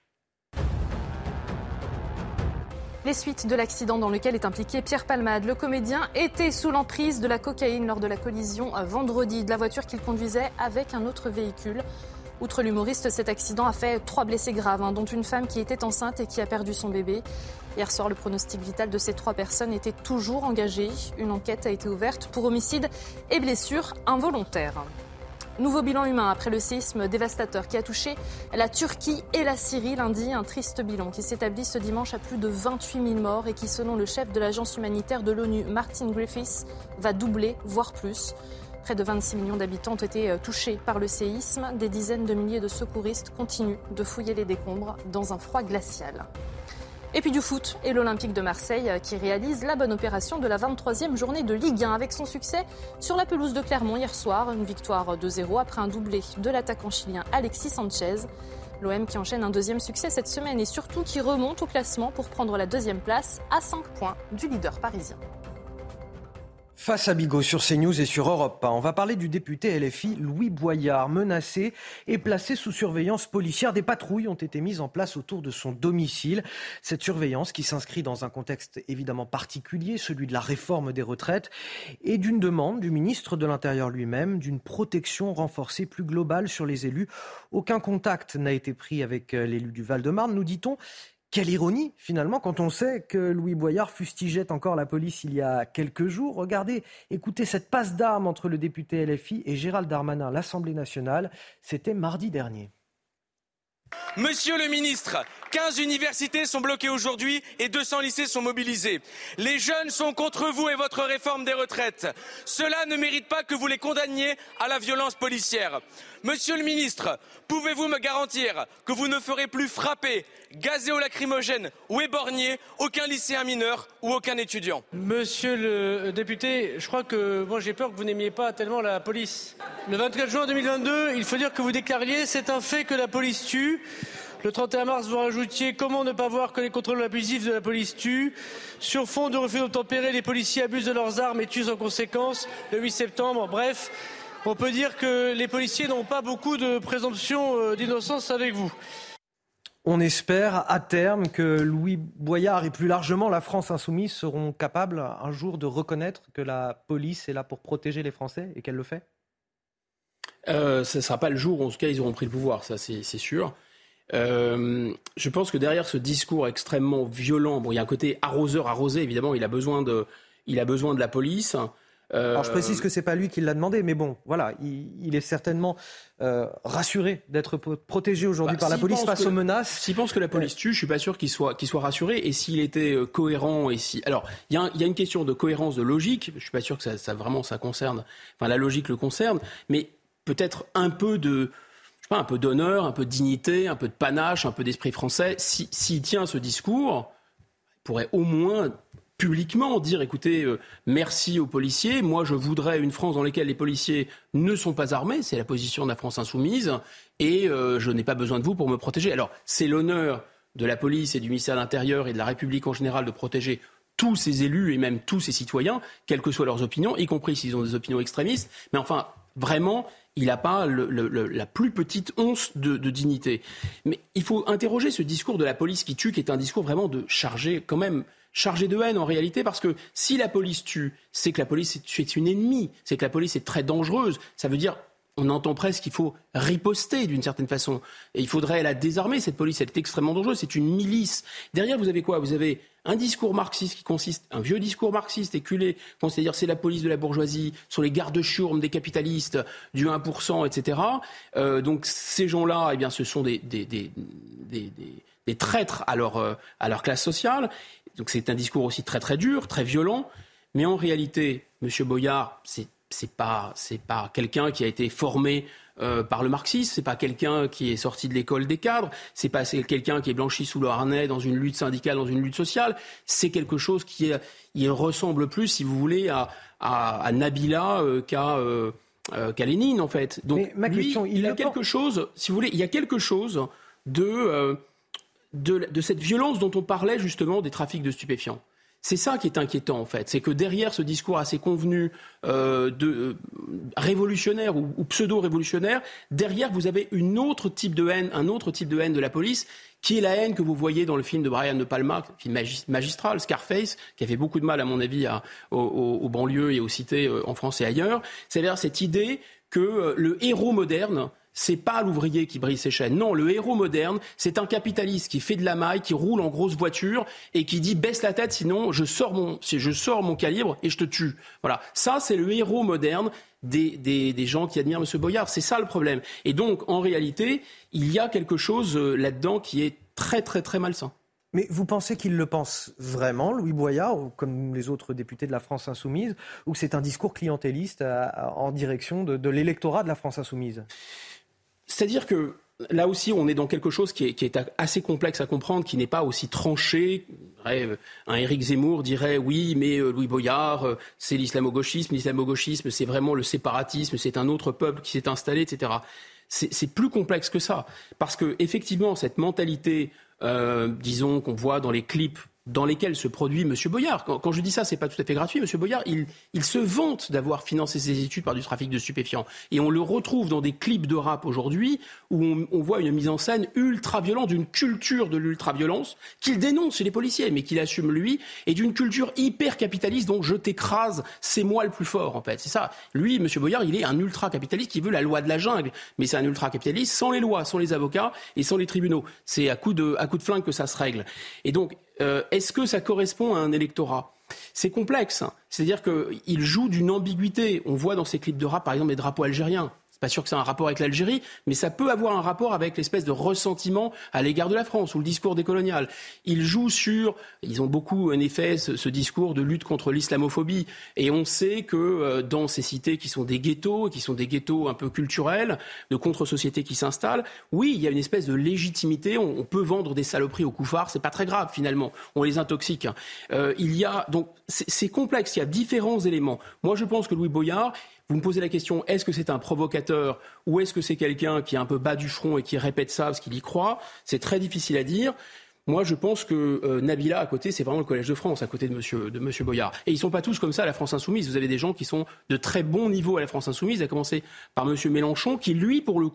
Les suites de l'accident dans lequel est impliqué Pierre Palmade. Le comédien était sous l'emprise de la cocaïne lors de la collision vendredi de la voiture qu'il conduisait avec un autre véhicule. Outre l'humoriste, cet accident a fait trois blessés graves, hein, dont une femme qui était enceinte et qui a perdu son bébé. Hier soir, le pronostic vital de ces trois personnes était toujours engagé. Une enquête a été ouverte pour homicide et blessures involontaires. Nouveau bilan humain après le séisme dévastateur qui a touché la Turquie et la Syrie lundi. Un triste bilan qui s'établit ce dimanche à plus de vingt-huit mille morts et qui, selon le chef de l'agence humanitaire de l'ONU, Martin Griffiths, va doubler, voire plus. Près de vingt-six millions d'habitants ont été touchés par le séisme. Des dizaines de milliers de secouristes continuent de fouiller les décombres dans un froid glacial. Et puis du foot et l'Olympique de Marseille qui réalise la bonne opération de la vingt-troisième journée de Ligue un avec son succès sur la pelouse de Clermont hier soir. Une victoire deux zéro après un doublé de l'attaquant chilien Alexis Sanchez. L'O M qui enchaîne un deuxième succès cette semaine et surtout qui remonte au classement pour prendre la deuxième place à cinq points du leader parisien. Face à Bigot sur CNews et sur Europe un, on va parler du député L F I Louis Boyard, menacé et placé sous surveillance policière. Des patrouilles ont été mises en place autour de son domicile. Cette surveillance qui s'inscrit dans un contexte évidemment particulier, celui de la réforme des retraites et d'une demande du ministre de l'Intérieur lui-même d'une protection renforcée plus globale sur les élus. Aucun contact n'a été pris avec l'élu du Val-de-Marne, nous dit-on. Quelle ironie, finalement, quand on sait que Louis Boyard fustigeait encore la police il y a quelques jours. Regardez, écoutez cette passe d'armes entre le député L F I et Gérald Darmanin à l'Assemblée nationale. C'était mardi dernier. Monsieur le ministre, quinze universités sont bloquées aujourd'hui et deux cents lycées sont mobilisés. Les jeunes sont contre vous et votre réforme des retraites. Cela ne mérite pas que vous les condamniez à la violence policière. Monsieur le ministre, pouvez-vous me garantir que vous ne ferez plus frapper, gazer au lacrymogène ou éborgner aucun lycéen mineur ou aucun étudiant? Monsieur le député, je crois que moi j'ai peur que vous n'aimiez pas tellement la police. Le vingt-quatre juin deux mille vingt-deux, il faut dire que vous déclariez « c'est un fait que la police tue ». Le trente et un mars, vous rajoutiez « comment ne pas voir que les contrôles abusifs de la police tuent ». Sur fond de refus d'obtempérer, les policiers abusent de leurs armes et tuent sans conséquence. Le huit septembre, bref, on peut dire que les policiers n'ont pas beaucoup de présomption d'innocence avec vous. On espère à terme que Louis Boyard et plus largement la France insoumise seront capables un jour de reconnaître que la police est là pour protéger les Français et qu'elle le fait. Euh, ce ne sera pas le jour où, en tout cas, ils auront pris le pouvoir, ça c'est, c'est sûr. Euh, je pense que derrière ce discours extrêmement violent, bon, il y a un côté arroseur arrosé, évidemment, il a besoin de, il a besoin de la police. Euh... Alors je précise que c'est pas lui qui l'a demandé, mais bon, voilà, il, il est certainement euh, rassuré d'être protégé aujourd'hui bah, par la police face que, aux menaces. S'il pense que la police tue, je suis pas sûr qu'il soit, qu'il soit rassuré. Et s'il était euh, cohérent, et si, alors il y, y a une question de cohérence, de logique. Je suis pas sûr que ça, ça vraiment ça concerne. Enfin, la logique le concerne, mais peut-être un peu de, je sais pas, un peu d'honneur, un peu de dignité, un peu de panache, un peu d'esprit français. Si, s'il tient ce discours, il pourrait au moins publiquement dire, écoutez, euh, merci aux policiers, moi je voudrais une France dans laquelle les policiers ne sont pas armés, c'est la position de la France insoumise, et euh, je n'ai pas besoin de vous pour me protéger. Alors, c'est l'honneur de la police et du ministère de l'Intérieur et de la République en général de protéger tous ces élus et même tous ces citoyens, quelles que soient leurs opinions, y compris s'ils ont des opinions extrémistes, mais enfin, vraiment, il n'a pas le, le, le, la plus petite once de, de dignité. Mais il faut interroger ce discours de la police qui tue, qui est un discours vraiment de chargé quand même, chargé de haine en réalité, parce que si la police tue, c'est que la police est une ennemie, c'est que la police est très dangereuse. Ça veut dire, on entend presque qu'il faut riposter d'une certaine façon. Et il faudrait la désarmer, cette police, elle est extrêmement dangereuse, c'est une milice. Derrière, vous avez quoi ? Vous avez un discours marxiste qui consiste, un vieux discours marxiste éculé, c'est-à-dire c'est la police de la bourgeoisie, sont les gardes-chiourmes des capitalistes, du un pour cent, et cetera. Euh, donc ces gens-là, eh bien, ce sont des, des, des, des, des, des traîtres à leur, euh, à leur classe sociale. Donc c'est un discours aussi très très dur, très violent. Mais en réalité, M. Boyard, c'est c'est pas c'est pas quelqu'un qui a été formé euh, par le marxisme, c'est pas quelqu'un qui est sorti de l'école des cadres, c'est pas c'est quelqu'un qui est blanchi sous le harnais dans une lutte syndicale, dans une lutte sociale. C'est quelque chose qui est, il ressemble plus, si vous voulez, à à, à Nabila euh, qu'à euh, euh, qu'à Lénine en fait. Donc Mais ma lui, question, il, il a le quelque porte. chose, si vous voulez, il y a quelque chose de euh, de, de cette violence dont on parlait justement des trafics de stupéfiants. C'est ça qui est inquiétant en fait, c'est que derrière ce discours assez convenu euh, de euh, révolutionnaire ou, ou pseudo-révolutionnaire, derrière vous avez une autre type de haine, un autre type de haine de la police, qui est la haine que vous voyez dans le film de Brian De Palma, film magistral, Scarface, qui a fait beaucoup de mal à mon avis à, aux, aux banlieues et aux cités euh, en France et ailleurs. C'est-à-dire cette idée que euh, le héros moderne, c'est pas l'ouvrier qui brise ses chaînes. Non, le héros moderne, c'est un capitaliste qui fait de la maille, qui roule en grosse voiture et qui dit baisse la tête, sinon je sors mon, je sors mon calibre et je te tue. Voilà. Ça, c'est le héros moderne des, des, des gens qui admirent M. Boyard. C'est ça le problème. Et donc, en réalité, il y a quelque chose là-dedans qui est très, très, très malsain. Mais vous pensez qu'il le pense vraiment, Louis Boyard, ou comme les autres députés de la France insoumise, ou que c'est un discours clientéliste à, à, en direction de, de l'électorat de la France insoumise ? C'est-à-dire que là aussi, on est dans quelque chose qui est, qui est assez complexe à comprendre, qui n'est pas aussi tranché. Un Éric Zemmour dirait oui, mais Louis Boyard, c'est l'islamo-gauchisme. L'islamo-gauchisme, c'est vraiment le séparatisme, c'est un autre peuple qui s'est installé, et cetera. C'est, c'est plus complexe que ça. Parce que effectivement, cette mentalité, euh, disons, qu'on voit dans les clips dans lesquels se produit M. Boyard. Quand, quand je dis ça, c'est pas tout à fait gratuit. M. Boyard, il, il se vante d'avoir financé ses études par du trafic de stupéfiants. Et on le retrouve dans des clips de rap aujourd'hui où on, on voit une mise en scène ultra-violente, d'une culture de l'ultra-violence qu'il dénonce chez les policiers, mais qu'il assume lui, et d'une culture hyper-capitaliste dont je t'écrase, c'est moi le plus fort, en fait. C'est ça. Lui, M. Boyard, il est un ultra-capitaliste qui veut la loi de la jungle. Mais c'est un ultra-capitaliste sans les lois, sans les avocats et sans les tribunaux. C'est à coup de, à coup de flingue que ça se règle. Et donc, Euh, est-ce que ça correspond à un électorat ? C'est complexe. C'est-à-dire qu'il joue d'une ambiguïté. On voit dans ces clips de rap, par exemple, les drapeaux algériens. C'est pas sûr que ça a un rapport avec l'Algérie, mais ça peut avoir un rapport avec l'espèce de ressentiment à l'égard de la France ou le discours décolonial. Ils jouent sur, ils ont beaucoup en effet ce, ce discours de lutte contre l'islamophobie, et on sait que euh, dans ces cités qui sont des ghettos, qui sont des ghettos un peu culturels, de contre-sociétés qui s'installent, oui, il y a une espèce de légitimité. On, on peut vendre des saloperies aux couffards, c'est pas très grave finalement. On les intoxique. Euh, il y a donc c'est, c'est complexe. Il y a différents éléments. Moi, je pense que Louis Boyard. Vous me posez la question, est-ce que c'est un provocateur ou est-ce que c'est quelqu'un qui est un peu bas du front et qui répète ça parce qu'il y croit ? C'est très difficile à dire. Moi, je pense que euh, Nabila, à côté, c'est vraiment le Collège de France, à côté de Monsieur, de Monsieur Boyard. Et ils ne sont pas tous comme ça à la France Insoumise. Vous avez des gens qui sont de très bon niveau à la France Insoumise, à commencer par Monsieur Mélenchon, qui, lui, pour le coup,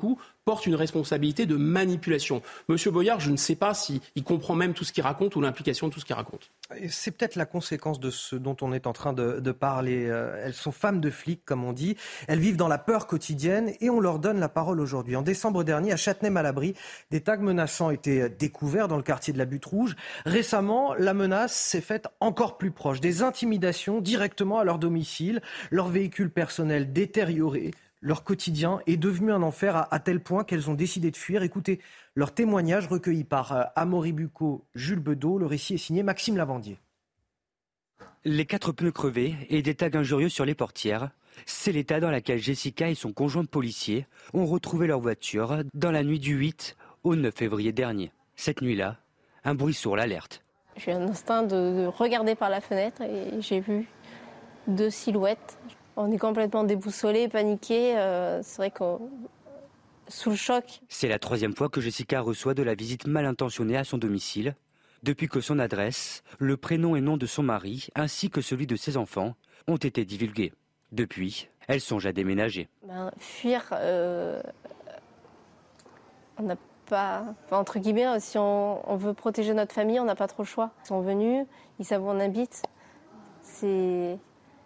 porte une responsabilité de manipulation. Monsieur Boyard, je ne sais pas s'il comprend même tout ce qu'il raconte ou l'implication de tout ce qu'il raconte. C'est peut-être la conséquence de ce dont on est en train de, de parler. Elles sont femmes de flics, comme on dit. Elles vivent dans la peur quotidienne et on leur donne la parole aujourd'hui. En décembre dernier, à Châtenay-Malabry, des tags menaçants étaient découverts dans le quartier de la Butte Rouge. Récemment, la menace s'est faite encore plus proche. Des intimidations directement à leur domicile, leur véhicule personnel détérioré. Leur quotidien est devenu un enfer à, à tel point qu'elles ont décidé de fuir. Écoutez leur témoignage recueilli par euh, Amaury Bucco, Jules Bedeau. Le récit est signé Maxime Lavandier. Les quatre pneus crevés et des tags injurieux sur les portières. C'est l'état dans lequel Jessica et son conjoint policier ont retrouvé leur voiture dans la nuit du huit au neuf février dernier. Cette nuit-là, un bruit sourd l'alerte. J'ai un instinct de, de regarder par la fenêtre et j'ai vu deux silhouettes. On est complètement déboussolé, paniqué. Euh, c'est vrai qu'on sous le choc. C'est la troisième fois que Jessica reçoit de la visite mal intentionnée à son domicile, depuis que son adresse, le prénom et nom de son mari, ainsi que celui de ses enfants, ont été divulgués. Depuis, elle songe à déménager. Ben, fuir, euh, on n'a pas... Enfin, entre guillemets, si on, on veut protéger notre famille, on n'a pas trop le choix. Ils sont venus, ils savent où on habite. C'est...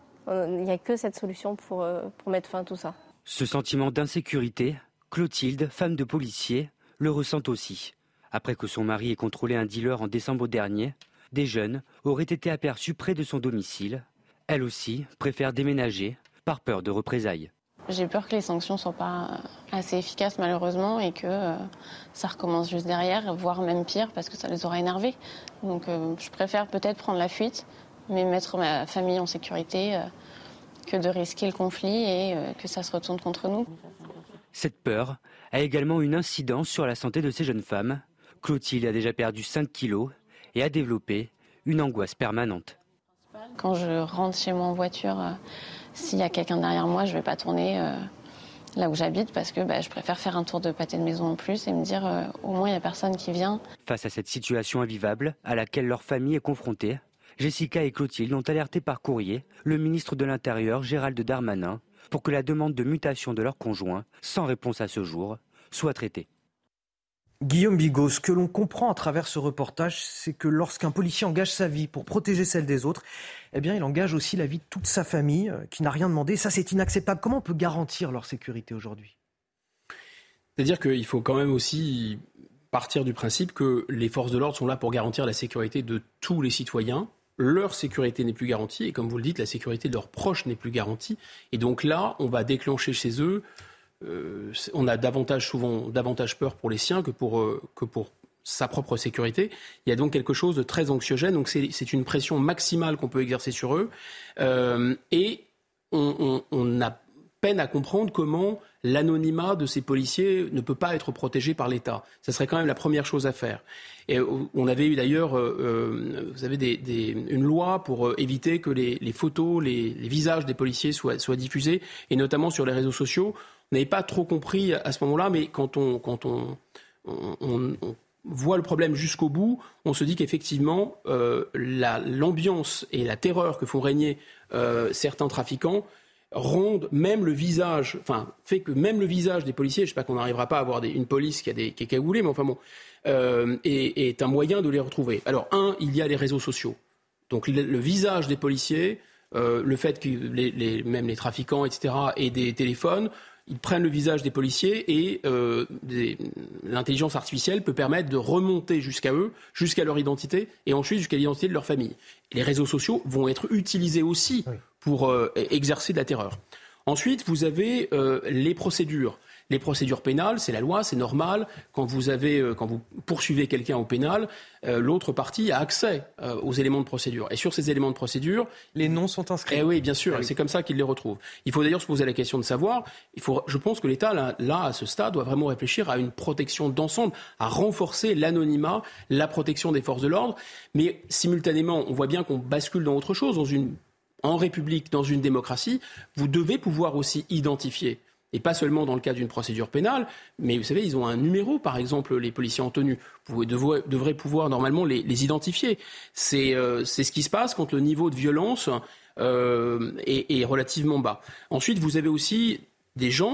Il n'y a que cette solution pour, pour mettre fin à tout ça. Ce sentiment d'insécurité, Clotilde, femme de policier, le ressent aussi. Après que son mari ait contrôlé un dealer en décembre dernier, des jeunes auraient été aperçus près de son domicile. Elle aussi préfère déménager par peur de représailles. J'ai peur que les sanctions ne soient pas assez efficaces malheureusement et que euh, ça recommence juste derrière, voire même pire parce que ça les aura énervés. Donc euh, je préfère peut-être prendre la fuite, mais mettre ma famille en sécurité euh, que de risquer le conflit et euh, que ça se retourne contre nous. Cette peur a également une incidence sur la santé de ces jeunes femmes. Clotilde a déjà perdu cinq kilos et a développé une angoisse permanente. Quand je rentre chez moi en voiture, euh, s'il y a quelqu'un derrière moi, je ne vais pas tourner euh, là où j'habite parce que bah, je préfère faire un tour de pâté de maison en plus et me dire euh, au moins il n'y a personne qui vient. Face à cette situation invivable à laquelle leur famille est confrontée, Jessica et Clotilde ont alerté par courrier le ministre de l'Intérieur, Gérald Darmanin, pour que la demande de mutation de leur conjoint, sans réponse à ce jour, soit traitée. Guillaume Bigot, ce que l'on comprend à travers ce reportage, c'est que lorsqu'un policier engage sa vie pour protéger celle des autres, eh bien, il engage aussi la vie de toute sa famille, qui n'a rien demandé. Ça, c'est inacceptable. Comment on peut garantir leur sécurité aujourd'hui ? C'est-à-dire qu'il faut quand même aussi partir du principe que les forces de l'ordre sont là pour garantir la sécurité de tous les citoyens. Leur sécurité n'est plus garantie et comme vous le dites, la sécurité de leurs proches n'est plus garantie. Et donc là, on va déclencher chez eux, euh, on a davantage souvent davantage peur pour les siens que pour, euh, que pour sa propre sécurité. Il y a donc quelque chose de très anxiogène. Donc c'est, c'est une pression maximale qu'on peut exercer sur eux. Euh, et on, on, on a peine à comprendre comment l'anonymat de ces policiers ne peut pas être protégé par l'État. Ça serait quand même la première chose à faire. Et on avait eu d'ailleurs, euh, vous savez, des, des, une loi pour éviter que les, les photos, les, les visages des policiers soient, soient diffusés, et notamment sur les réseaux sociaux. On n'avait pas trop compris à ce moment-là, mais quand on, quand on, on, on, on voit le problème jusqu'au bout, on se dit qu'effectivement, euh, la, l'ambiance et la terreur que font régner euh, certains trafiquants rendent même le visage, enfin, fait que même le visage des policiers, je ne sais pas qu'on n'arrivera pas à avoir des, une police qui, a des, qui est cagoulée, mais enfin bon, euh, est, est un moyen de les retrouver. Alors, un, il y a les réseaux sociaux. Donc, le, le visage des policiers, euh, le fait que les, les, même les trafiquants, et cetera, aient des téléphones, ils prennent le visage des policiers et euh, des, l'intelligence artificielle peut permettre de remonter jusqu'à eux, jusqu'à leur identité et ensuite jusqu'à l'identité de leur famille. Et les réseaux sociaux vont être utilisés aussi oui. pour euh, exercer de la terreur. Ensuite, vous avez euh, les procédures. Les procédures pénales, c'est la loi, c'est normal. Quand vous, avez, euh, quand vous poursuivez quelqu'un au pénal, euh, l'autre partie a accès euh, aux éléments de procédure. Et sur ces éléments de procédure... Les noms sont inscrits. Eh oui, bien sûr, ah oui. C'est comme ça qu'il les retrouve. Il faut d'ailleurs se poser la question de savoir, il faut, je pense que l'État, là, là, à ce stade, doit vraiment réfléchir à une protection d'ensemble, à renforcer l'anonymat, la protection des forces de l'ordre. Mais simultanément, on voit bien qu'on bascule dans autre chose, dans une, en République, dans une démocratie. Vous devez pouvoir aussi identifier. Et pas seulement dans le cas d'une procédure pénale, mais vous savez, ils ont un numéro, par exemple, les policiers en tenue. Vous devrez, devrez pouvoir normalement les, les identifier. C'est, euh, c'est ce qui se passe quand le niveau de violence euh, est, est relativement bas. Ensuite, vous avez aussi des gens,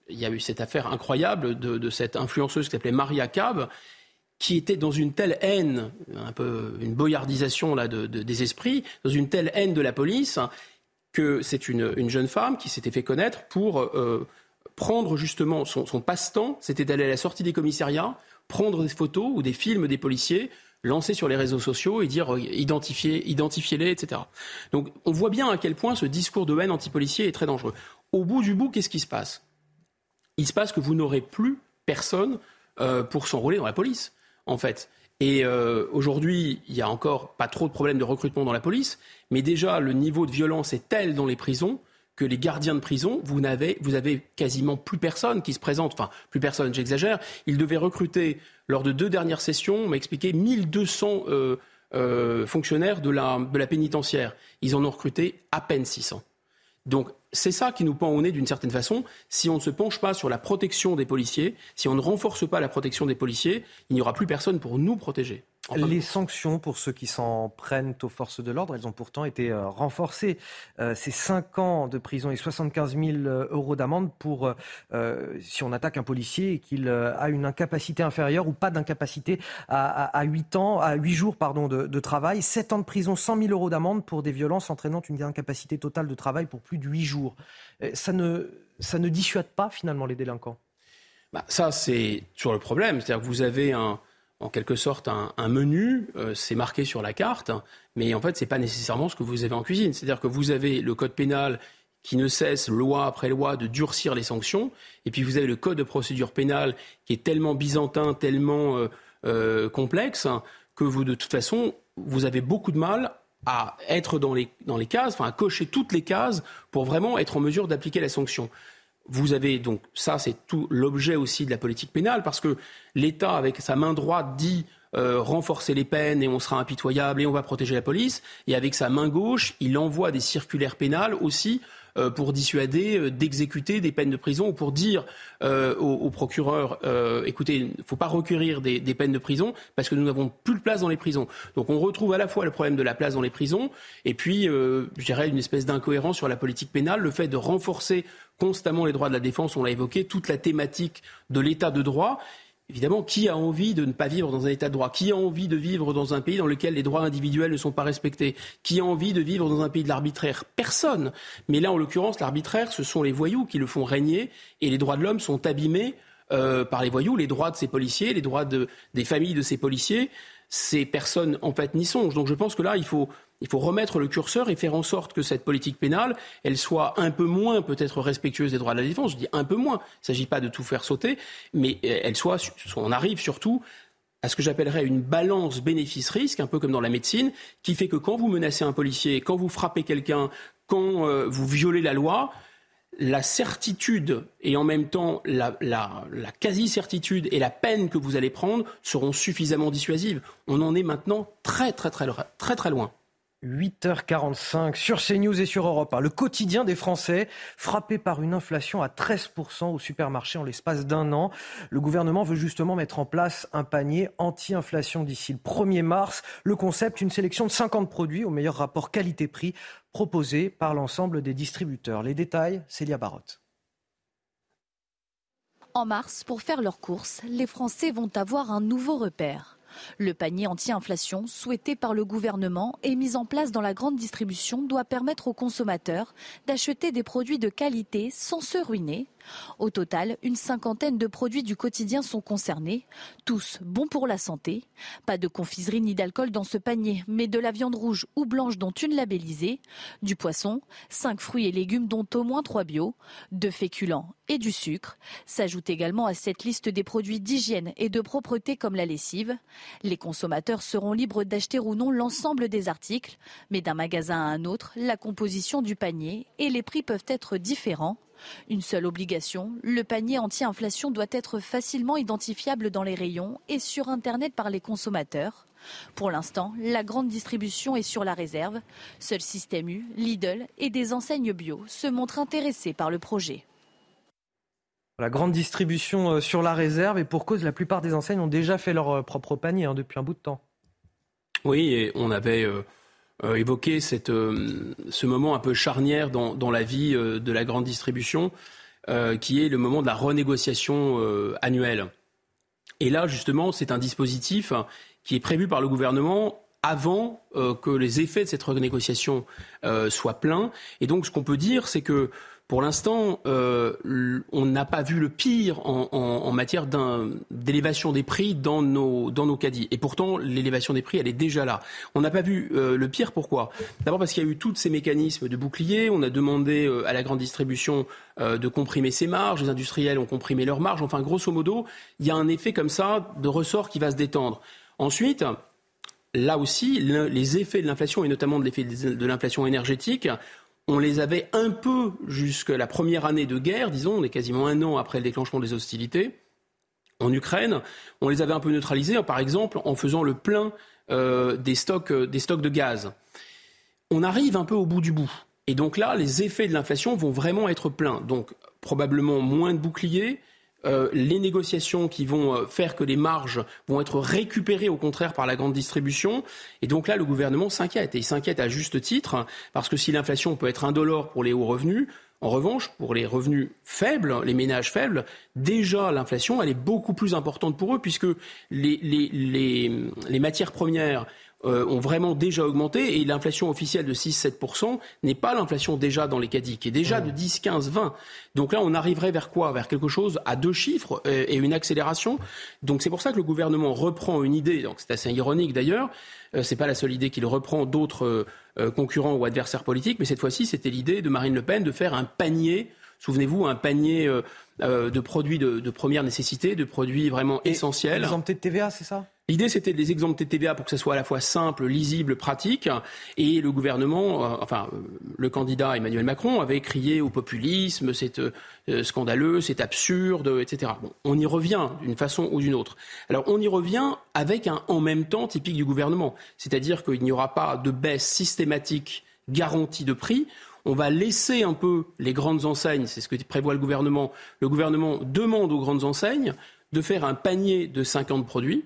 il y a eu cette affaire incroyable de, de cette influenceuse qui s'appelait Maria Cab, qui était dans une telle haine, un peu une boyardisation là, de, de, des esprits, dans une telle haine de la police, que c'est une, une jeune femme qui s'était fait connaître pour euh, prendre justement son, son passe-temps, c'était d'aller à la sortie des commissariats, prendre des photos ou des films des policiers, lancer sur les réseaux sociaux et dire euh, identifiez, identifiez-les, et cetera. Donc on voit bien à quel point ce discours de haine anti-policier est très dangereux. Au bout du bout, qu'est-ce qui se passe ? Il se passe que vous n'aurez plus personne euh, pour s'enrôler dans la police, en fait. Et euh, aujourd'hui, il n'y a encore pas trop de problèmes de recrutement dans la police, mais déjà, le niveau de violence est tel dans les prisons que les gardiens de prison, vous n'avez, vous avez quasiment plus personne qui se présente. Enfin, plus personne, j'exagère. Ils devaient recruter, lors de deux dernières sessions, on m'a expliqué, mille deux cents euh, euh, fonctionnaires de la, de la pénitentiaire. Ils en ont recruté à peine six cents. Donc, c'est ça qui nous pend au nez d'une certaine façon. Si on ne se penche pas sur la protection des policiers, si on ne renforce pas la protection des policiers, il n'y aura plus personne pour nous protéger. Enfin, les sanctions pour ceux qui s'en prennent aux forces de l'ordre, elles ont pourtant été euh, renforcées. Euh, c'est cinq ans de prison et soixante-quinze mille euros d'amende pour euh, si on attaque un policier et qu'il euh, a une incapacité inférieure ou pas d'incapacité à, à, à huit ans, à huit jours pardon, de, de travail. sept ans de prison, cent mille euros d'amende pour des violences entraînant une incapacité totale de travail pour plus de huit jours. Euh, ça ne, ça ne dissuade pas finalement les délinquants. Bah, ça, c'est sur le problème. C'est-à-dire que vous avez un... en quelque sorte un, un menu, euh, c'est marqué sur la carte, mais en fait, ce n'est pas nécessairement ce que vous avez en cuisine. C'est-à-dire que vous avez le code pénal qui ne cesse, loi après loi, de durcir les sanctions, et puis vous avez le code de procédure pénale qui est tellement byzantin, tellement euh, euh, complexe, que vous, de toute façon, vous avez beaucoup de mal à être dans les, dans les cases, enfin à cocher toutes les cases pour vraiment être en mesure d'appliquer la sanction. Vous avez donc, ça c'est tout l'objet aussi de la politique pénale, parce que l'État, avec sa main droite, dit euh, renforcer les peines et on sera impitoyable et on va protéger la police, et avec sa main gauche, il envoie des circulaires pénales aussi euh, pour dissuader euh, d'exécuter des peines de prison, ou pour dire euh, aux, aux procureurs, euh, écoutez, il ne faut pas requérir des, des peines de prison parce que nous n'avons plus de place dans les prisons. Donc on retrouve à la fois le problème de la place dans les prisons, et puis, euh, je dirais, une espèce d'incohérence sur la politique pénale, le fait de renforcer constamment les droits de la défense, on l'a évoqué, toute la thématique de l'état de droit. Évidemment, qui a envie de ne pas vivre dans un état de droit ? Qui a envie de vivre dans un pays dans lequel les droits individuels ne sont pas respectés ? Qui a envie de vivre dans un pays de l'arbitraire ? Personne. Mais là, en l'occurrence, l'arbitraire, ce sont les voyous qui le font régner, et les droits de l'homme sont abîmés euh, par les voyous, les droits de ces policiers, les droits de, des familles de ces policiers. Ces personnes, en fait, n'y songent. Donc je pense que là, il faut... Il faut remettre le curseur et faire en sorte que cette politique pénale, elle soit un peu moins peut-être respectueuse des droits de la défense. Je dis un peu moins. Il ne s'agit pas de tout faire sauter, mais elle soit, on arrive surtout à ce que j'appellerais une balance bénéfice-risque, un peu comme dans la médecine, qui fait que quand vous menacez un policier, quand vous frappez quelqu'un, quand euh, vous violez la loi, la certitude et en même temps la, la, la quasi-certitude et la peine que vous allez prendre seront suffisamment dissuasives. On en est maintenant très très très très très loin. huit heures quarante-cinq sur CNews et sur Europe un. Le quotidien des Français frappé par une inflation à treize pour cent au supermarché en l'espace d'un an. Le gouvernement veut justement mettre en place un panier anti-inflation d'ici le premier mars. Le concept, une sélection de cinquante produits au meilleur rapport qualité-prix proposé par l'ensemble des distributeurs. Les détails, Célia Barotte. En mars, pour faire leurs courses, les Français vont avoir un nouveau repère. Le panier anti-inflation souhaité par le gouvernement et mis en place dans la grande distribution doit permettre aux consommateurs d'acheter des produits de qualité sans se ruiner. Au total, une cinquantaine de produits du quotidien sont concernés, tous bons pour la santé. Pas de confiserie ni d'alcool dans ce panier, mais de la viande rouge ou blanche dont une labellisée, du poisson, cinq fruits et légumes dont au moins trois bio, deux féculents et du sucre. S'ajoutent également à cette liste des produits d'hygiène et de propreté comme la lessive. Les consommateurs seront libres d'acheter ou non l'ensemble des articles, mais d'un magasin à un autre, la composition du panier et les prix peuvent être différents. Une seule obligation, le panier anti-inflation doit être facilement identifiable dans les rayons et sur Internet par les consommateurs. Pour l'instant, la grande distribution est sur la réserve. Seul Système U, Lidl et des enseignes bio se montrent intéressés par le projet. La grande distribution sur la réserve et pour cause, la plupart des enseignes ont déjà fait leur propre panier hein, depuis un bout de temps. Oui, et on avait... Euh... Euh, évoquer cette, euh, ce moment un peu charnière dans, dans la vie euh, de la grande distribution. euh, qui est le moment de la renégociation euh, annuelle. Et là, justement, c'est un dispositif qui est prévu par le gouvernement avant euh, que les effets de cette renégociation euh, soient pleins. Et donc, ce qu'on peut dire, c'est que pour l'instant, euh, on n'a pas vu le pire en, en, en matière d'un, d'élévation des prix dans nos, dans nos caddies. Et pourtant, l'élévation des prix, elle est déjà là. On n'a pas vu euh, le pire, pourquoi ? D'abord parce qu'il y a eu tous ces mécanismes de bouclier. On a demandé euh, à la grande distribution euh, de comprimer ses marges. Les industriels ont comprimé leurs marges. Enfin, grosso modo, il y a un effet comme ça de ressort qui va se détendre. Ensuite, là aussi, les effets de l'inflation, et notamment de l'effet de l'inflation énergétique, on les avait un peu jusqu'à la première année de guerre, disons, on est quasiment un an après le déclenchement des hostilités en Ukraine. On les avait un peu neutralisés, par exemple, en faisant le plein euh, des stocks, euh, des stocks de gaz. On arrive un peu au bout du bout. Et donc là, les effets de l'inflation vont vraiment être pleins. Donc, probablement moins de boucliers, Euh, les négociations qui vont euh, faire que les marges vont être récupérées au contraire par la grande distribution. Et donc là, le gouvernement s'inquiète. Et il s'inquiète à juste titre, parce que si l'inflation peut être indolore pour les hauts revenus, en revanche, pour les revenus faibles, les ménages faibles, déjà l'inflation, elle est beaucoup plus importante pour eux, puisque les, les, les, les matières premières Euh, ont vraiment déjà augmenté, et l'inflation officielle de six à sept pour cent n'est pas l'inflation déjà dans les caddies, qui est déjà de dix, quinze, vingt. Donc là, on arriverait vers quoi ? Vers quelque chose à deux chiffres et, et une accélération. Donc c'est pour ça que le gouvernement reprend une idée, donc c'est assez ironique d'ailleurs, euh, c'est pas la seule idée qu'il reprend d'autres euh, concurrents ou adversaires politiques, mais cette fois-ci, c'était l'idée de Marine Le Pen de faire un panier, souvenez-vous, un panier euh, euh, de produits de, de première nécessité, de produits vraiment et essentiels. Exemptés de T V A, c'est ça ? L'idée, c'était de les exempter de T V A pour que ça soit à la fois simple, lisible, pratique. Et le gouvernement, euh, enfin, euh, le candidat Emmanuel Macron avait crié au populisme, c'est euh, scandaleux, c'est absurde, et cetera. Bon, on y revient d'une façon ou d'une autre. Alors, on y revient avec un en même temps typique du gouvernement. C'est-à-dire qu'il n'y aura pas de baisse systématique garantie de prix. On va laisser un peu les grandes enseignes, c'est ce que prévoit le gouvernement. Le gouvernement demande aux grandes enseignes de faire un panier de cinquante produits.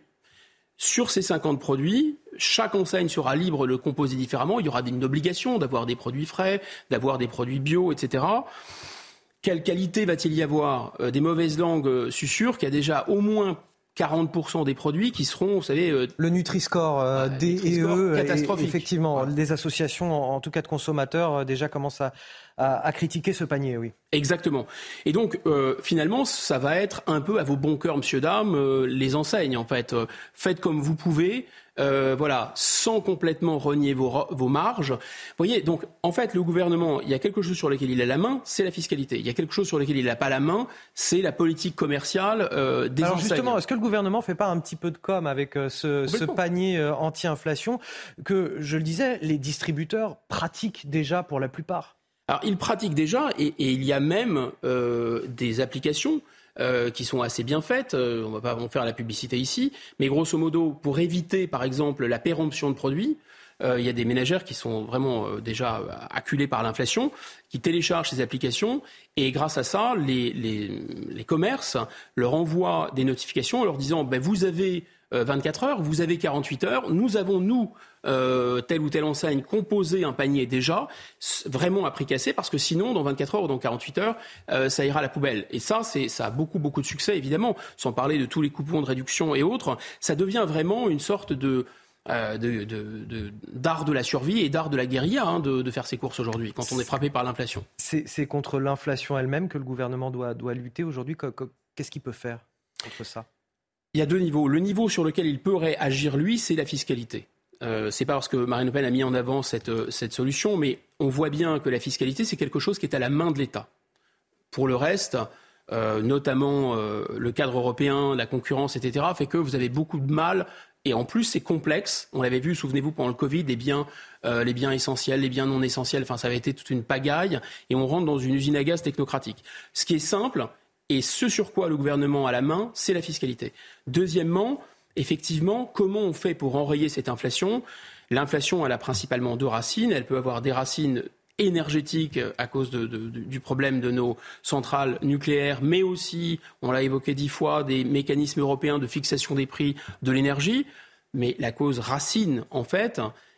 Sur ces cinquante produits, chaque enseigne sera libre de le composer différemment. Il y aura une obligation d'avoir des produits frais, d'avoir des produits bio, et cetera. Quelle qualité va-t-il y avoir ? euh, Des mauvaises langues susurrent qu'il y a déjà au moins quarante pour cent des produits qui seront, vous savez... Euh, le Nutri-Score, euh, ouais, D et E, catastrophique. Effectivement, ouais. Des associations, en tout cas de consommateurs, euh, déjà commencent à, à, à critiquer ce panier, oui. Exactement. Et donc, euh, finalement, ça va être un peu à vos bons cœurs, monsieur, dame, euh, les enseignes, en fait. Euh, faites comme vous pouvez, euh, voilà, sans complètement renier vos, vos marges. Vous voyez, donc, en fait, le gouvernement, il y a quelque chose sur lequel il a la main, c'est la fiscalité. Il y a quelque chose sur lequel il n'a pas la main, c'est la politique commerciale euh, des Alors enseignes. justement, est-ce que le gouvernement ne fait pas un petit peu de com' avec euh, ce, ce panier euh, anti-inflation que, je le disais, les distributeurs pratiquent déjà pour la plupart ? Alors, ils pratiquent déjà, et, et il y a même euh, des applications euh, qui sont assez bien faites. Euh, on ne va pas en faire la publicité ici, mais grosso modo, pour éviter, par exemple, la péremption de produits, euh, il y a des ménagères qui sont vraiment euh, déjà acculées par l'inflation, qui téléchargent ces applications, et grâce à ça, les, les, les commerces leur envoient des notifications en leur disant ben, « vous avez euh, vingt-quatre heures, vous avez quarante-huit heures, nous avons, nous, Euh, telle ou telle enseigne composer un panier déjà vraiment à prix cassé, parce que sinon dans vingt-quatre heures ou dans quarante-huit heures euh, ça ira à la poubelle. Et ça c'est ça a beaucoup beaucoup de succès évidemment, sans parler de tous les coupons de réduction et autres. Ça devient vraiment une sorte de euh, de, de, de d'art de la survie et d'art de la guérilla hein, de, de faire ses courses aujourd'hui quand on est frappé par l'inflation. C'est, c'est contre l'inflation elle-même que le gouvernement doit doit lutter aujourd'hui. Qu'est-ce qu'il peut faire contre ça ? Il y a deux niveaux. Le niveau sur lequel il pourrait agir lui, c'est la fiscalité. Euh, c'est pas parce que Marine Le Pen a mis en avant cette, cette solution, mais on voit bien que la fiscalité, c'est quelque chose qui est à la main de l'État. Pour le reste, euh, notamment euh, le cadre européen, la concurrence, et cetera, fait que vous avez beaucoup de mal. Et en plus, c'est complexe. On l'avait vu, souvenez-vous, pendant le Covid, les biens, euh, les biens essentiels, les biens non essentiels, enfin, ça avait été toute une pagaille. Et on rentre dans une usine à gaz technocratique. Ce qui est simple, et ce sur quoi le gouvernement a la main, c'est la fiscalité. Deuxièmement, effectivement, comment on fait pour enrayer cette inflation ? L'inflation, elle a principalement deux racines. Elle peut avoir des racines énergétiques à cause de, de, de, du problème de nos centrales nucléaires, mais aussi, on l'a évoqué dix fois, des mécanismes européens de fixation des prix de l'énergie. Mais la cause racine, en fait,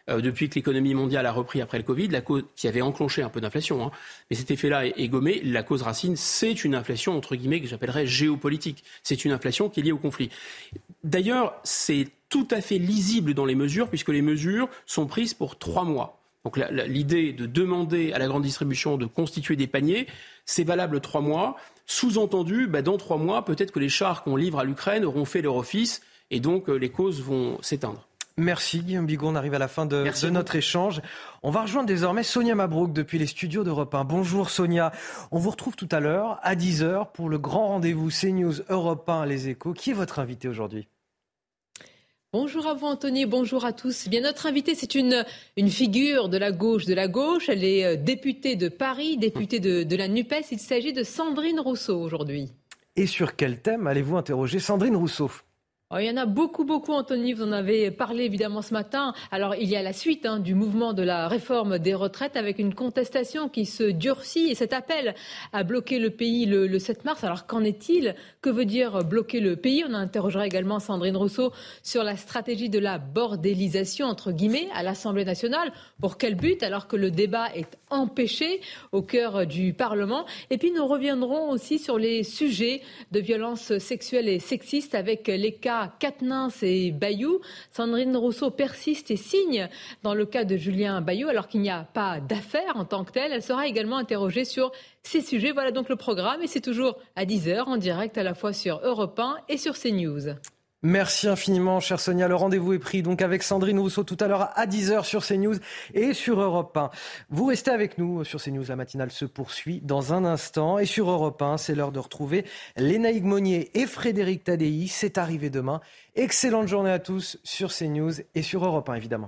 euh, depuis que l'économie mondiale a repris après le Covid, la cause qui avait enclenché un peu d'inflation, hein, mais cet effet-là est, est gommé. La cause racine, c'est une inflation, entre guillemets, que j'appellerais géopolitique. C'est une inflation qui est liée au conflit. D'ailleurs, c'est tout à fait lisible dans les mesures, puisque les mesures sont prises pour trois mois. Donc la, la, l'idée de demander à la grande distribution de constituer des paniers, c'est valable trois mois. Sous-entendu, bah, dans trois mois, peut-être que les chars qu'on livre à l'Ukraine auront fait leur office et donc euh, les causes vont s'éteindre. Merci Guillaume Bigot, on arrive à la fin de, de notre échange. On va rejoindre désormais Sonia Mabrouk depuis les studios d'Europe un. Bonjour Sonia, on vous retrouve tout à l'heure à dix heures pour le grand rendez-vous CNews Europe un Les Échos. Qui est votre invité aujourd'hui ? Bonjour à vous Anthony, bonjour à tous. Bien, notre invitée, c'est une, une figure de la gauche de la gauche. Elle est députée de Paris, députée de, de la NUPES. Il s'agit de Sandrine Rousseau aujourd'hui. Et sur quel thème allez-vous interroger Sandrine Rousseau ? Oh, il y en a beaucoup, beaucoup, Anthony. Vous en avez parlé évidemment ce matin. Alors, il y a la suite hein, du mouvement de la réforme des retraites avec une contestation qui se durcit et cet appel à bloquer le pays le, le sept mars. Alors, qu'en est-il ? Que veut dire bloquer le pays ? On interrogera également Sandrine Rousseau sur la stratégie de la bordélisation, entre guillemets, à l'Assemblée nationale. Pour quel but ? Alors que le débat est empêché au cœur du Parlement. Et puis, nous reviendrons aussi sur les sujets de violences sexuelles et sexistes avec les cas Quatennens et Bayou. Sandrine Rousseau persiste et signe dans le cas de Julien Bayou alors qu'il n'y a pas d'affaire en tant que telle. Elle sera également interrogée sur ces sujets. Voilà donc le programme et c'est toujours à dix heures en direct à la fois sur Europe un et sur CNews. Merci infiniment, chère Sonia. Le rendez-vous est pris donc avec Sandrine Rousseau tout à l'heure à dix heures sur CNews et sur Europe un. Vous restez avec nous sur CNews. La matinale se poursuit dans un instant. Et sur Europe un, c'est l'heure de retrouver Lénaïque Monnier et Frédéric Tadei. C'est arrivé demain. Excellente journée à tous sur CNews et sur Europe un, évidemment.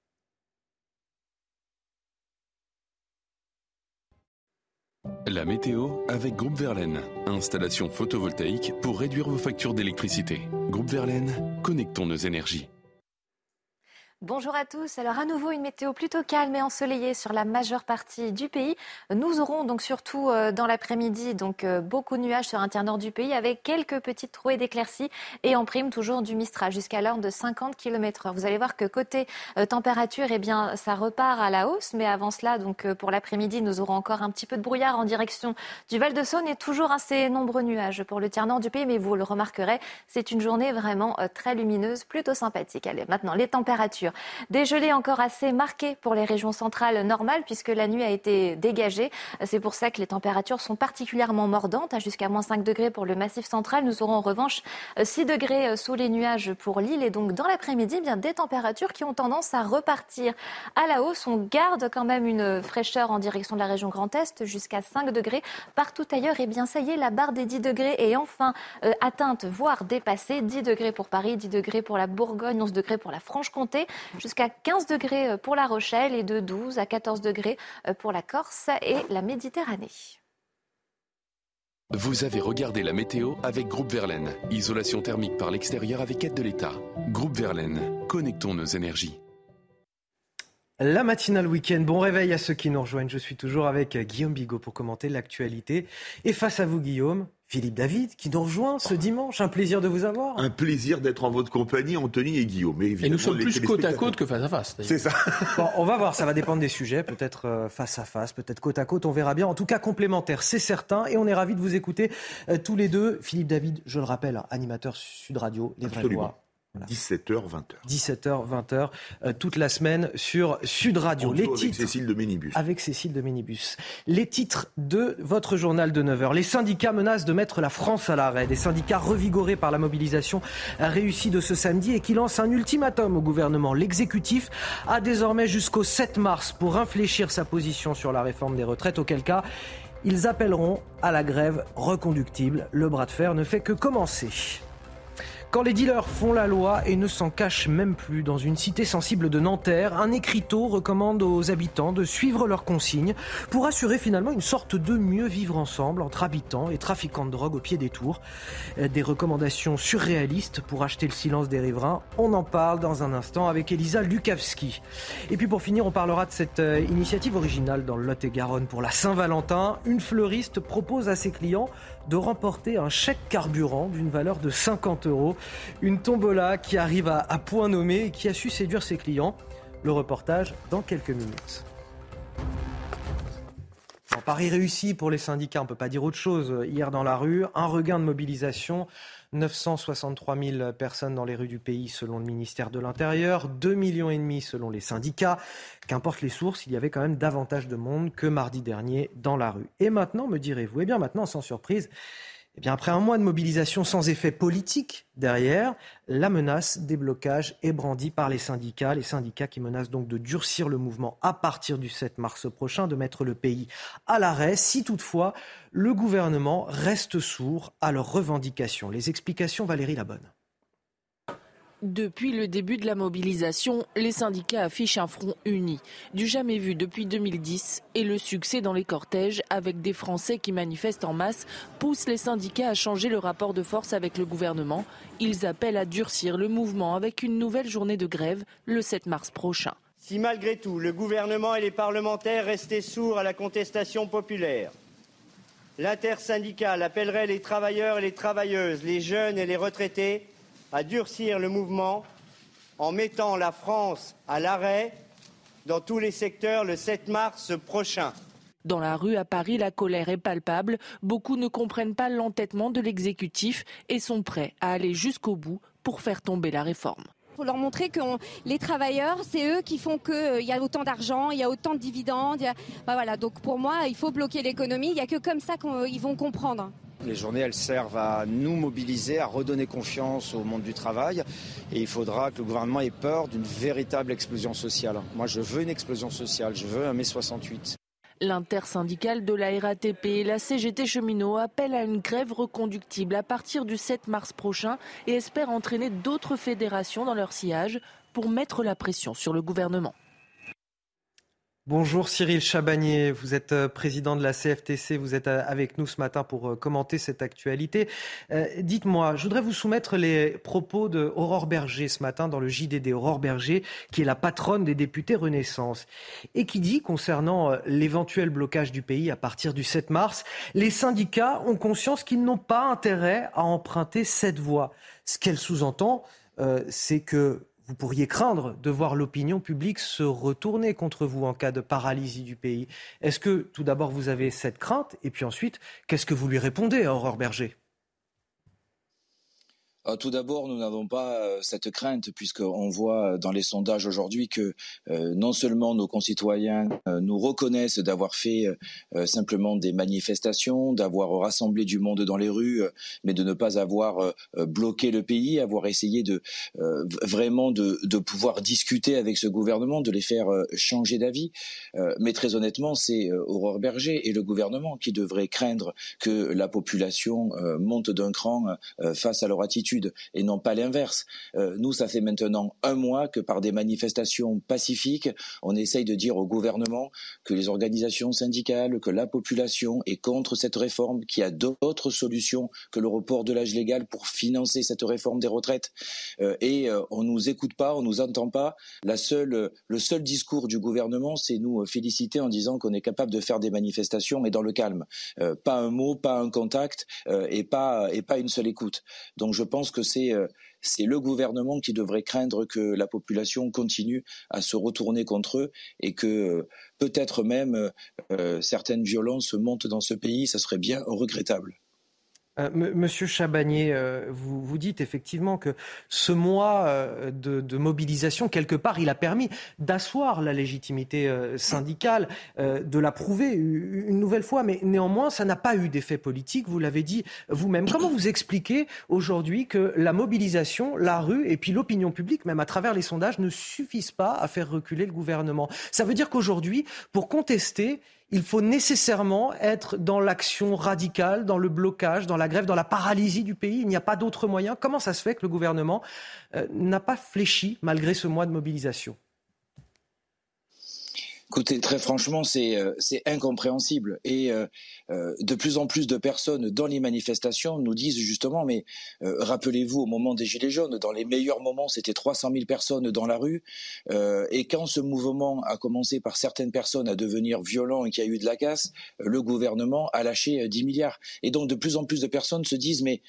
La météo avec Groupe Verlaine. Installation photovoltaïque pour réduire vos factures d'électricité. Groupe Verlaine, connectons nos énergies. Bonjour à tous. Alors à nouveau une météo plutôt calme et ensoleillée sur la majeure partie du pays. Nous aurons donc surtout euh, dans l'après-midi donc euh, beaucoup de nuages sur un tiers nord du pays avec quelques petites trouées d'éclaircies et en prime toujours du Mistral jusqu'à l'heure de cinquante kilomètres heure. Vous allez voir que côté euh, température, eh bien ça repart à la hausse, mais avant cela donc euh, pour l'après-midi nous aurons encore un petit peu de brouillard en direction du Val-de-Saône et toujours assez nombreux nuages pour le tiers nord du pays. Mais vous le remarquerez, c'est une journée vraiment euh, très lumineuse, plutôt sympathique. Allez, maintenant les températures. Des gelées encore assez marquées pour les régions centrales normales puisque la nuit a été dégagée. C'est pour ça que les températures sont particulièrement mordantes, jusqu'à moins cinq degrés pour le Massif central. Nous aurons en revanche six degrés sous les nuages pour l'île et donc dans l'après-midi, eh bien des températures qui ont tendance à repartir à la hausse. On garde quand même une fraîcheur en direction de la région Grand Est jusqu'à cinq degrés. Partout ailleurs, eh bien ça y est, la barre des dix degrés est enfin euh, atteinte, voire dépassée. dix degrés pour Paris, dix degrés pour la Bourgogne, onze degrés pour la Franche-Comté, jusqu'à quinze degrés pour La Rochelle et de douze à quatorze degrés pour la Corse et la Méditerranée. Vous avez regardé la météo avec Groupe Verlaine. Isolation thermique par l'extérieur avec aide de l'État. Groupe Verlaine, connectons nos énergies. La matinale week-end, bon réveil à ceux qui nous rejoignent. Je suis toujours avec Guillaume Bigot pour commenter l'actualité. Et face à vous Guillaume, Philippe David qui nous rejoint ce dimanche. Un plaisir de vous avoir. Un plaisir d'être en votre compagnie, Anthony et Guillaume. Et, et nous sommes plus côte à côte que face à face. C'est ça. Bon, on va voir, ça va dépendre des sujets. Peut-être euh, face à face, peut-être côte à côte, on verra bien. En tout cas, complémentaire, c'est certain. Et on est ravis de vous écouter euh, tous les deux. Philippe David, je le rappelle, animateur Sud Radio, Les Vraies Voix. Voilà. dix-sept heures, vingt heures. dix-sept heures, vingt heures, euh, toute la semaine sur Sud Radio. Les titres, avec Cécile de Ménibus. Avec Cécile de Ménibus. Les titres de votre journal de neuf heures. Les syndicats menacent de mettre la France à l'arrêt. Des syndicats revigorés par la mobilisation réussie de ce samedi et qui lancent un ultimatum au gouvernement. L'exécutif a désormais jusqu'au sept mars pour infléchir sa position sur la réforme des retraites, auquel cas ils appelleront à la grève reconductible. Le bras de fer ne fait que commencer. Quand les dealers font la loi et ne s'en cachent même plus, dans une cité sensible de Nanterre, un écriteau recommande aux habitants de suivre leurs consignes pour assurer finalement une sorte de mieux vivre ensemble entre habitants et trafiquants de drogue au pied des tours. Des recommandations surréalistes pour acheter le silence des riverains. On en parle dans un instant avec Elisa Lukavski. Et puis pour finir, on parlera de cette initiative originale dans le Lot-et-Garonne pour la Saint-Valentin. Une fleuriste propose à ses clients de remporter un chèque carburant d'une valeur de cinquante euros. Une tombola qui arrive à, à point nommé et qui a su séduire ses clients. Le reportage dans quelques minutes. En Paris réussi pour les syndicats, on ne peut pas dire autre chose. Hier dans la rue, un regain de mobilisation. neuf cent soixante-trois mille personnes dans les rues du pays selon le ministère de l'Intérieur, deux millions et demi selon les syndicats. Qu'importe les sources, il y avait quand même davantage de monde que mardi dernier dans la rue. Et maintenant, me direz-vous, eh bien maintenant, sans surprise, eh bien après un mois de mobilisation sans effet politique derrière, la menace des blocages est brandie par les syndicats. Les syndicats qui menacent donc de durcir le mouvement à partir du sept mars prochain, de mettre le pays à l'arrêt, si toutefois le gouvernement reste sourd à leurs revendications. Les explications, Valérie Labonne. Depuis le début de la mobilisation, les syndicats affichent un front uni, du jamais vu depuis deux mille dix, et le succès dans les cortèges avec des Français qui manifestent en masse pousse les syndicats à changer le rapport de force avec le gouvernement. Ils appellent à durcir le mouvement avec une nouvelle journée de grève le sept mars prochain. Si malgré tout, le gouvernement et les parlementaires restaient sourds à la contestation populaire, l'intersyndicale appellerait les travailleurs et les travailleuses, les jeunes et les retraités à durcir le mouvement en mettant la France à l'arrêt dans tous les secteurs le sept mars prochain. Dans la rue à Paris, la colère est palpable. Beaucoup ne comprennent pas l'entêtement de l'exécutif et sont prêts à aller jusqu'au bout pour faire tomber la réforme. Il faut leur montrer que on, les travailleurs, c'est eux qui font qu'il euh, y a autant d'argent, il y a autant de dividendes. Y a, bah voilà. Donc pour moi, il faut bloquer l'économie. Il n'y a que comme ça qu'ils vont comprendre. Les journées, elles servent à nous mobiliser, à redonner confiance au monde du travail. Et il faudra que le gouvernement ait peur d'une véritable explosion sociale. Moi, je veux une explosion sociale, je veux un mai soixante-huit. L'intersyndicale de la R A T P et la C G T Cheminots appellent à une grève reconductible à partir du sept mars prochain et espèrent entraîner d'autres fédérations dans leur sillage pour mettre la pression sur le gouvernement. Bonjour Cyril Chabagnier, vous êtes président de la C F T C, vous êtes avec nous ce matin pour commenter cette actualité. Euh, dites-moi, je voudrais vous soumettre les propos de Aurore Berger ce matin dans le J D D. Aurore Berger, qui est la patronne des députés Renaissance, et qui dit concernant l'éventuel blocage du pays à partir du sept mars, les syndicats ont conscience qu'ils n'ont pas intérêt à emprunter cette voie. Ce qu'elle sous-entend, euh, c'est que vous pourriez craindre de voir l'opinion publique se retourner contre vous en cas de paralysie du pays. Est-ce que, tout d'abord, vous avez cette crainte ? Et puis ensuite, qu'est-ce que vous lui répondez à Aurore Berger ? Euh, tout d'abord, nous n'avons pas euh, cette crainte puisqu'on voit dans les sondages aujourd'hui que euh, non seulement nos concitoyens euh, nous reconnaissent d'avoir fait euh, simplement des manifestations, d'avoir rassemblé du monde dans les rues, euh, mais de ne pas avoir euh, bloqué le pays, avoir essayé de euh, vraiment de, de pouvoir discuter avec ce gouvernement, de les faire euh, changer d'avis. Euh, mais très honnêtement, c'est euh, Aurore Berger et le gouvernement qui devraient craindre que la population euh, monte d'un cran euh, face à leur attitude. Et non pas l'inverse. Euh, nous, ça fait maintenant un mois que par des manifestations pacifiques, on essaye de dire au gouvernement que les organisations syndicales, que la population est contre cette réforme, qu'il y a d'autres solutions que le report de l'âge légal pour financer cette réforme des retraites. Euh, et euh, on nous écoute pas, on nous entend pas. La seule, le seul discours du gouvernement, c'est nous féliciter en disant qu'on est capable de faire des manifestations, mais dans le calme. Euh, pas un mot, pas un contact euh, et pas et pas une seule écoute. Donc je pense que c'est, euh, c'est le gouvernement qui devrait craindre que la population continue à se retourner contre eux et que euh, peut-être même euh, certaines violences montent dans ce pays. Ça serait bien regrettable. Euh, m- Monsieur Chabagnier, euh, vous, vous dites effectivement que ce mois euh, de, de mobilisation, quelque part, il a permis d'asseoir la légitimité euh, syndicale, euh, de la prouver une nouvelle fois, mais néanmoins, ça n'a pas eu d'effet politique, vous l'avez dit vous-même. Comment vous expliquez aujourd'hui que la mobilisation, la rue et puis l'opinion publique, même à travers les sondages, ne suffisent pas à faire reculer le gouvernement ? Ça veut dire qu'aujourd'hui, pour contester, il faut nécessairement être dans l'action radicale, dans le blocage, dans la grève, dans la paralysie du pays. Il n'y a pas d'autre moyen. Comment ça se fait que le gouvernement euh, n'a pas fléchi malgré ce mois de mobilisation ? Écoutez, très franchement, c'est, euh, c'est incompréhensible. Et euh, euh, de plus en plus de personnes dans les manifestations nous disent justement, mais euh, rappelez-vous au moment des Gilets jaunes, dans les meilleurs moments, c'était trois cent mille personnes dans la rue. Euh, et quand ce mouvement a commencé par certaines personnes à devenir violent et qu'il y a eu de la casse, le gouvernement a lâché dix milliards. Et donc de plus en plus de personnes se disent, mais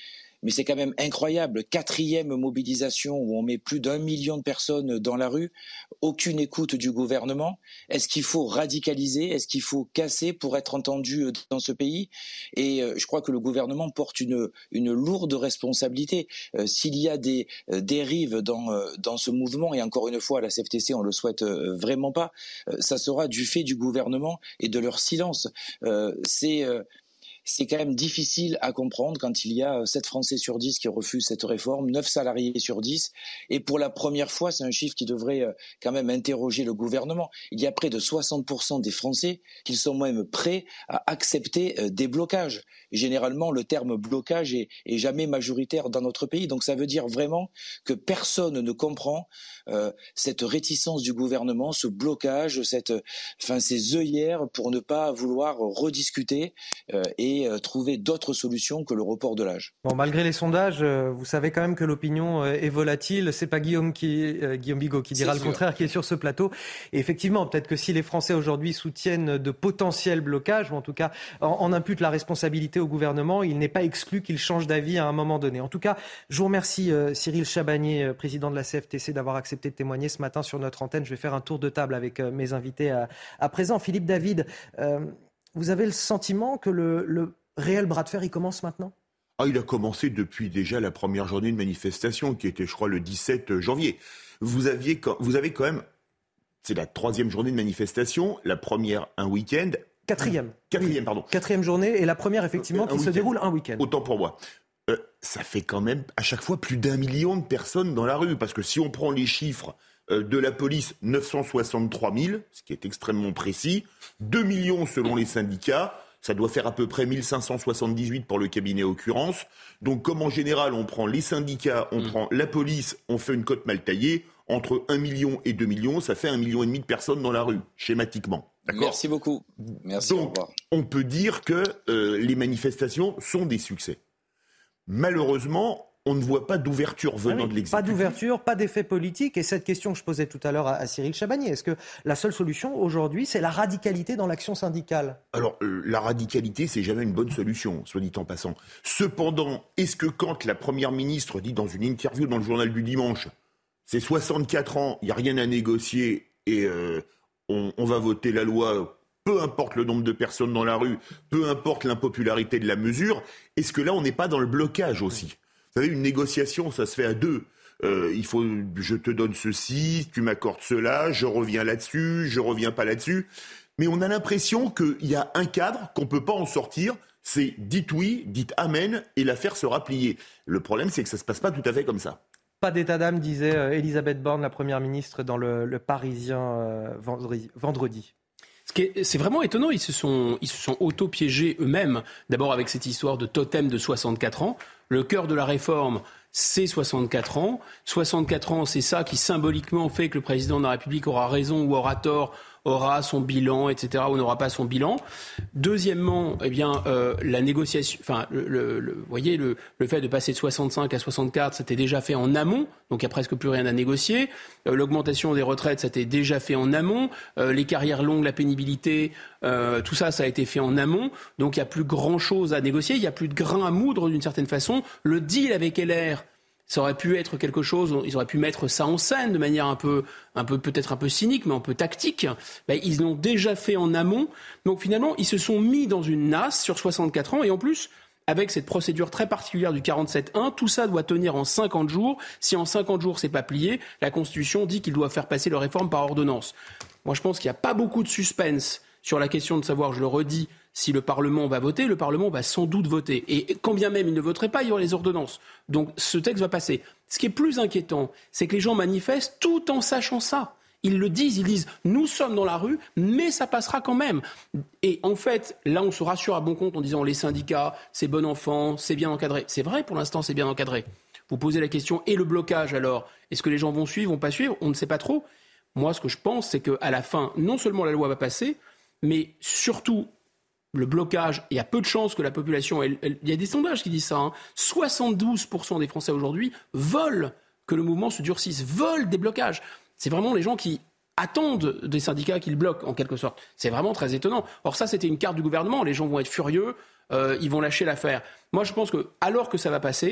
mais c'est quand même incroyable. Quatrième mobilisation où on met plus d'un million de personnes dans la rue, aucune écoute du gouvernement. Est-ce qu'il faut radicaliser? Est-ce qu'il faut casser pour être entendu dans ce pays? Et je crois que le gouvernement porte une, une lourde responsabilité. Euh, s'il y a des euh, dérives dans, euh, dans ce mouvement, et encore une fois, la C F T C, on le souhaite euh, vraiment pas, euh, ça sera du fait du gouvernement et de leur silence. Euh, c'est... Euh, C'est quand même difficile à comprendre quand il y a sept Français sur dix qui refusent cette réforme, neuf salariés sur dix. Et pour la première fois, c'est un chiffre qui devrait quand même interroger le gouvernement. Il y a près de soixante pour cent des Français qui sont même prêts à accepter des blocages. Et généralement, le terme blocage est, est jamais majoritaire dans notre pays. Donc ça veut dire vraiment que personne ne comprend euh, cette réticence du gouvernement, ce blocage, cette, enfin, ces œillères pour ne pas vouloir rediscuter euh, et et trouver d'autres solutions que le report de l'âge. Bon, malgré les sondages, vous savez quand même que l'opinion est volatile. C'est pas Guillaume, qui, euh, Guillaume Bigot qui dira le contraire, qui est sur ce plateau. Et effectivement, peut-être que si les Français aujourd'hui soutiennent de potentiels blocages, ou en tout cas en, en imputent la responsabilité au gouvernement, il n'est pas exclu qu'il change d'avis à un moment donné. En tout cas, je vous remercie euh, Cyril Chabagnier, euh, président de la C F T C, d'avoir accepté de témoigner ce matin sur notre antenne. Je vais faire un tour de table avec euh, mes invités à, à présent. Philippe David, euh, vous avez le sentiment que le, le réel bras de fer, il commence maintenant ? Ah, il a commencé depuis déjà la première journée de manifestation, qui était, je crois, le dix-sept janvier. Vous, aviez, vous avez quand même... C'est la troisième journée de manifestation, la première un week-end. Quatrième. Quatrième, oui. pardon. Quatrième journée, et la première, effectivement, qui se déroule un week-end. Autant pour moi. Euh, ça fait quand même, à chaque fois, plus d'un million de personnes dans la rue. Parce que si on prend les chiffres de la police, neuf cent soixante-trois mille, ce qui est extrêmement précis, deux millions selon les syndicats, ça doit faire à peu près mille cinq cent soixante-dix-huit pour le cabinet occurrence. Donc comme en général on prend les syndicats, on mmh. prend la police, on fait une cote mal taillée, entre un million et deux millions, ça fait un million et demi de personnes dans la rue, schématiquement. D'accord ? Merci beaucoup. Merci, Donc, au revoir. On peut dire que euh, les manifestations sont des succès. Malheureusement, on ne voit pas d'ouverture venant ah oui, de l'exécutif. Pas d'ouverture, pas d'effet politique. Et cette question que je posais tout à l'heure à, à Cyril Chabagnier, est-ce que la seule solution aujourd'hui, c'est la radicalité dans l'action syndicale ? Alors, euh, la radicalité, c'est jamais une bonne solution, soit dit en passant. Cependant, est-ce que quand la Première ministre dit dans une interview dans le journal du dimanche, c'est soixante-quatre ans, il n'y a rien à négocier et euh, on, on va voter la loi, peu importe le nombre de personnes dans la rue, peu importe l'impopularité de la mesure, est-ce que là, on n'est pas dans le blocage aussi ? Vous savez, une négociation, ça se fait à deux. Euh, il faut, je te donne ceci, tu m'accordes cela, je reviens là-dessus, je reviens pas là-dessus. Mais on a l'impression qu'il y a un cadre, qu'on peut pas en sortir. C'est dites oui, dites amen, et l'affaire sera pliée. Le problème, c'est que ça se passe pas tout à fait comme ça. Pas d'état d'âme, disait euh, Elisabeth Borne, la Première ministre, dans le, le Parisien euh, vendredi. vendredi. Ce qui est, c'est vraiment étonnant, ils se sont, ils se sont auto-piégés eux-mêmes, d'abord avec cette histoire de totem de soixante-quatre ans. Le cœur de la réforme, c'est soixante-quatre ans. soixante-quatre ans, c'est ça qui symboliquement fait que le président de la République aura raison ou aura tort, aura son bilan, et cetera, ou n'aura pas son bilan. Deuxièmement, eh bien, euh, la négociation, enfin, le, le, le, vous voyez, le, le fait de passer de soixante-cinq à soixante-quatre, c'était déjà fait en amont, donc il n'y a presque plus rien à négocier. Euh, l'augmentation des retraites, ça c'était déjà fait en amont. Euh, les carrières longues, la pénibilité, euh, tout ça, ça a été fait en amont. Donc il n'y a plus grand-chose à négocier, il n'y a plus de grain à moudre d'une certaine façon. Le deal avec L R, ça aurait pu être quelque chose, ils auraient pu mettre ça en scène de manière un peu, un peu peut-être un peu cynique, mais un peu tactique. Ben, ils l'ont déjà fait en amont. Donc finalement, ils se sont mis dans une nasse sur soixante-quatre ans. Et en plus, avec cette procédure très particulière du quarante-sept un, tout ça doit tenir en cinquante jours. Si en cinquante jours, c'est pas plié, la Constitution dit qu'ils doivent faire passer leur réforme par ordonnance. Moi, je pense qu'il n'y a pas beaucoup de suspense sur la question de savoir, je le redis, si le Parlement va voter, le Parlement va sans doute voter. Et quand bien même il ne voterait pas, il y aura les ordonnances. Donc ce texte va passer. Ce qui est plus inquiétant, c'est que les gens manifestent tout en sachant ça. Ils le disent, ils disent « nous sommes dans la rue, mais ça passera quand même ». Et en fait, là on se rassure à bon compte en disant « les syndicats, c'est bon enfant, c'est bien encadré ». C'est vrai, pour l'instant c'est bien encadré. Vous posez la question « et le blocage alors ? Est-ce que les gens vont suivre, vont pas suivre ? On ne sait pas trop. Moi ce que je pense, c'est qu'à la fin, non seulement la loi va passer, mais surtout le blocage, il y a peu de chances que la population... Elle, elle, il y a des sondages qui disent ça. Hein, soixante-douze pour cent des Français aujourd'hui veulent que le mouvement se durcisse, veulent des blocages. C'est vraiment les gens qui attendent des syndicats qu'ils bloquent, en quelque sorte. C'est vraiment très étonnant. Or ça, c'était une carte du gouvernement. Les gens vont être furieux, euh, ils vont lâcher l'affaire. Moi, je pense que, alors que ça va passer,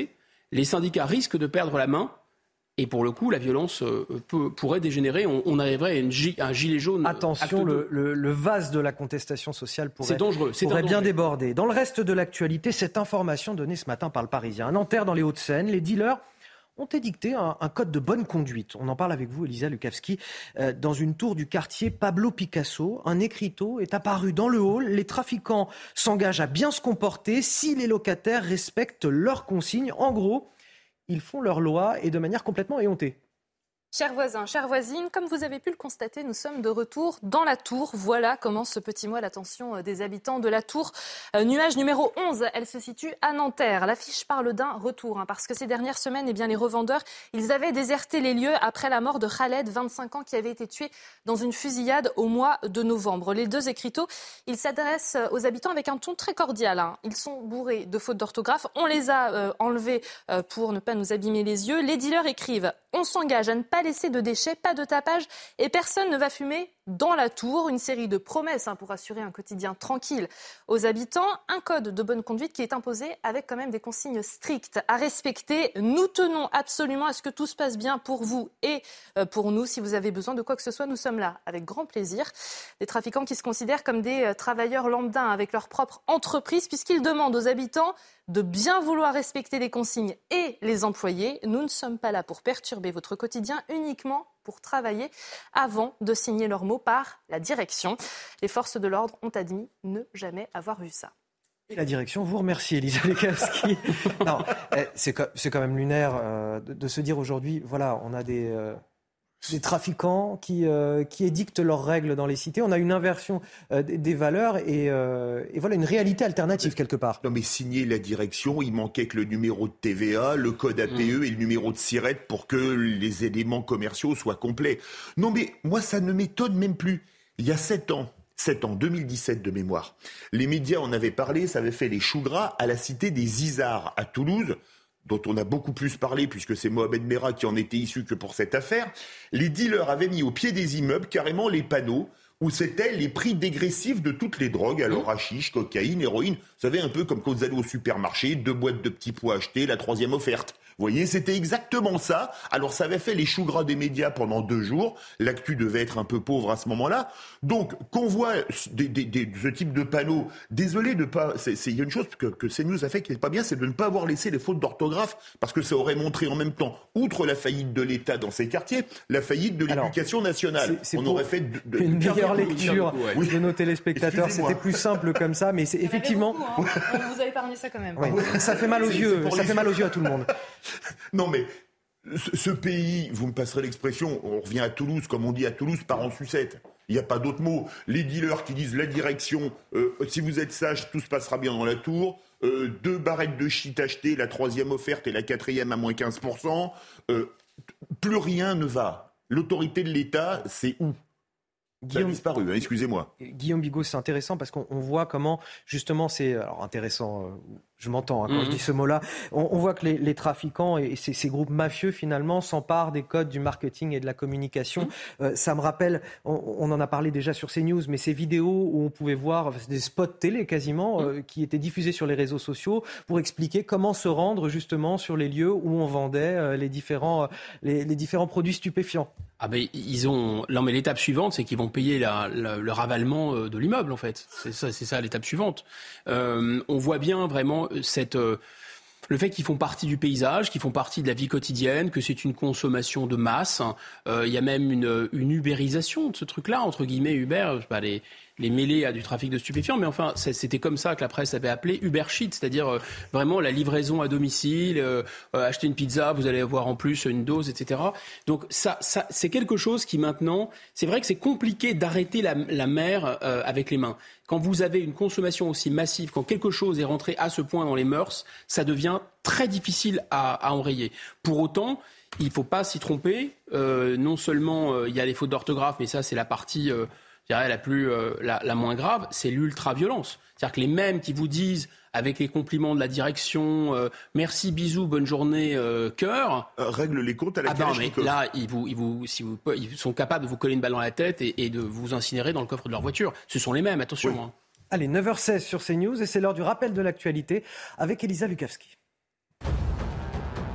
les syndicats risquent de perdre la main. Et pour le coup, la violence euh, peut, pourrait dégénérer. On, on arriverait à une gi- un gilet jaune. Attention, le, le, le vase de la contestation sociale pourrait, c'est dangereux, c'est pourrait bien danger. déborder. Dans le reste de l'actualité, cette information donnée ce matin par le Parisien. À Nanterre, dans les Hauts-de-Seine, les dealers ont édicté un, un code de bonne conduite. On en parle avec vous, Elisa Lukavski. Euh, dans une tour du quartier Pablo Picasso, un écriteau est apparu dans le hall. Les trafiquants s'engagent à bien se comporter si les locataires respectent leurs consignes. En gros, ils font leur loi et de manière complètement éhontée. Chers voisins, chères voisines, comme vous avez pu le constater, nous sommes de retour dans la Tour. Voilà comment ce petit mois l'attention des habitants de la Tour. Euh, nuage numéro onze, elle se situe à Nanterre. L'affiche parle d'un retour, hein, parce que ces dernières semaines, eh bien, les revendeurs, ils avaient déserté les lieux après la mort de Khaled, vingt-cinq ans, qui avait été tué dans une fusillade au mois de novembre. Les deux écriteaux, ils s'adressent aux habitants avec un ton très cordial. Hein. Ils sont bourrés de fautes d'orthographe. On les a euh, enlevés euh, pour ne pas nous abîmer les yeux. Les dealers écrivent « On s'engage à ne pas laisser de déchets, pas de tapage et personne ne va fumer dans la Tour ». Une série de promesses hein, pour assurer un quotidien tranquille aux habitants. Un code de bonne conduite qui est imposé avec quand même des consignes strictes à respecter. Nous tenons absolument à ce que tout se passe bien pour vous et pour nous. Si vous avez besoin de quoi que ce soit, nous sommes là avec grand plaisir. Des trafiquants qui se considèrent comme des travailleurs lambda avec leur propre entreprise puisqu'ils demandent aux habitants de bien vouloir respecter les consignes et les employés. Nous ne sommes pas là pour perturber votre quotidien, uniquement pour travailler avant de signer leurs mots par la direction. Les forces de l'ordre ont admis ne jamais avoir vu ça. Et la direction vous remercie, Elisa Lukavski. Non, c'est, c'est quand même lunaire euh, de, de se dire aujourd'hui, voilà, on a des... Euh... des trafiquants qui, euh, qui édictent leurs règles dans les cités. On a une inversion euh, des valeurs et, euh, et voilà une réalité alternative quelque part. Non mais signer la direction, il manquait que le numéro de T V A, le code A P E mmh. et le numéro de SIRET pour que les éléments commerciaux soient complets. Non mais moi ça ne m'étonne même plus. Il y a sept ans, sept ans, deux mille dix-sept de mémoire, les médias en avaient parlé, ça avait fait les choux gras à la cité des Isards à Toulouse, dont on a beaucoup plus parlé puisque c'est Mohamed Merah qui en était issu que pour cette affaire. Les dealers avaient mis au pied des immeubles carrément les panneaux où c'était les prix dégressifs de toutes les drogues, alors hashish, cocaïne, héroïne. Vous savez, un peu comme quand vous allez au supermarché, deux boîtes de petits pois achetées, la troisième offerte. Vous voyez, c'était exactement ça. Alors ça avait fait les choux gras des médias pendant deux jours. L'actu devait être un peu pauvre à ce moment-là. Donc, qu'on voit des, des, des, ce type de panneaux, désolé de pas... Il y a une chose que, que CNews a fait qui n'est pas bien, c'est de ne pas avoir laissé les fautes d'orthographe, parce que ça aurait montré en même temps, outre la faillite de l'État dans ces quartiers, la faillite de l'éducation Alors, nationale. C'est, c'est On aurait fait de, de, une de meilleure lecture oui. de nos téléspectateurs. C'était plus simple comme ça, mais c'est Il y effectivement... Beaucoup, hein. On vous a épargné ça quand même. Oui, ça fait mal aux c'est, yeux, c'est ça les... fait mal aux yeux à tout le monde. Non mais ce, ce pays, vous me passerez l'expression, on revient à Toulouse, comme on dit à Toulouse, part en sucette. Il n'y a pas d'autre mot. Les dealers qui disent la direction, euh, si vous êtes sage, tout se passera bien dans la Tour. Euh, deux barrettes de shit achetées, la troisième offerte et la quatrième à moins quinze pour cent. Euh, plus rien ne va. L'autorité de l'État, c'est où ? Guillaume, ça a disparu, hein, excusez-moi. Guillaume Bigot, c'est intéressant parce qu'on on voit comment, justement, c'est... Alors, intéressant, euh, je m'entends hein, quand mmh. je dis ce mot-là. On, on voit que les, les trafiquants et ces, ces groupes mafieux, finalement, s'emparent des codes du marketing et de la communication. Mmh. Euh, ça me rappelle, on, on en a parlé déjà sur CNews, mais ces vidéos où on pouvait voir des spots télé quasiment, mmh. euh, qui étaient diffusés sur les réseaux sociaux pour expliquer comment se rendre, justement, sur les lieux où on vendait euh, les, différents, euh, les, les différents produits stupéfiants. Ah ben ils ont. Non mais l'étape suivante, c'est qu'ils vont payer la, la, le ravalement de l'immeuble en fait. C'est ça, c'est ça l'étape suivante. Euh, on voit bien vraiment cette. Euh, le fait qu'ils font partie du paysage, qu'ils font partie de la vie quotidienne, que c'est une consommation de masse. Euh, il y a même une, une ubérisation de ce truc-là, entre guillemets, Uber, je sais pas, les, les mêlés à du trafic de stupéfiants. Mais enfin, c'était comme ça que la presse avait appelé Uber Shit, c'est-à-dire euh, vraiment la livraison à domicile, euh, euh, acheter une pizza, vous allez avoir en plus une dose, et cetera. Donc ça, ça c'est quelque chose qui maintenant, c'est vrai que c'est compliqué d'arrêter la, la mer euh, avec les mains. Quand vous avez une consommation aussi massive, quand quelque chose est rentré à ce point dans les mœurs, ça devient très difficile à, à enrayer. Pour autant, il ne faut pas s'y tromper. Euh, non seulement euh, il y a les fautes d'orthographe, mais ça c'est la partie euh, je dirais, la, plus, euh, la, la moins grave, c'est l'ultra-violence. C'est-à-dire que les mêmes qui vous disent, avec les compliments de la direction, euh, merci, bisous, bonne journée, euh, cœur. Euh, règle les comptes à la ah ben, mais là, ils, vous, ils, vous, si vous, ils sont capables de vous coller une balle dans la tête et, et de vous incinérer dans le coffre de leur voiture. Ce sont les mêmes, attention. Oui. Hein. Allez, neuf heures seize sur CNews et c'est l'heure du rappel de l'actualité avec Elisa Lukavski.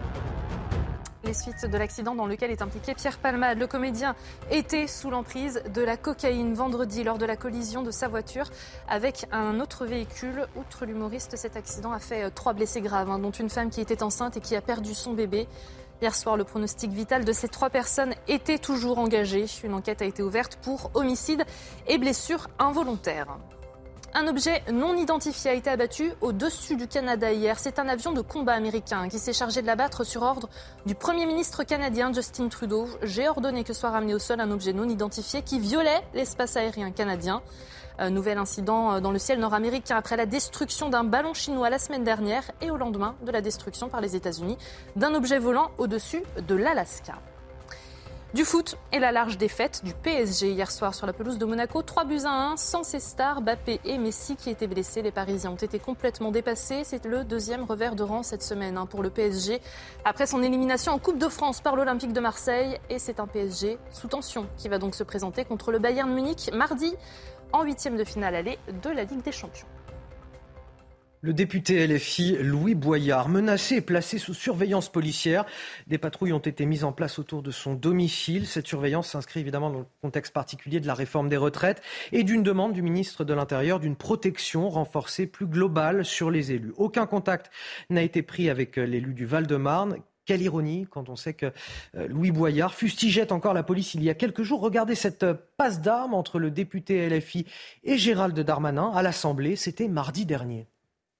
Les suites de l'accident dans lequel est impliqué Pierre Palmade. Le comédien était sous l'emprise de la cocaïne vendredi lors de la collision de sa voiture avec un autre véhicule. Outre l'humoriste, cet accident a fait trois blessés graves, hein, dont une femme qui était enceinte et qui a perdu son bébé. Hier soir, le pronostic vital de ces trois personnes était toujours engagé. Une enquête a été ouverte pour homicide et blessures involontaires. Un objet non identifié a été abattu au-dessus du Canada hier. C'est un avion de combat américain qui s'est chargé de l'abattre sur ordre du Premier ministre canadien Justin Trudeau. J'ai ordonné que soit ramené au sol un objet non identifié qui violait l'espace aérien canadien. Un nouvel incident dans le ciel nord-américain après la destruction d'un ballon chinois la semaine dernière et au lendemain de la destruction par les États-Unis d'un objet volant au-dessus de l'Alaska. Du foot et la large défaite du P S G hier soir sur la pelouse de Monaco. trois buts à un, sans ses stars, Mbappé et Messi qui étaient blessés. Les Parisiens ont été complètement dépassés. C'est le deuxième revers de rang cette semaine hein, pour le P S G. Après son élimination en Coupe de France par l'Olympique de Marseille. Et c'est un P S G sous tension qui va donc se présenter contre le Bayern Munich mardi en huitième de finale aller de la Ligue des Champions. Le député L F I Louis Boyard, menacé et placé sous surveillance policière. Des patrouilles ont été mises en place autour de son domicile. Cette surveillance s'inscrit évidemment dans le contexte particulier de la réforme des retraites et d'une demande du ministre de l'Intérieur d'une protection renforcée plus globale sur les élus. Aucun contact n'a été pris avec l'élu du Val-de-Marne. Quelle ironie quand on sait que Louis Boyard fustigeait encore la police il y a quelques jours. Regardez cette passe d'armes entre le député L F I et Gérald Darmanin à l'Assemblée. C'était mardi dernier.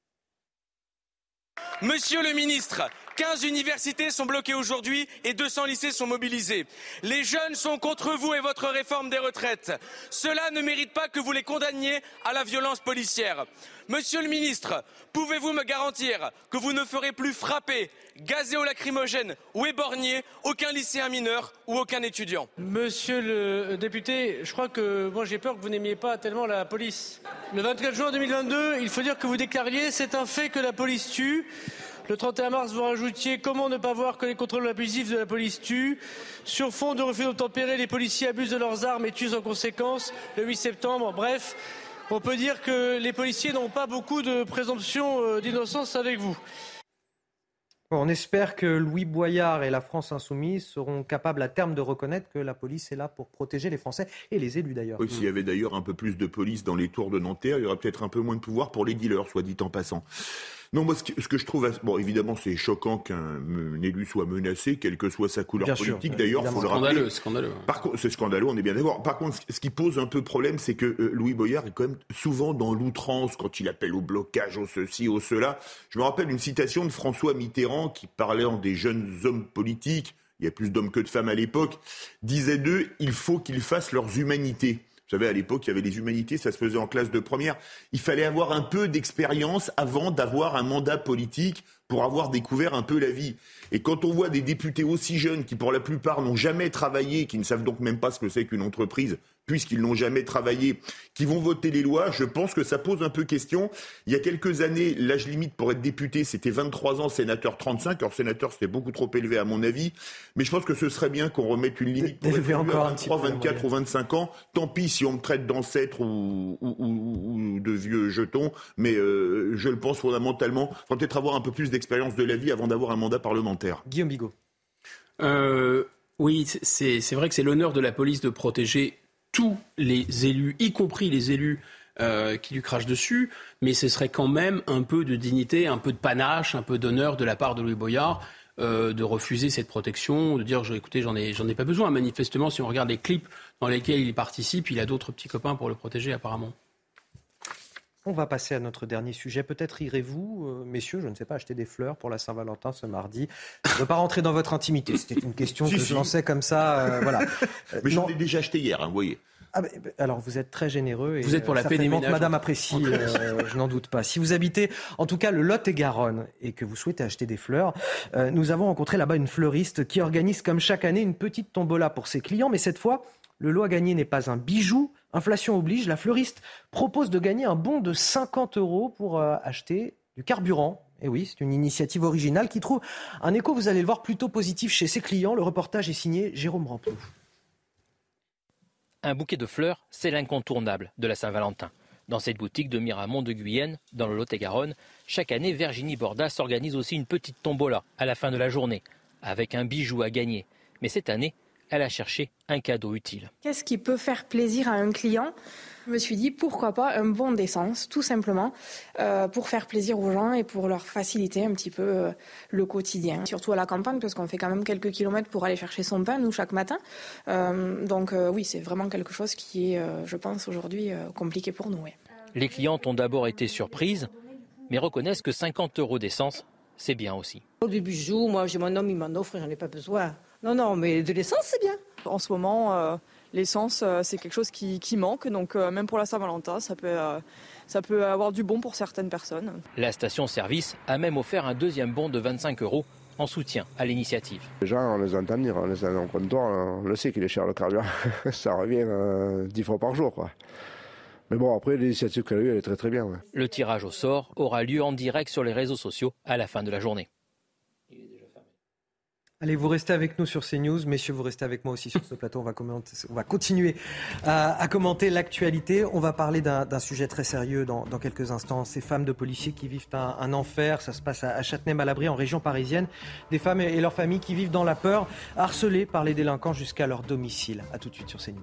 Monsieur le ministre, quinze universités sont bloquées aujourd'hui et deux cents lycées sont mobilisés. Les jeunes sont contre vous et votre réforme des retraites. Cela ne mérite pas que vous les condamniez à la violence policière. Monsieur le ministre, pouvez-vous me garantir que vous ne ferez plus frapper, gazer au lacrymogène ou éborgner aucun lycéen mineur ou aucun étudiant? Monsieur le député, je crois que moi j'ai peur que vous n'aimiez pas tellement la police. Le vingt-quatre juin deux mille vingt-deux, il faut dire que vous déclariez « c'est un fait que la police tue ». Le trente et un mars, vous rajoutiez « comment ne pas voir que les contrôles abusifs de la police tuent ». Sur fond de refus d'obtempérer, les policiers abusent de leurs armes et tuent en conséquence. Le huit septembre, bref, on peut dire que les policiers n'ont pas beaucoup de présomption d'innocence avec vous. On espère que Louis Boyard et la France insoumise seront capables à terme de reconnaître que la police est là pour protéger les Français et les élus d'ailleurs. Oui, s'il y avait d'ailleurs un peu plus de police dans les tours de Nanterre, il y aurait peut-être un peu moins de pouvoir pour les dealers, soit dit en passant. Non, moi, ce que, ce que je trouve... Bon, évidemment, c'est choquant qu'un élu soit menacé, quelle que soit sa couleur Bien politique. sûr, d'ailleurs, il faut le rappeler. Scandaleux, scandaleux. Par contre, c'est scandaleux, on est bien d'accord. Par contre, ce qui pose un peu problème, c'est que euh, Louis Boyard est quand même souvent dans l'outrance quand il appelle au blocage, au ceci, au cela. Je me rappelle une citation de François Mitterrand qui parlait en des jeunes hommes politiques, il y a plus d'hommes que de femmes à l'époque, disait d'eux, il faut qu'ils fassent leurs humanités. Vous savez, à l'époque, il y avait les humanités, ça se faisait en classe de première. Il fallait avoir un peu d'expérience avant d'avoir un mandat politique pour avoir découvert un peu la vie. Et quand on voit des députés aussi jeunes qui, pour la plupart, n'ont jamais travaillé, qui ne savent donc même pas ce que c'est qu'une entreprise, puisqu'ils n'ont jamais travaillé, qui vont voter les lois, je pense que ça pose un peu question. Il y a quelques années, l'âge limite pour être député, c'était vingt-trois ans, sénateur trente-cinq. Alors sénateur, c'était beaucoup trop élevé à mon avis. Mais je pense que ce serait bien qu'on remette une limite pour être encore à vingt-trois, vingt-quatre ou vingt-cinq ans. Tant pis si on me traite d'ancêtre ou, ou, ou, ou de vieux jetons. Mais euh, je le pense fondamentalement. Il faudra peut-être avoir un peu plus d'expérience de la vie avant d'avoir un mandat parlementaire. Guillaume Bigot. Euh, oui, c'est, c'est vrai que c'est l'honneur de la police de protéger tous les élus, y compris les élus euh, qui lui crachent dessus, mais ce serait quand même un peu de dignité, un peu de panache, un peu d'honneur de la part de Louis Boyard euh, de refuser cette protection, de dire écoutez, j'en ai, j'en ai pas besoin. Manifestement, si on regarde les clips dans lesquels il participe, il a d'autres petits copains pour le protéger apparemment. On va passer à notre dernier sujet. Peut-être irez-vous, euh, messieurs, je ne sais pas, acheter des fleurs pour la Saint-Valentin ce mardi. Je ne veux pas rentrer dans votre intimité. C'était une question si, que si. je lançais comme ça. Euh, voilà. Mais j'en ai déjà acheté hier, hein, vous voyez. Ah bah, alors vous êtes très généreux. Et vous êtes pour la paix des ménages. Madame apprécie, euh, je n'en doute pas. Si vous habitez en tout cas le Lot-et-Garonne et que vous souhaitez acheter des fleurs, euh, nous avons rencontré là-bas une fleuriste qui organise comme chaque année une petite tombola pour ses clients. Mais cette fois, le lot à gagner n'est pas un bijou. Inflation oblige, la fleuriste propose de gagner un bon de cinquante euros pour euh, acheter du carburant. Et oui, c'est une initiative originale qui trouve un écho, vous allez le voir, plutôt positif chez ses clients. Le reportage est signé Jérôme Ramplou. Un bouquet de fleurs, c'est l'incontournable de la Saint-Valentin. Dans cette boutique de Miramont de Guyenne, dans le Lot-et-Garonne, chaque année, Virginie Bordas organise aussi une petite tombola à la fin de la journée. avec un bijou à gagner. Mais cette année, elle a cherché un cadeau utile. Qu'est-ce qui peut faire plaisir à un client ? Je me suis dit pourquoi pas un bon d'essence, tout simplement, euh, pour faire plaisir aux gens et pour leur faciliter un petit peu euh, le quotidien. Surtout à la campagne, parce qu'on fait quand même quelques kilomètres pour aller chercher son pain, nous, chaque matin. Euh, donc euh, oui, c'est vraiment quelque chose qui est, euh, je pense, aujourd'hui euh, compliqué pour nous. Ouais. Les clientes ont d'abord été surprises, mais reconnaissent que cinquante euros d'essence, c'est bien aussi. Des bijoux, moi j'ai mon homme, il m'en offre, j'en ai pas besoin. Non, non, mais de l'essence, c'est bien. En ce moment, euh, l'essence, euh, c'est quelque chose qui, qui manque. Donc euh, même pour la Saint-Valentin, ça peut, euh, ça peut avoir du bon pour certaines personnes. La station-service a même offert un deuxième bon de vingt-cinq euros en soutien à l'initiative. Les gens, on les entend dire, on les a en comptoir, on le sait qu'il est cher le carburant. Ça revient euh, dix fois par jour, quoi. Mais bon, après, l'initiative qu'elle a eue, elle est très très bien. Ouais. Le tirage au sort aura lieu en direct sur les réseaux sociaux à la fin de la journée. Allez, vous restez avec nous sur CNews. Messieurs, vous restez avec moi aussi sur ce plateau. On va, commenter, on va continuer à, à commenter l'actualité. On va parler d'un, d'un sujet très sérieux dans, dans quelques instants. Ces femmes de policiers qui vivent un, un enfer. Ça se passe à, à Châtenay-Malabry, en région parisienne. Des femmes et, et leurs familles qui vivent dans la peur, harcelées par les délinquants jusqu'à leur domicile. A tout de suite sur CNews.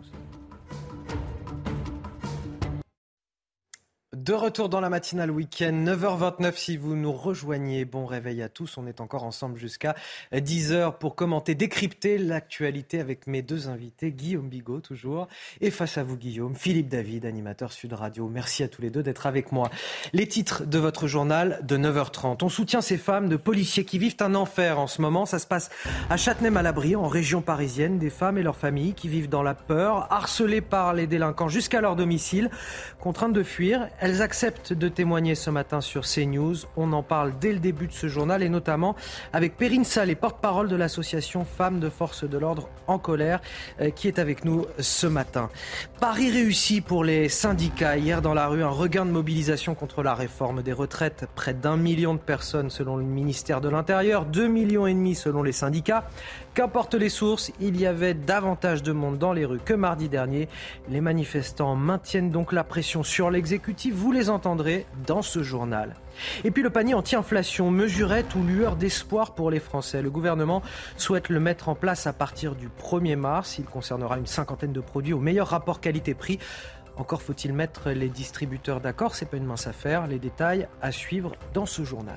De retour dans la matinale week-end, neuf heures vingt-neuf si vous nous rejoignez. Bon réveil à tous, on est encore ensemble jusqu'à dix heures pour commenter, décrypter l'actualité avec mes deux invités, Guillaume Bigot toujours, et face à vous Guillaume, Philippe David, animateur Sud Radio. Merci à tous les deux d'être avec moi. Les titres de votre journal de neuf heures trente. On soutient ces femmes de policiers qui vivent un enfer en ce moment. Ça se passe à Châtenay-Malabry, en région parisienne. Des femmes et leurs familles qui vivent dans la peur, harcelées par les délinquants jusqu'à leur domicile, contraintes de fuir. Elles acceptent de témoigner ce matin sur CNews. On en parle dès le début de ce journal et notamment avec Perrine Salé, porte-parole de l'association Femmes de Forces de l'Ordre en colère, euh, qui est avec nous ce matin. Paris réussi pour les syndicats. Hier dans la rue, un regain de mobilisation contre la réforme des retraites. Près d'un million de personnes selon le ministère de l'Intérieur, deux millions et demi selon les syndicats. Qu'importe les sources, il y avait davantage de monde dans les rues que mardi dernier. Les manifestants maintiennent donc la pression sur l'exécutif. Vous les entendrez dans ce journal. Et puis le panier anti-inflation, mesurette ou lueur d'espoir pour les Français. Le gouvernement souhaite le mettre en place à partir du premier mars. Il concernera une cinquantaine de produits au meilleur rapport qualité-prix. Encore faut-il mettre les distributeurs d'accord, c'est pas une mince affaire. Les détails à suivre dans ce journal.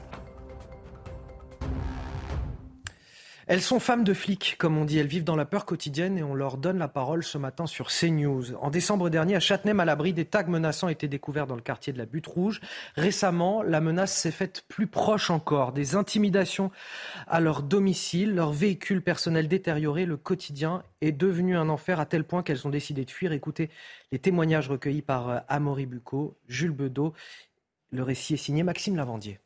Elles sont femmes de flics, comme on dit. Elles vivent dans la peur quotidienne et on leur donne la parole ce matin sur CNews. En décembre dernier, à Châtenay-Malabry, des tags menaçants étaient découverts dans le quartier de la Butte Rouge. Récemment, la menace s'est faite plus proche encore. Des intimidations à leur domicile, leur véhicule personnel détérioré. Le quotidien est devenu un enfer à tel point qu'elles ont décidé de fuir. Écoutez les témoignages recueillis par Amaury Bucco, Jules Bedeau. Le récit est signé Maxime Lavandier.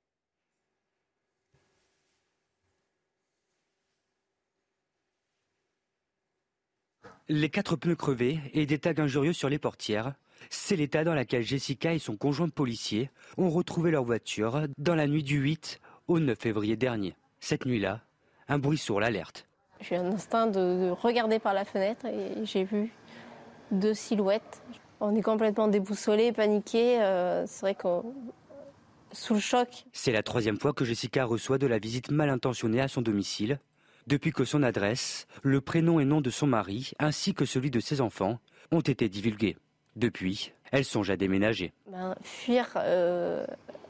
Les quatre pneus crevés et des tags injurieux sur les portières, c'est l'état dans lequel Jessica et son conjoint policier ont retrouvé leur voiture dans la nuit du huit au neuf février dernier. Cette nuit-là, un bruit sourd l'alerte. J'ai un instinct de, de regarder par la fenêtre et j'ai vu deux silhouettes. On est complètement déboussolés, paniqués. Euh, c'est vrai qu'on sous le choc. C'est la troisième fois que Jessica reçoit de la visite mal intentionnée à son domicile, depuis que son adresse, le prénom et nom de son mari, ainsi que celui de ses enfants, ont été divulgués. Depuis, elle songe à déménager. Ben, fuir, euh,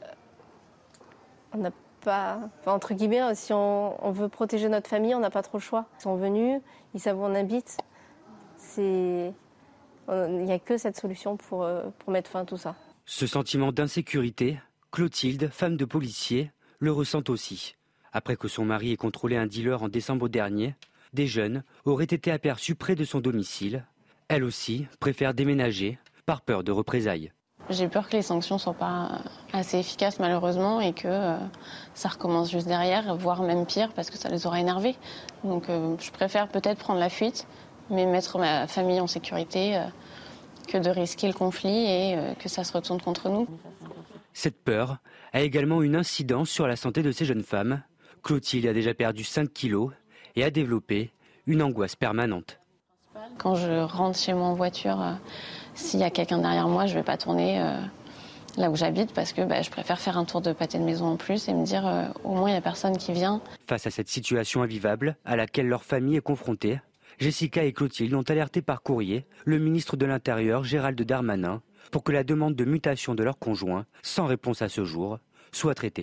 on n'a pas... Enfin, entre guillemets, si on, on veut protéger notre famille, on n'a pas trop le choix. Ils sont venus, ils savent où on habite. C'est... Il n'y a que cette solution pour, pour mettre fin à tout ça. Ce sentiment d'insécurité, Clotilde, femme de policier, le ressent aussi. Après que son mari ait contrôlé un dealer en décembre dernier, des jeunes auraient été aperçus près de son domicile. Elle aussi préfère déménager par peur de représailles. J'ai peur que les sanctions ne soient pas assez efficaces malheureusement et que euh, ça recommence juste derrière, voire même pire parce que ça les aura énervés. Donc euh, je préfère peut-être prendre la fuite, mais mettre ma famille en sécurité euh, que de risquer le conflit et euh, que ça se retourne contre nous. Cette peur a également une incidence sur la santé de ces jeunes femmes. Clotilde a déjà perdu cinq kilos et a développé une angoisse permanente. Quand je rentre chez moi en voiture, euh, s'il y a quelqu'un derrière moi, je ne vais pas tourner. Euh, là où j'habite, parce que bah, je préfère faire un tour de pâté de maison en plus et me dire euh, au moins il n'y a personne qui vient. Face à cette situation invivable à laquelle leur famille est confrontée, Jessica et Clotilde ont alerté par courrier le ministre de l'Intérieur, Gérald Darmanin, pour que la demande de mutation de leur conjoint, sans réponse à ce jour, soit traitée.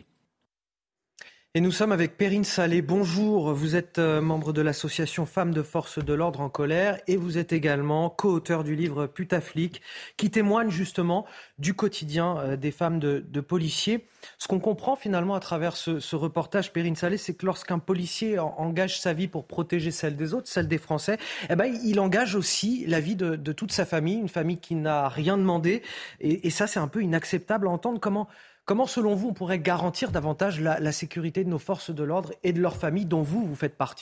Et nous sommes avec Perrine Salé. Bonjour, vous êtes membre de l'association Femmes de Force de l'Ordre en colère et vous êtes également co-auteur du livre Putaflic qui témoigne justement du quotidien des femmes de, de policiers. Ce qu'on comprend finalement à travers ce, ce reportage, Perrine Salé, c'est que lorsqu'un policier engage sa vie pour protéger celle des autres, celle des Français, eh ben, il engage aussi la vie de, de toute sa famille, une famille qui n'a rien demandé. Et, et ça, c'est un peu inacceptable à entendre. Comment... Comment, selon vous, on pourrait garantir davantage la, la sécurité de nos forces de l'ordre et de leurs familles dont vous, vous faites partie ?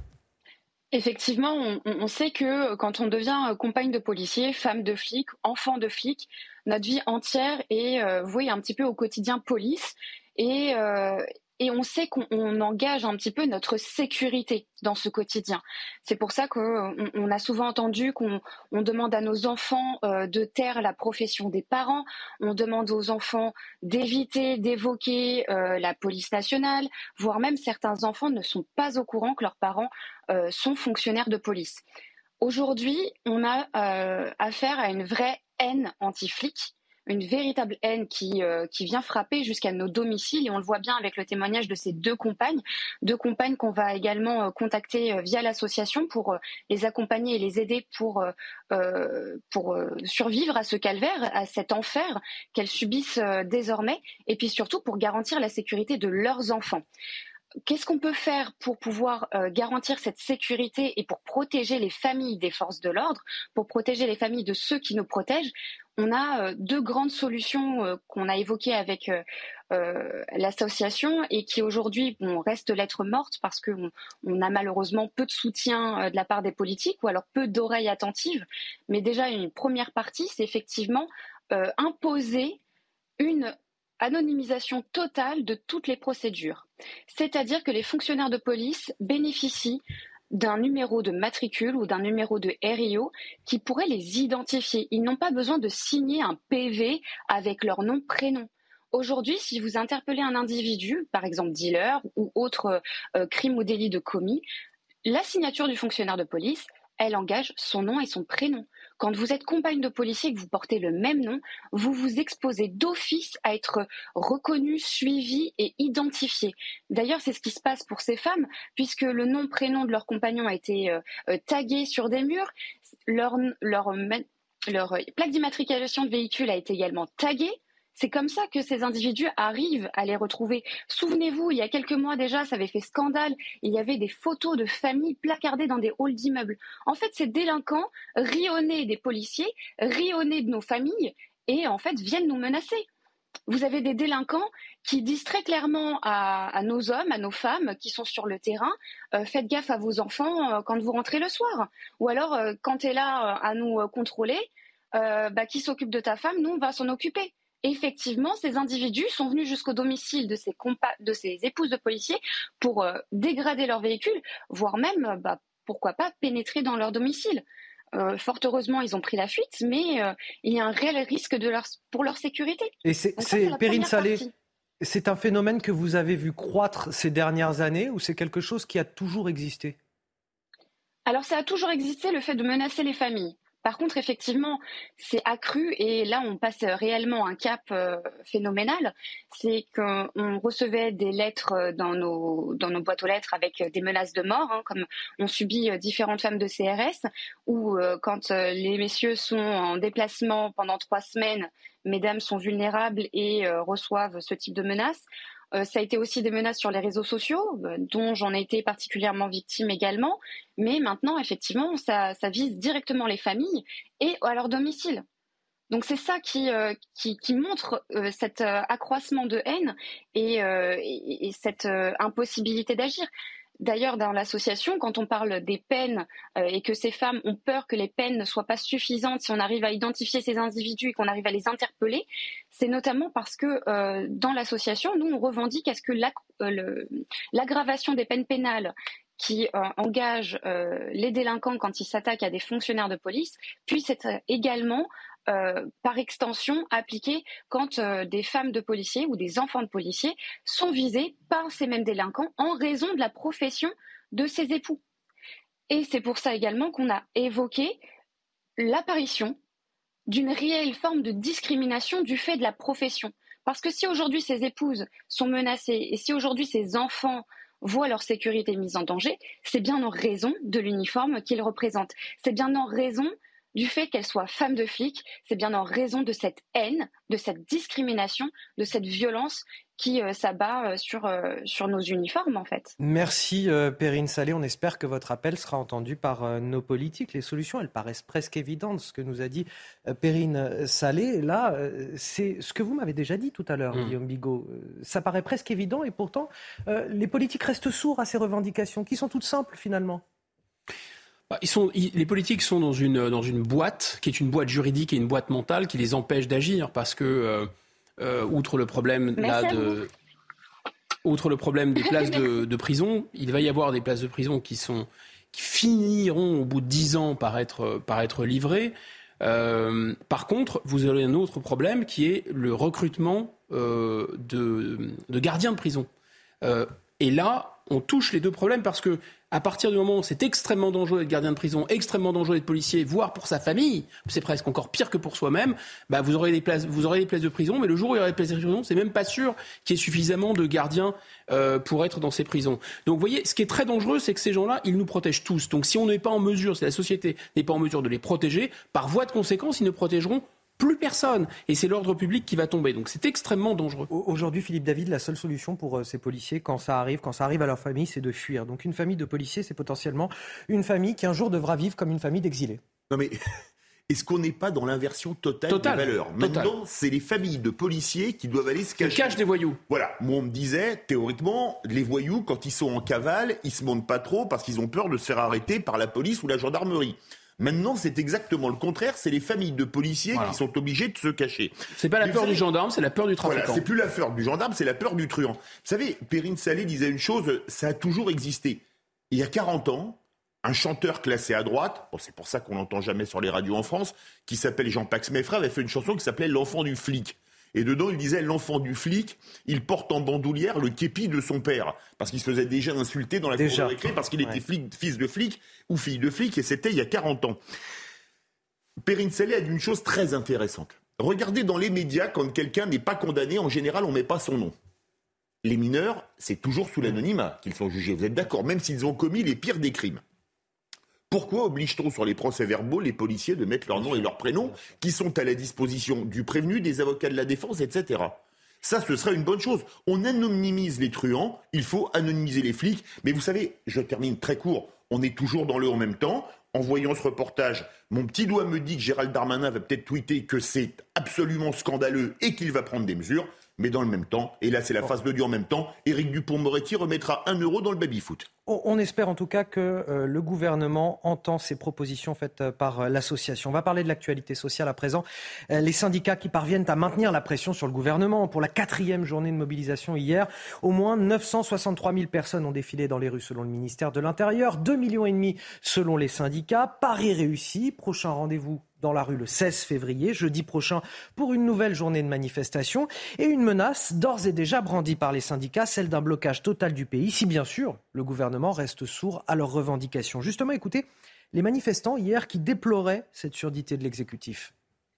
Effectivement, on, on sait que quand on devient compagne de policier, femme de flic, enfant de flic, notre vie entière est euh, vouée un petit peu au quotidien police et, euh, et on sait qu'on on engage un petit peu notre sécurité dans ce quotidien. C'est pour ça qu'on on a souvent entendu qu'on on demande à nos enfants euh, de taire la profession des parents, on demande aux enfants d'éviter d'évoquer euh, la police nationale, voire même certains enfants ne sont pas au courant que leurs parents euh, sont fonctionnaires de police. Aujourd'hui, on a euh, affaire à une vraie haine anti-flic, une véritable haine qui, euh, qui vient frapper jusqu'à nos domiciles, et on le voit bien avec le témoignage de ces deux compagnes, deux compagnes qu'on va également euh, contacter euh, via l'association pour euh, les accompagner et les aider pour, euh, euh, pour euh, survivre à ce calvaire, à cet enfer qu'elles subissent euh, désormais, et puis surtout pour garantir la sécurité de leurs enfants. Qu'est-ce qu'on peut faire pour pouvoir euh, garantir cette sécurité et pour protéger les familles des forces de l'ordre, pour protéger les familles de ceux qui nous protègent? On a euh, deux grandes solutions euh, qu'on a évoquées avec euh, euh, l'association et qui aujourd'hui bon, restent lettres mortes parce qu'on on a malheureusement peu de soutien euh, de la part des politiques ou alors peu d'oreilles attentives. Mais déjà, une première partie, c'est effectivement euh, imposer une anonymisation totale de toutes les procédures. C'est-à-dire que les fonctionnaires de police bénéficient d'un numéro de matricule ou d'un numéro de R I O qui pourrait les identifier. Ils n'ont pas besoin de signer un P V avec leur nom, prénom. Aujourd'hui, si vous interpellez un individu, par exemple dealer ou autre euh, crime ou délit de commis, la signature du fonctionnaire de police, elle engage son nom et son prénom. Quand vous êtes compagne de policier et que vous portez le même nom, vous vous exposez d'office à être reconnu, suivi et identifié. D'ailleurs, c'est ce qui se passe pour ces femmes, puisque le nom, prénom de leur compagnon a été euh, tagué sur des murs, leur, leur, leur plaque d'immatriculation de véhicule a été également taguée. C'est comme ça que ces individus arrivent à les retrouver. Souvenez-vous, il y a quelques mois déjà, ça avait fait scandale. Il y avait des photos de familles placardées dans des halls d'immeubles. En fait, ces délinquants rient au nez des policiers, rient au nez de nos familles et en fait viennent nous menacer. Vous avez des délinquants qui disent très clairement à, à nos hommes, à nos femmes qui sont sur le terrain, euh, faites gaffe à vos enfants euh, quand vous rentrez le soir. Ou alors, euh, quand tu es là euh, à nous euh, contrôler, euh, bah, qui s'occupe de ta femme, nous, on va s'en occuper. Effectivement, ces individus sont venus jusqu'au domicile de ces, compa- de ces épouses de policiers pour euh, dégrader leur véhicule, voire même, bah, pourquoi pas, pénétrer dans leur domicile. Euh, fort heureusement, ils ont pris la fuite, mais euh, il y a un réel risque de leur, pour leur sécurité. Et c'est, Donc, c'est, ça, c'est Perrine Salé, partie. C'est un phénomène que vous avez vu croître ces dernières années ou c'est quelque chose qui a toujours existé ? Alors, ça a toujours existé, le fait de menacer les familles. Par contre, effectivement, c'est accru et là, on passe réellement un cap euh, phénoménal. C'est qu'on recevait des lettres dans nos, dans nos boîtes aux lettres avec des menaces de mort, hein, comme on subit euh, différentes femmes de C R S, ou euh, quand euh, les messieurs sont en déplacement pendant trois semaines, mesdames sont vulnérables et euh, reçoivent ce type de menaces. Euh, ça a été aussi des menaces sur les réseaux sociaux, euh, dont j'en ai été particulièrement victime également. Mais maintenant, effectivement, ça, ça vise directement les familles et à leur domicile. Donc c'est ça qui, euh, qui, qui montre euh, cet euh, accroissement de haine et, euh, et, et cette euh, impossibilité d'agir. D'ailleurs, dans l'association, quand on parle des peines euh, et que ces femmes ont peur que les peines ne soient pas suffisantes, si on arrive à identifier ces individus et qu'on arrive à les interpeller, c'est notamment parce que euh, dans l'association, nous, on revendique à ce que l'ac- euh, le, l'aggravation des peines pénales qui euh, engage euh, les délinquants quand ils s'attaquent à des fonctionnaires de police puisse être également euh, par extension appliquée quand euh, des femmes de policiers ou des enfants de policiers sont visés par ces mêmes délinquants en raison de la profession de ses époux. Et c'est pour ça également qu'on a évoqué l'apparition d'une réelle forme de discrimination du fait de la profession. Parce que si aujourd'hui ces épouses sont menacées et si aujourd'hui ces enfants voient leur sécurité mise en danger, c'est bien en raison de l'uniforme qu'ils représentent. C'est bien en raison du fait qu'elles soient femmes de flics, c'est bien en raison de cette haine, de cette discrimination, de cette violence qui euh, s'abat euh, sur, euh, sur nos uniformes en fait. Merci euh, Perrine Salé, on espère que votre appel sera entendu par euh, nos politiques. Les solutions, elles paraissent presque évidentes, ce que nous a dit euh, Perrine Salé. Là, euh, c'est ce que vous m'avez déjà dit tout à l'heure, mmh. Guillaume Bigot. Euh, ça paraît presque évident et pourtant, euh, les politiques restent sourds à ces revendications qui sont toutes simples finalement. Ils sont, ils, les politiques sont dans une, dans une boîte qui est une boîte juridique et une boîte mentale qui les empêche d'agir parce que, euh, euh, outre le problème là, de, outre le problème des places de, de prison, il va y avoir des places de prison qui, sont, qui finiront au bout de dix ans par être, par être livrées. Euh, par contre, vous avez un autre problème qui est le recrutement euh, de, de gardiens de prison. Euh, et là, on touche les deux problèmes parce que à partir du moment où c'est extrêmement dangereux d'être gardien de prison, extrêmement dangereux d'être policier, voire pour sa famille, c'est presque encore pire que pour soi-même, bah vous aurez des places, vous aurez des places de prison, mais le jour où il y aura des places de prison, c'est même pas sûr qu'il y ait suffisamment de gardiens euh, pour être dans ces prisons. Donc vous voyez, ce qui est très dangereux, c'est que ces gens-là, ils nous protègent tous. Donc si on n'est pas en mesure, si la société n'est pas en mesure de les protéger, par voie de conséquence, ils ne protégeront plus personne. Et c'est l'ordre public qui va tomber. Donc c'est extrêmement dangereux. Aujourd'hui, Philippe David, la seule solution pour euh, ces policiers, quand ça arrive, quand ça arrive à leur famille, c'est de fuir. Donc une famille de policiers, c'est potentiellement une famille qui un jour devra vivre comme une famille d'exilés. Non mais... Est-ce qu'on n'est pas dans l'inversion totale Total, des valeurs ? Total. Maintenant, c'est les familles de policiers qui doivent aller se cacher. Ils cachent des voyous. Voilà. Moi, on me disait, théoriquement, les voyous, quand ils sont en cavale, ils se montent pas trop parce qu'ils ont peur de se faire arrêter par la police ou la gendarmerie. Maintenant, c'est exactement le contraire. C'est les familles de policiers voilà. qui sont obligées de se cacher. C'est pas la Mais peur savez, du gendarme, c'est la peur du trafiquant. Voilà, c'est plus la peur du gendarme, c'est la peur du truand. Vous savez, Perrine Salé disait une chose, ça a toujours existé. Il y a quarante ans, un chanteur classé à droite, bon, c'est pour ça qu'on n'entend jamais sur les radios en France, qui s'appelle Jean-Pax Meffray, avait fait une chanson qui s'appelait « L'enfant du flic ». Et dedans, il disait « L'enfant du flic, il porte en bandoulière le képi de son père ». Parce qu'il se faisait déjà insulter dans la cour de récré, parce qu'il ouais. était flic, fils de flic ou fille de flic, et c'était il y a quarante ans. Perrine Salé a dit une chose très intéressante. Regardez dans les médias, quand quelqu'un n'est pas condamné, en général, on ne met pas son nom. Les mineurs, c'est toujours sous l'anonymat qu'ils sont jugés. Vous êtes d'accord ? Même s'ils ont commis les pires des crimes. Pourquoi oblige-t-on sur les procès-verbaux les policiers de mettre leur nom et leur prénom qui sont à la disposition du prévenu, des avocats de la défense, et cetera. Ça, ce serait une bonne chose. On anonymise les truands, il faut anonymiser les flics. Mais vous savez, je termine très court, on est toujours dans le en même temps. En voyant ce reportage, mon petit doigt me dit que Gérald Darmanin va peut-être tweeter que c'est absolument scandaleux et qu'il va prendre des mesures. Mais dans le même temps, et là c'est la phase de Dieu en même temps, Éric Dupond-Moretti remettra un euro dans le baby-foot. On espère en tout cas que euh, le gouvernement entend ces propositions faites euh, par euh, l'association. On va parler de l'actualité sociale à présent. Euh, les syndicats qui parviennent à maintenir la pression sur le gouvernement. Pour la quatrième journée de mobilisation hier, au moins neuf cent soixante-trois mille personnes ont défilé dans les rues selon le ministère de l'Intérieur. deux millions et demi selon les syndicats. Paris réussi. Prochain rendez-vous dans la rue le seize février, jeudi prochain, pour une nouvelle journée de manifestation. Et une menace d'ores et déjà brandie par les syndicats, celle d'un blocage total du pays, si bien sûr le gouvernement reste sourd à leurs revendications. Justement, écoutez les manifestants hier qui déploraient cette surdité de l'exécutif.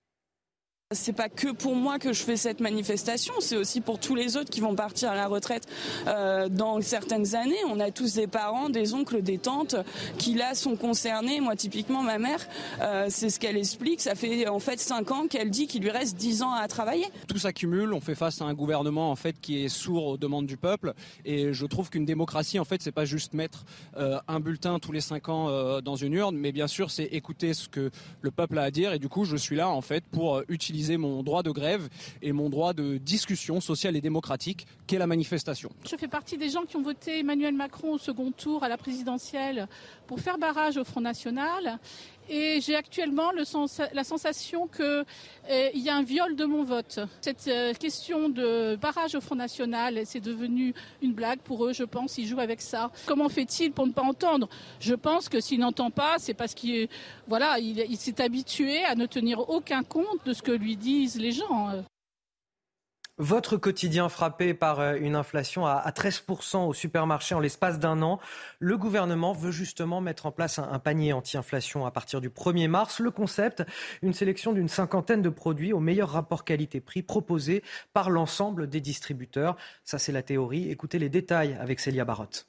C'est pas que pour moi que je fais cette manifestation, c'est aussi pour tous les autres qui vont partir à la retraite euh, dans certaines années. On a tous des parents, des oncles, des tantes qui là sont concernés. Moi typiquement ma mère, euh, c'est ce qu'elle explique, ça fait en fait cinq ans qu'elle dit qu'il lui reste dix ans à travailler. Tout s'accumule, on fait face à un gouvernement en fait qui est sourd aux demandes du peuple et je trouve qu'une démocratie en fait c'est pas juste mettre euh, un bulletin tous les cinq ans euh, dans une urne, mais bien sûr c'est écouter ce que le peuple a à dire et du coup je suis là en fait pour euh, utiliser mon droit de grève et mon droit de discussion sociale et démocratique qu'est la manifestation. Je fais partie des gens qui ont voté Emmanuel Macron au second tour à la présidentielle pour faire barrage au Front National Et j'ai actuellement le sens, la sensation qu'il euh, y a un viol de mon vote. Cette euh, question de barrage au Front National, c'est devenu une blague pour eux, je pense. Ils jouent avec ça. Comment fait-il pour ne pas entendre ? Je pense que s'il n'entend pas, c'est parce qu'il voilà, il, il s'est habitué à ne tenir aucun compte de ce que lui disent les gens. Votre quotidien frappé par une inflation à treize pour cent au supermarché en l'espace d'un an. Le gouvernement veut justement mettre en place un panier anti-inflation à partir du premier mars. Le concept, une sélection d'une cinquantaine de produits au meilleur rapport qualité-prix proposés par l'ensemble des distributeurs. Ça, c'est la théorie. Écoutez les détails avec Célia Barotte.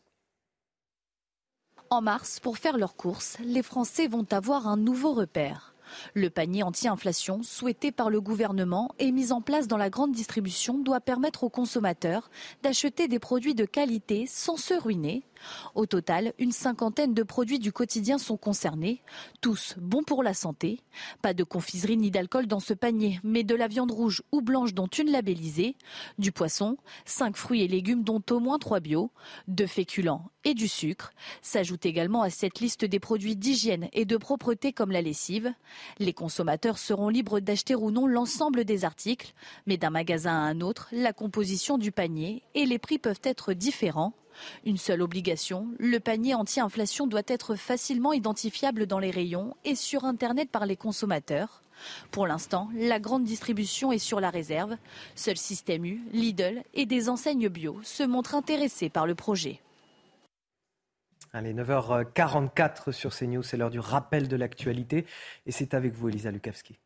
En mars, pour faire leurs courses, les Français vont avoir un nouveau repère. Le panier anti-inflation souhaité par le gouvernement et mis en place dans la grande distribution doit permettre aux consommateurs d'acheter des produits de qualité sans se ruiner. Au total, une cinquantaine de produits du quotidien sont concernés, tous bons pour la santé. Pas de confiserie ni d'alcool dans ce panier, mais de la viande rouge ou blanche dont une labellisée, du poisson, cinq fruits et légumes dont au moins trois bio, de féculents et du sucre. S'ajoutent également à cette liste des produits d'hygiène et de propreté comme la lessive. Les consommateurs seront libres d'acheter ou non l'ensemble des articles, mais d'un magasin à un autre, la composition du panier et les prix peuvent être différents. Une seule obligation, le panier anti-inflation doit être facilement identifiable dans les rayons et sur Internet par les consommateurs. Pour l'instant, la grande distribution est sur la réserve. Seul Système U, Lidl et des enseignes bio se montrent intéressés par le projet. Allez, neuf heures quarante-quatre sur CNews, c'est l'heure du rappel de l'actualité. Et c'est avec vous, Elisa Lukavski.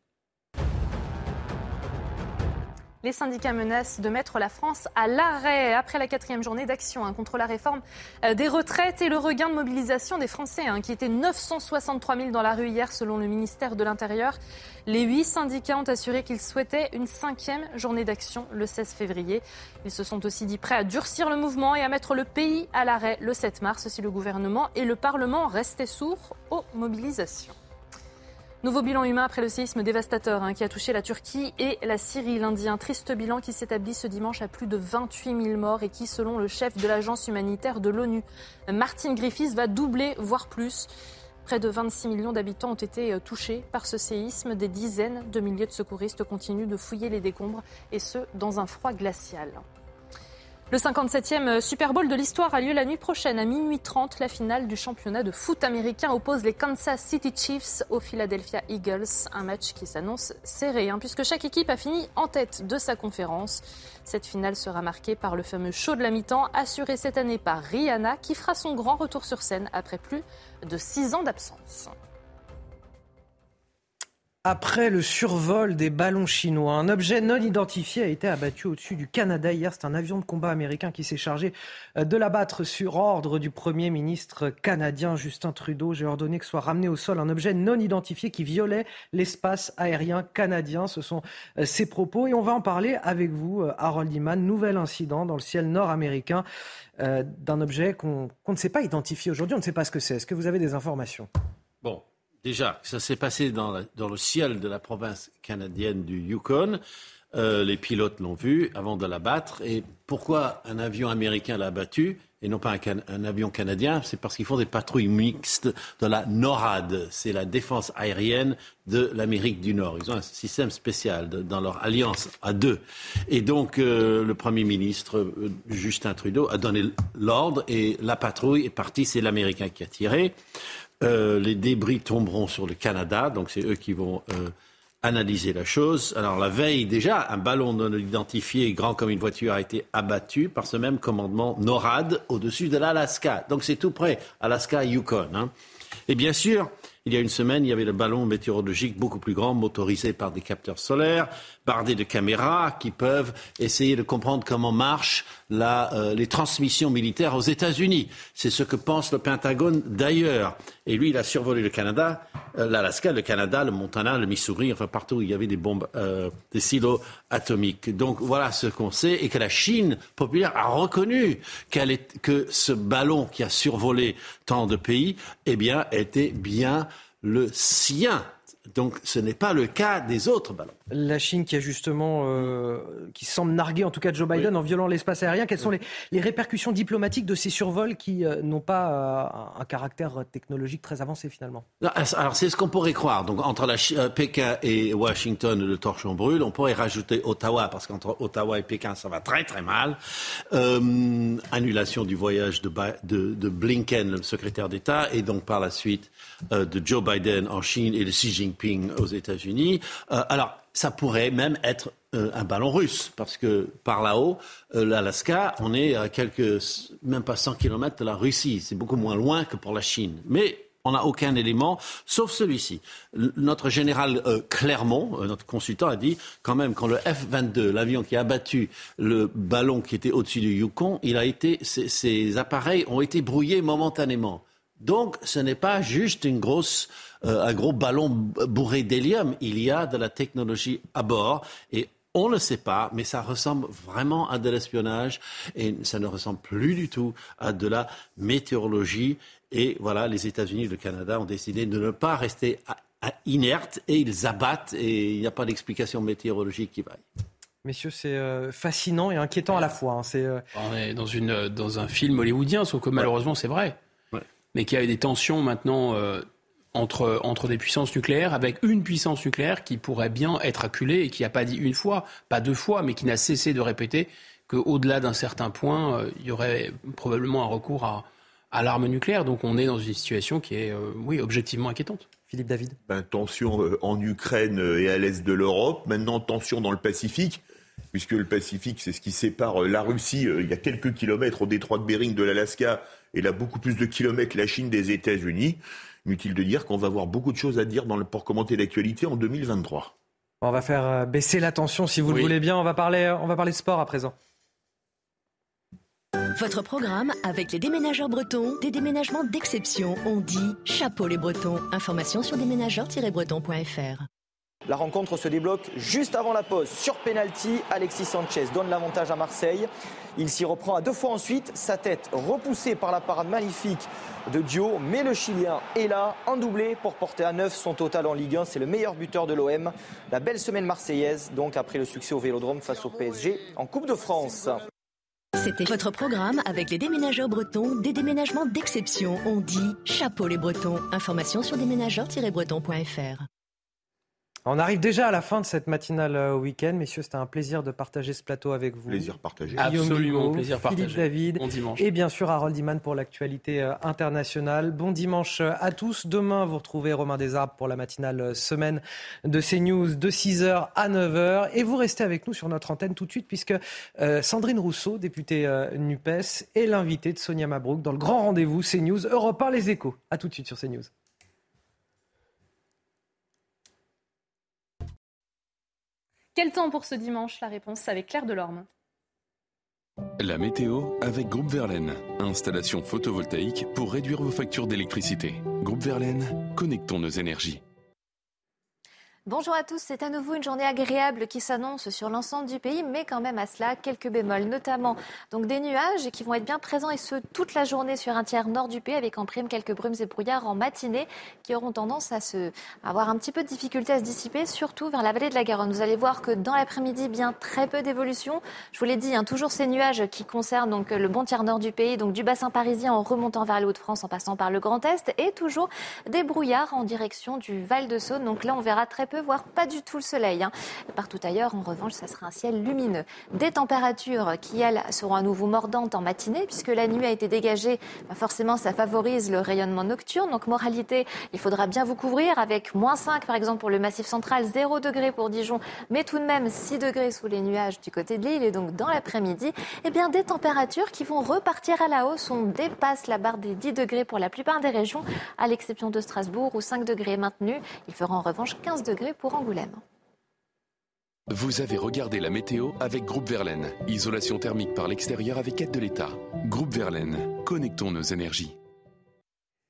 Les syndicats menacent de mettre la France à l'arrêt après la quatrième journée d'action hein, contre la réforme des retraites et le regain de mobilisation des Français hein, qui étaient neuf cent soixante-trois mille dans la rue hier selon le ministère de l'Intérieur. Les huit syndicats ont assuré qu'ils souhaitaient une cinquième journée d'action le seize février. Ils se sont aussi dit prêts à durcir le mouvement et à mettre le pays à l'arrêt le sept mars si le gouvernement et le Parlement restaient sourds aux mobilisations. Nouveau bilan humain après le séisme dévastateur hein, qui a touché la Turquie et la Syrie lundi. Un triste bilan qui s'établit ce dimanche à plus de vingt-huit mille morts et qui, selon le chef de l'agence humanitaire de l'ONU, Martin Griffiths, va doubler, voire plus. Près de vingt-six millions d'habitants ont été touchés par ce séisme. Des dizaines de milliers de secouristes continuent de fouiller les décombres et ce, dans un froid glacial. Le cinquante-septième Super Bowl de l'histoire a lieu la nuit prochaine à minuit trente. La finale du championnat de foot américain oppose les Kansas City Chiefs aux Philadelphia Eagles. Un match qui s'annonce serré hein, puisque chaque équipe a fini en tête de sa conférence. Cette finale sera marquée par le fameux show de la mi-temps assuré cette année par Rihanna qui fera son grand retour sur scène après plus de six ans d'absence. Après le survol des ballons chinois, un objet non identifié a été abattu au-dessus du Canada hier. C'est un avion de combat américain qui s'est chargé de l'abattre sur ordre du Premier ministre canadien Justin Trudeau. J'ai ordonné que soit ramené au sol un objet non identifié qui violait l'espace aérien canadien. Ce sont ses propos et on va en parler avec vous, Harold Iman. Nouvel incident dans le ciel nord-américain euh, d'un objet qu'on, qu'on ne sait pas identifier aujourd'hui. On ne sait pas ce que c'est. Est-ce que vous avez des informations ? Bon. Déjà, ça s'est passé dans, la, dans le ciel de la province canadienne du Yukon. Euh, les pilotes l'ont vu avant de l'abattre. Et pourquoi un avion américain l'a abattu et non pas un, can- un avion canadien ? C'est parce qu'ils font des patrouilles mixtes de la NORAD. C'est la défense aérienne de l'Amérique du Nord. Ils ont un système spécial de, dans leur alliance à deux. Et donc, euh, le Premier ministre euh, Justin Trudeau a donné l'ordre et la patrouille est partie. C'est l'Américain qui a tiré. Euh, les débris tomberont sur le Canada, donc c'est eux qui vont euh, analyser la chose. Alors la veille déjà, un ballon non identifié, grand comme une voiture, a été abattu par ce même commandement NORAD au-dessus de l'Alaska. Donc c'est tout près, Alaska-Yukon. Hein. Et bien sûr, il y a une semaine, il y avait le ballon météorologique beaucoup plus grand, motorisé par des capteurs solaires, bardé de caméras qui peuvent essayer de comprendre comment marchent la, euh, les transmissions militaires aux États-Unis. C'est ce que pense le Pentagone d'ailleurs. Et lui, il a survolé le Canada, euh, l'Alaska, le Canada, le Montana, le Missouri, enfin partout où il y avait des bombes, euh, des silos atomiques. Donc voilà ce qu'on sait et que la Chine populaire a reconnu qu'elle est, que ce ballon qui a survolé tant de pays, eh bien, était bien le sien. Donc ce n'est pas le cas des autres ballons. La Chine qui a justement, euh, qui semble narguer en tout cas Joe Biden oui. en violant l'espace aérien. Quelles oui. sont les, les répercussions diplomatiques de ces survols qui euh, n'ont pas euh, un caractère technologique très avancé finalement? Alors c'est ce qu'on pourrait croire. Donc entre la Ch- euh, Pékin et Washington, le torchon brûle. On pourrait rajouter Ottawa parce qu'entre Ottawa et Pékin, ça va très très mal. Euh, annulation du voyage de, de, de Blinken, le secrétaire d'État, et donc par la suite euh, de Joe Biden en Chine et de Xi Jinping aux États-Unis. Euh, alors ça pourrait même être euh, un ballon russe, parce que par là-haut, euh, l'Alaska, on est à quelques, même pas cent kilomètres de la Russie. C'est beaucoup moins loin que pour la Chine. Mais on n'a aucun élément, sauf celui-ci. L- notre général euh, Clermont, euh, notre consultant, a dit quand même, quand le F vingt-deux, l'avion qui a abattu le ballon qui était au-dessus du Yukon, il a été, ces, ces appareils ont été brouillés momentanément. Donc, ce n'est pas juste une grosse, euh, un gros ballon bourré d'hélium. Il y a de la technologie à bord et on ne le sait pas, mais ça ressemble vraiment à de l'espionnage et ça ne ressemble plus du tout à de la météorologie. Et voilà, les États-Unis et le Canada ont décidé de ne pas rester à, à inerte et ils abattent et il n'y a pas d'explication météorologique qui vaille. Messieurs, c'est euh, fascinant et inquiétant à la fois. Hein. C'est, euh... On est dans, une, dans un film hollywoodien, sauf que malheureusement c'est vrai. Mais qu'il y a des tensions maintenant euh, entre, entre des puissances nucléaires, avec une puissance nucléaire qui pourrait bien être acculée et qui n'a pas dit une fois, pas deux fois, mais qui n'a cessé de répéter qu'au-delà d'un certain point, euh, il y aurait probablement un recours à, à l'arme nucléaire. Donc on est dans une situation qui est, euh, oui, objectivement inquiétante. Philippe David. Ben, tension euh, en Ukraine et à l'est de l'Europe, maintenant tension dans le Pacifique. Puisque le Pacifique, c'est ce qui sépare la Russie, euh, il y a quelques kilomètres au détroit de Bering de l'Alaska, et là beaucoup plus de kilomètres la Chine des États-Unis. Inutile de dire qu'on va avoir beaucoup de choses à dire dans le, pour commenter l'actualité en deux mille vingt-trois. On va faire baisser la tension si vous oui. le voulez bien. On va parler, on va parler de sport à présent. Votre programme avec les déménageurs bretons, des déménagements d'exception. On dit chapeau les Bretons. Information sur déménageurs tiret breton point f r. La rencontre se débloque juste avant la pause. Sur pénalty, Alexis Sanchez donne l'avantage à Marseille. Il s'y reprend à deux fois ensuite. Sa tête repoussée par la parade magnifique de Dio. Mais le Chilien est là, en doublé, pour porter à neuf son total en Ligue un. C'est le meilleur buteur de l'O M. La belle semaine marseillaise, donc après le succès au Vélodrome face au P S G en Coupe de France. C'était votre programme avec les déménageurs bretons, des déménagements d'exception. On dit chapeau les Bretons. Information sur déménageurs tiret breton point f r. On arrive déjà à la fin de cette matinale week-end. Messieurs, c'était un plaisir de partager ce plateau avec vous. Plaisir partagé. Absolument, Guillaume, plaisir partagé. Philippe David bon dimanche. Et bien sûr Harold Iman pour l'actualité internationale. Bon dimanche à tous. Demain, vous retrouvez Romain Desarbes pour la matinale semaine de CNews de six heures à neuf heures. Et vous restez avec nous sur notre antenne tout de suite puisque euh, Sandrine Rousseau, députée euh, NUPES, est l'invitée de Sonia Mabrouk dans le grand rendez-vous CNews Europe un Les Échos. À tout de suite sur CNews. Quel temps pour ce dimanche? La réponse avec Claire Delorme. La météo avec Groupe Verlaine. Installation photovoltaïque pour réduire vos factures d'électricité. Groupe Verlaine, connectons nos énergies. Bonjour à tous, c'est à nouveau une journée agréable qui s'annonce sur l'ensemble du pays, mais quand même à cela, quelques bémols, notamment donc des nuages qui vont être bien présents et ce, toute la journée sur un tiers nord du pays, avec en prime quelques brumes et brouillards en matinée qui auront tendance à se, à avoir un petit peu de difficulté à se dissiper, surtout vers la vallée de la Garonne. Vous allez voir que dans l'après-midi, bien très peu d'évolution. Je vous l'ai dit, hein, toujours ces nuages qui concernent donc le bon tiers nord du pays, donc du bassin parisien en remontant vers les Hauts-de-France, en passant par le Grand Est, et toujours des brouillards en direction du Val-de-Saône. Donc là, on verra très peu, voire pas du tout le soleil. Hein. Partout ailleurs, en revanche, ça sera un ciel lumineux. Des températures qui, elles, seront à nouveau mordantes en matinée, puisque la nuit a été dégagée. Bah forcément, ça favorise le rayonnement nocturne. Donc, moralité, il faudra bien vous couvrir avec moins cinq, par exemple, pour le Massif central, zéro degré pour Dijon, mais tout de même six degrés sous les nuages du côté de l'île. Et donc, dans l'après-midi, eh bien, des températures qui vont repartir à la hausse. On dépasse la barre des dix degrés pour la plupart des régions, à l'exception de Strasbourg, où cinq degrés maintenus. Il fera en revanche quinze degrés pour Angoulême. Vous avez regardé la météo avec Groupe Verlaine. Isolation thermique par l'extérieur avec aide de l'État. Groupe Verlaine, connectons nos énergies.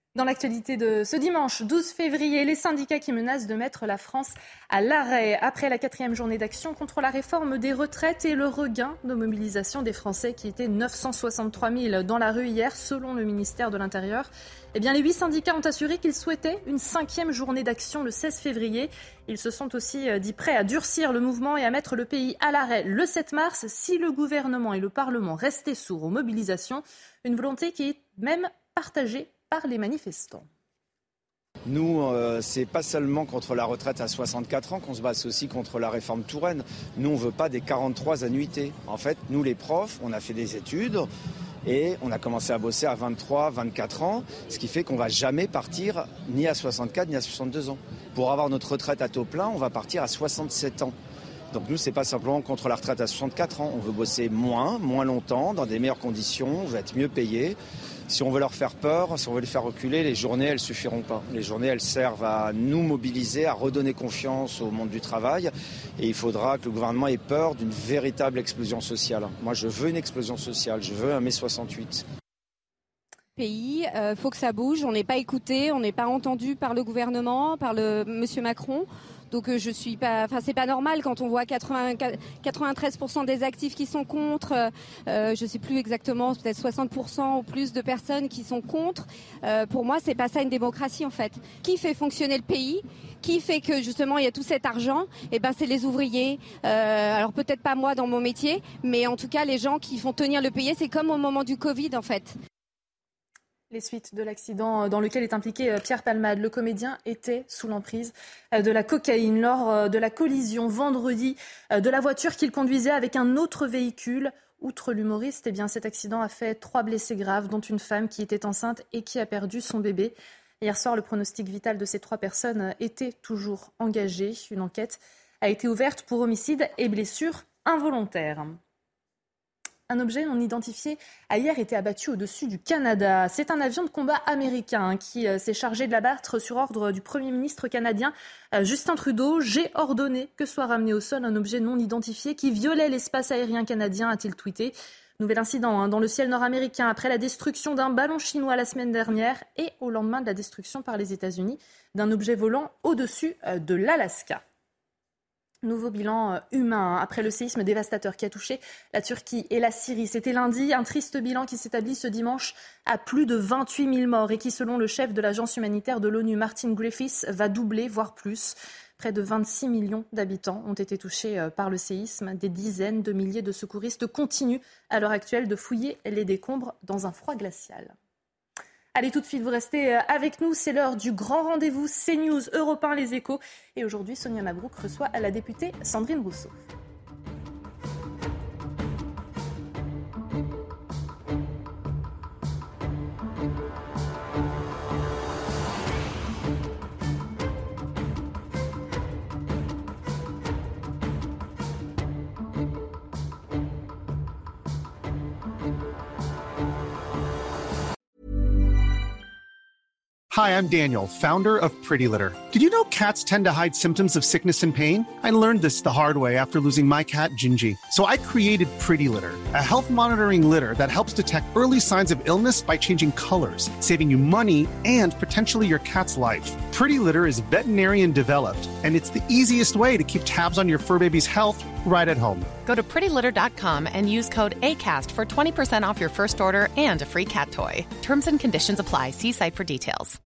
Dans l'actualité de ce dimanche douze février, les syndicats qui menacent de mettre la France à l'arrêt après la quatrième journée d'action contre la réforme des retraites et le regain de mobilisation des Français qui étaient neuf cent soixante-trois mille dans la rue hier selon le ministère de l'Intérieur. Eh bien, les huit syndicats ont assuré qu'ils souhaitaient une cinquième journée d'action le seize février. Ils se sont aussi dit prêts à durcir le mouvement et à mettre le pays à l'arrêt le sept mars si le gouvernement et le Parlement restaient sourds aux mobilisations. Une volonté qui est même partagée par les manifestants. Nous, euh, c'est pas seulement contre la retraite à soixante-quatre ans qu'on se bat, c'est aussi contre la réforme Touraine. Nous, on veut pas des quarante-trois annuités. En fait, nous les profs, on a fait des études et on a commencé à bosser à vingt-trois, vingt-quatre ans, ce qui fait qu'on va jamais partir ni à soixante-quatre ni à soixante-deux ans. Pour avoir notre retraite à taux plein, on va partir à soixante-sept ans. Donc nous, c'est pas simplement contre la retraite à soixante-quatre ans. On veut bosser moins, moins longtemps, dans des meilleures conditions, on veut être mieux payé. Si on veut leur faire peur, si on veut les faire reculer, les journées, elles suffiront pas. Les journées, elles servent à nous mobiliser, à redonner confiance au monde du travail. Et il faudra que le gouvernement ait peur d'une véritable explosion sociale. Moi, je veux une explosion sociale, je veux un mai soixante-huit. Pays, euh, faut que ça bouge. On n'est pas écouté, on n'est pas entendu par le gouvernement, par le Monsieur Macron. Donc euh, je suis pas, enfin c'est pas normal quand on voit quatre-vingts, quatre-vingt-treize pour cent des actifs qui sont contre, euh, je sais plus exactement, peut-être soixante pour cent ou plus de personnes qui sont contre. Euh, pour moi, c'est pas ça une démocratie en fait. Qui fait fonctionner le pays ? Qui fait que justement il y a tout cet argent ? Eh ben c'est les ouvriers. Euh, alors peut-être pas moi dans mon métier, mais en tout cas les gens qui font tenir le pays. C'est comme au moment du Covid en fait. Les suites de l'accident dans lequel est impliqué Pierre Palmade. Le comédien était sous l'emprise de la cocaïne lors de la collision vendredi de la voiture qu'il conduisait avec un autre véhicule. Outre l'humoriste, eh bien, cet accident a fait trois blessés graves, dont une femme qui était enceinte et qui a perdu son bébé. Hier soir, le pronostic vital de ces trois personnes était toujours engagé. Une enquête a été ouverte pour homicide et blessures involontaires. Un objet non identifié a hier été abattu au-dessus du Canada. C'est un avion de combat américain qui s'est chargé de l'abattre sur ordre du Premier ministre canadien Justin Trudeau. « J'ai ordonné que soit ramené au sol un objet non identifié qui violait l'espace aérien canadien », a-t-il tweeté. Nouvel incident hein, dans le ciel nord-américain après la destruction d'un ballon chinois la semaine dernière et au lendemain de la destruction par les États-Unis d'un objet volant au-dessus de l'Alaska. Nouveau bilan humain après le séisme dévastateur qui a touché la Turquie et la Syrie. C'était lundi, un triste bilan qui s'établit ce dimanche à plus de vingt-huit mille morts et qui, selon le chef de l'agence humanitaire de l'ONU, Martin Griffiths, va doubler, voire plus. Près de vingt-six millions d'habitants ont été touchés par le séisme. Des dizaines de milliers de secouristes continuent à l'heure actuelle de fouiller les décombres dans un froid glacial. Allez, tout de suite, vous restez avec nous. C'est l'heure du grand rendez-vous CNews, Europe un, Les Échos. Et aujourd'hui, Sonia Mabrouk reçoit la députée Sandrine Rousseau. Hi, I'm Daniel, founder of Pretty Litter. Did you know cats tend to hide symptoms of sickness and pain? I learned this the hard way after losing my cat, Gingy. So I created Pretty Litter, a health monitoring litter that helps detect early signs of illness by changing colors, saving you money and potentially your cat's life. Pretty Litter is veterinarian developed, and it's the easiest way to keep tabs on your fur baby's health right at home. Go to pretty litter dot com and use code ACAST for twenty percent off your first order and a free cat toy. Terms and conditions apply. See site for details.